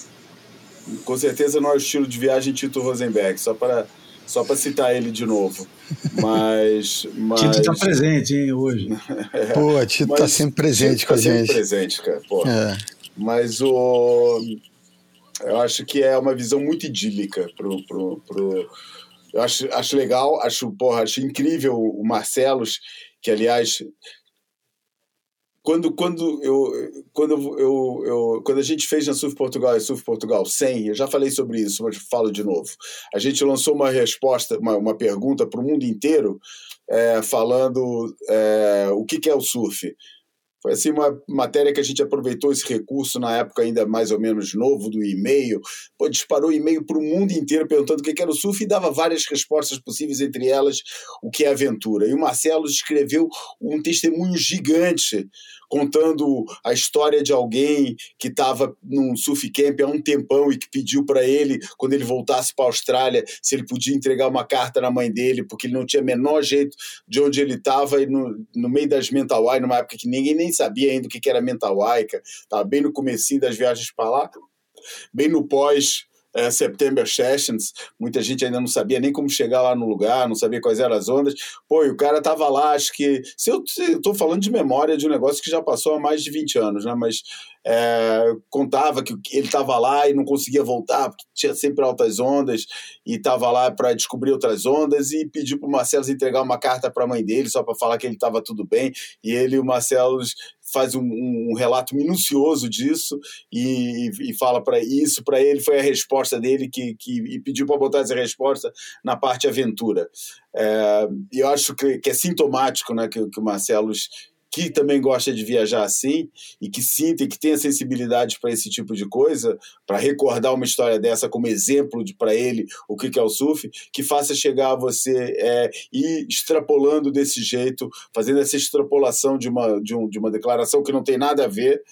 Com certeza não é o estilo de viagem Tito Rosenberg, só para só para citar ele de novo. Mas, mas... Tito está presente, hein, hoje. É, Pô, Tito está sempre presente Tito com tá a gente. sempre presente, cara. Pô. É. Mas o... eu acho que é uma visão muito idílica pro... pro, pro... Eu acho, acho legal, acho, porra, acho incrível o Marcelos, que, aliás... Quando, quando, eu, quando, eu, eu, quando a gente fez na Surf Portugal e Surf Portugal cem, eu já falei sobre isso, mas falo de novo. A gente lançou uma resposta, uma, uma pergunta para o mundo inteiro, é, falando é, o que, que é o surf. Foi assim uma matéria que a gente aproveitou esse recurso na época ainda mais ou menos novo do e-mail, pô, disparou e-mail para o mundo inteiro perguntando o que era o surf e dava várias respostas possíveis, entre elas o que é aventura. E o Marcelo escreveu um testemunho gigante contando a história de alguém que estava num surf camp há um tempão e que pediu para ele, quando ele voltasse para a Austrália, se ele podia entregar uma carta na mãe dele, porque ele não tinha o menor jeito de onde ele estava, e no, no meio das Mental Eye, numa época que ninguém nem sabia ainda o que era Mental Eye, estava bem no comecinho das viagens para lá, bem no pós É, September Sessions, muita gente ainda não sabia nem como chegar lá no lugar, não sabia quais eram as ondas. Pô, e o cara tava lá, acho que... Se eu estou falando de memória de um negócio que já passou há mais de vinte anos, né? Mas é, contava que ele tava lá e não conseguia voltar, porque tinha sempre altas ondas, e tava lá para descobrir outras ondas, e pediu pro Marcelo entregar uma carta para a mãe dele, só para falar que ele estava tudo bem, e ele e o Marcelo faz um, um relato minucioso disso e, e fala para isso, para ele foi a resposta dele que, que, e pediu para botar essa resposta na parte aventura. É, e eu acho que, que é sintomático, né, que, que o Marcelo, que também gosta de viajar assim e que sinta e que tenha sensibilidade para esse tipo de coisa, para recordar uma história dessa como exemplo para ele o que, que é o surf, que faça chegar a você é, ir extrapolando desse jeito, fazendo essa extrapolação de uma, de, um, de uma declaração que não tem nada a ver,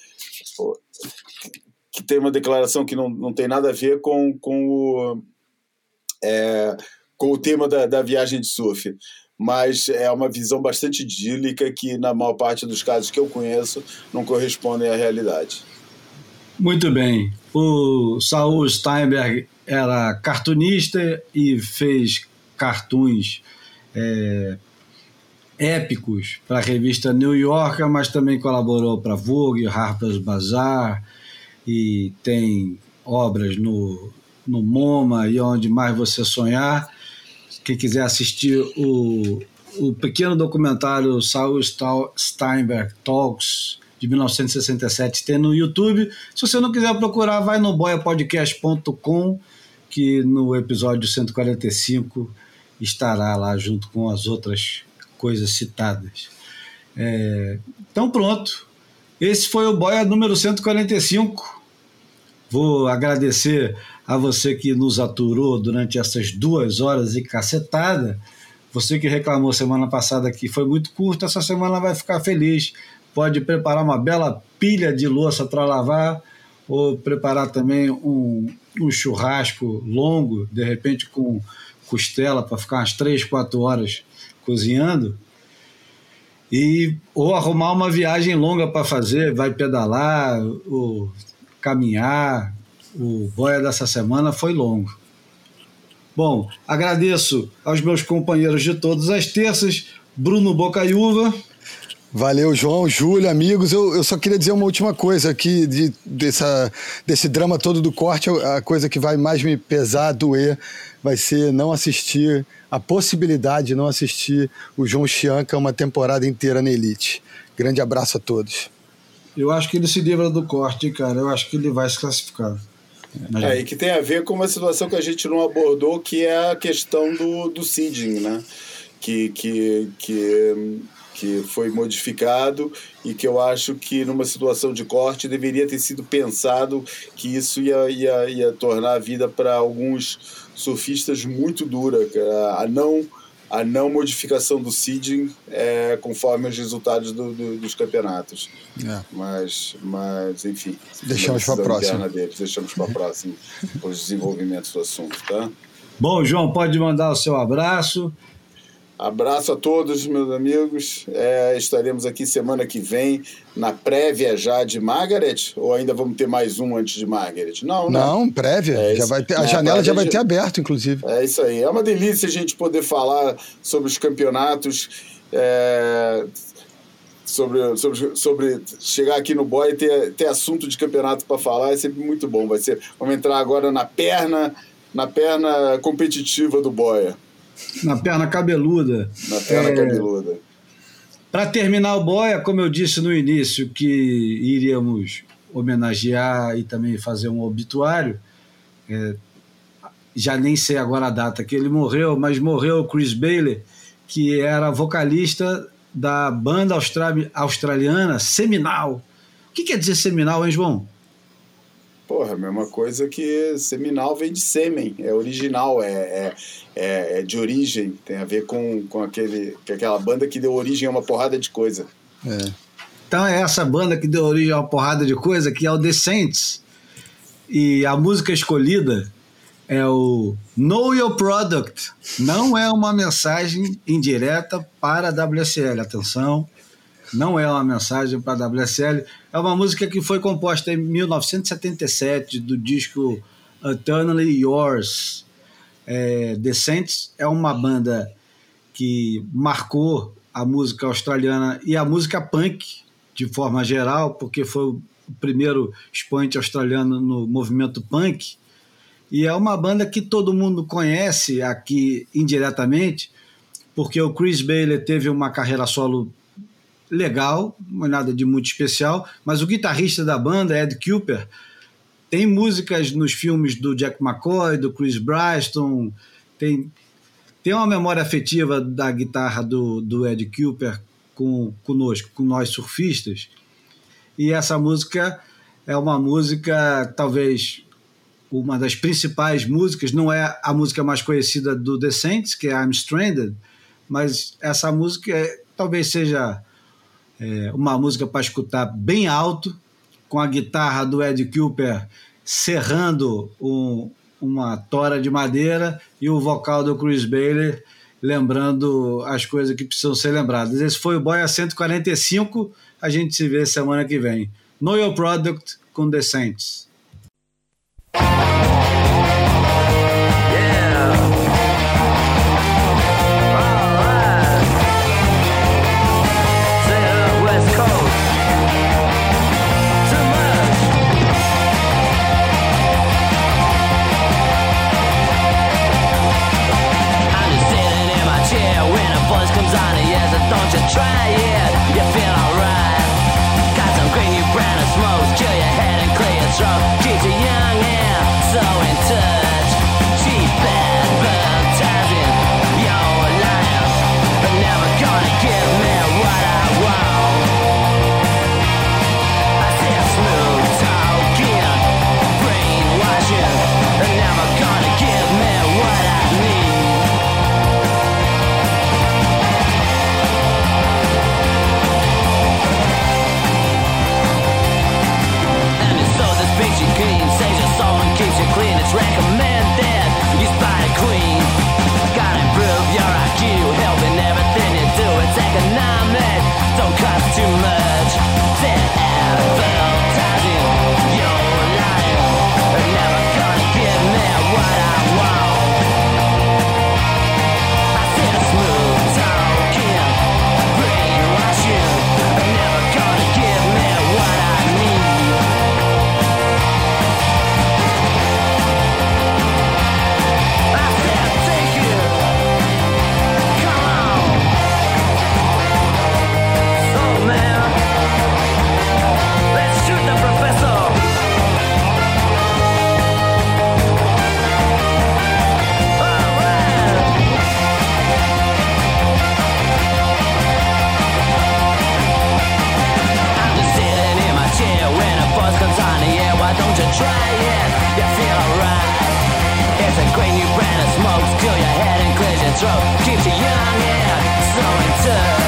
que tem uma declaração que não, não tem nada a ver com, com, o, é, com o tema da, da viagem de surf. Mas é uma visão bastante idílica que, na maior parte dos casos que eu conheço, não correspondem à realidade. Muito bem. O Saul Steinberg era cartunista e fez cartoons é, épicos para a revista New Yorker, mas também colaborou para Vogue, Harper's Bazaar, e tem obras no, no MoMA e Onde Mais Você Sonhar. Quem quiser assistir o, o pequeno documentário Saul Steinberg Talks, de mil novecentos e sessenta e sete, tem no YouTube. Se você não quiser procurar, vai no boia podcast ponto com, que no episódio cento e quarenta e cinco estará lá junto com as outras coisas citadas. É, então pronto, esse foi o Boia número cento e quarenta e cinco. Vou agradecer a você que nos aturou durante essas duas horas e cacetada. Você que reclamou semana passada que foi muito curto, essa semana vai ficar feliz. Pode preparar uma bela pilha de louça para lavar, ou preparar também um, um churrasco longo, de repente com costela, para ficar umas três, quatro horas cozinhando. E, ou arrumar uma viagem longa para fazer, vai pedalar, ou caminhar. O boia dessa semana foi longo. Bom, agradeço aos meus companheiros de todas as terças, Bruno Bocaiúva. Valeu, João, Júlio, amigos. Eu, eu só queria dizer uma última coisa aqui de, dessa, desse drama todo do corte. A coisa que vai mais me pesar, doer, vai ser não assistir, a possibilidade de não assistir o João Chianca uma temporada inteira na Elite. Grande abraço a todos. Eu acho que ele se livra do corte, cara. Eu acho que ele vai se classificar. Mas... É, e que tem a ver com uma situação que a gente não abordou, que é a questão do, do seeding, né? Que... que, que... que foi modificado e que eu acho que numa situação de corte deveria ter sido pensado que isso ia, ia, ia tornar a vida para alguns surfistas muito dura, a não, a não modificação do seeding é, conforme os resultados do, do, dos campeonatos. É. Mas, mas, enfim, deixamos para a próxima. Deles, deixamos para a próxima os desenvolvimentos do assunto, tá? Bom, João, pode mandar o seu abraço. Abraço a todos, meus amigos. É, estaremos aqui semana que vem na prévia já de Margaret, ou ainda vamos ter mais um antes de Margaret? Não, né? Não, prévia. É já vai ter, a é, janela já vai ter aberto, inclusive. É isso aí. É uma delícia a gente poder falar sobre os campeonatos, é, sobre, sobre, sobre chegar aqui no boia e ter, ter assunto de campeonato para falar. É sempre muito bom. Vai ser, vamos entrar agora na perna, na perna competitiva do boia. Na perna cabeluda. Na perna é, cabeluda. Para terminar o boia, como eu disse no início, que iríamos homenagear e também fazer um obituário, é, já nem sei agora a data que ele morreu, mas morreu o Chris Bailey, que era vocalista da banda austra- australiana Seminal. O que quer dizer Seminal, hein, João? Porra, a mesma coisa que seminal vem de sêmen, é original, é, é, é, é de origem, tem a ver com, com, aquele, com aquela banda que deu origem a uma porrada de coisa. É. Então é essa banda que deu origem a uma porrada de coisa, que é o The Saints, e a música escolhida é o Know Your Product, não é uma mensagem indireta para a W S L, atenção. Não é uma mensagem para a W S L, é uma música que foi composta em mil novecentos e setenta e sete do disco Eternally Yours. É, The Saints é uma banda que marcou a música australiana e a música punk de forma geral, porque foi o primeiro expoente australiano no movimento punk, e é uma banda que todo mundo conhece aqui indiretamente, porque o Chris Bailey teve uma carreira solo legal, não é nada de muito especial, mas o guitarrista da banda, Ed Kuepper, tem músicas nos filmes do Jack McCoy, do Chris Bryston, tem, tem uma memória afetiva da guitarra do, do Ed Kuepper com, conosco, com nós surfistas, e essa música é uma música, talvez uma das principais músicas, não é a música mais conhecida do The Saints, que é I'm Stranded, mas essa música é, talvez seja É uma música para escutar bem alto, com a guitarra do Ed Kuepper serrando um, uma tora de madeira e o vocal do Chris Bailey lembrando as coisas que precisam ser lembradas. Esse foi o Boia cento e quarenta e cinco, a gente se vê semana que vem. Know Your Product com The Saints. Don't you try it, you feel alright. Got some green, you brown and smokes, chill your head and clear your throat. Keeps you young and so in touch. Cheap advertising, your life, but never gonna give me what I want. I said smooth talking, bring young and so in touch.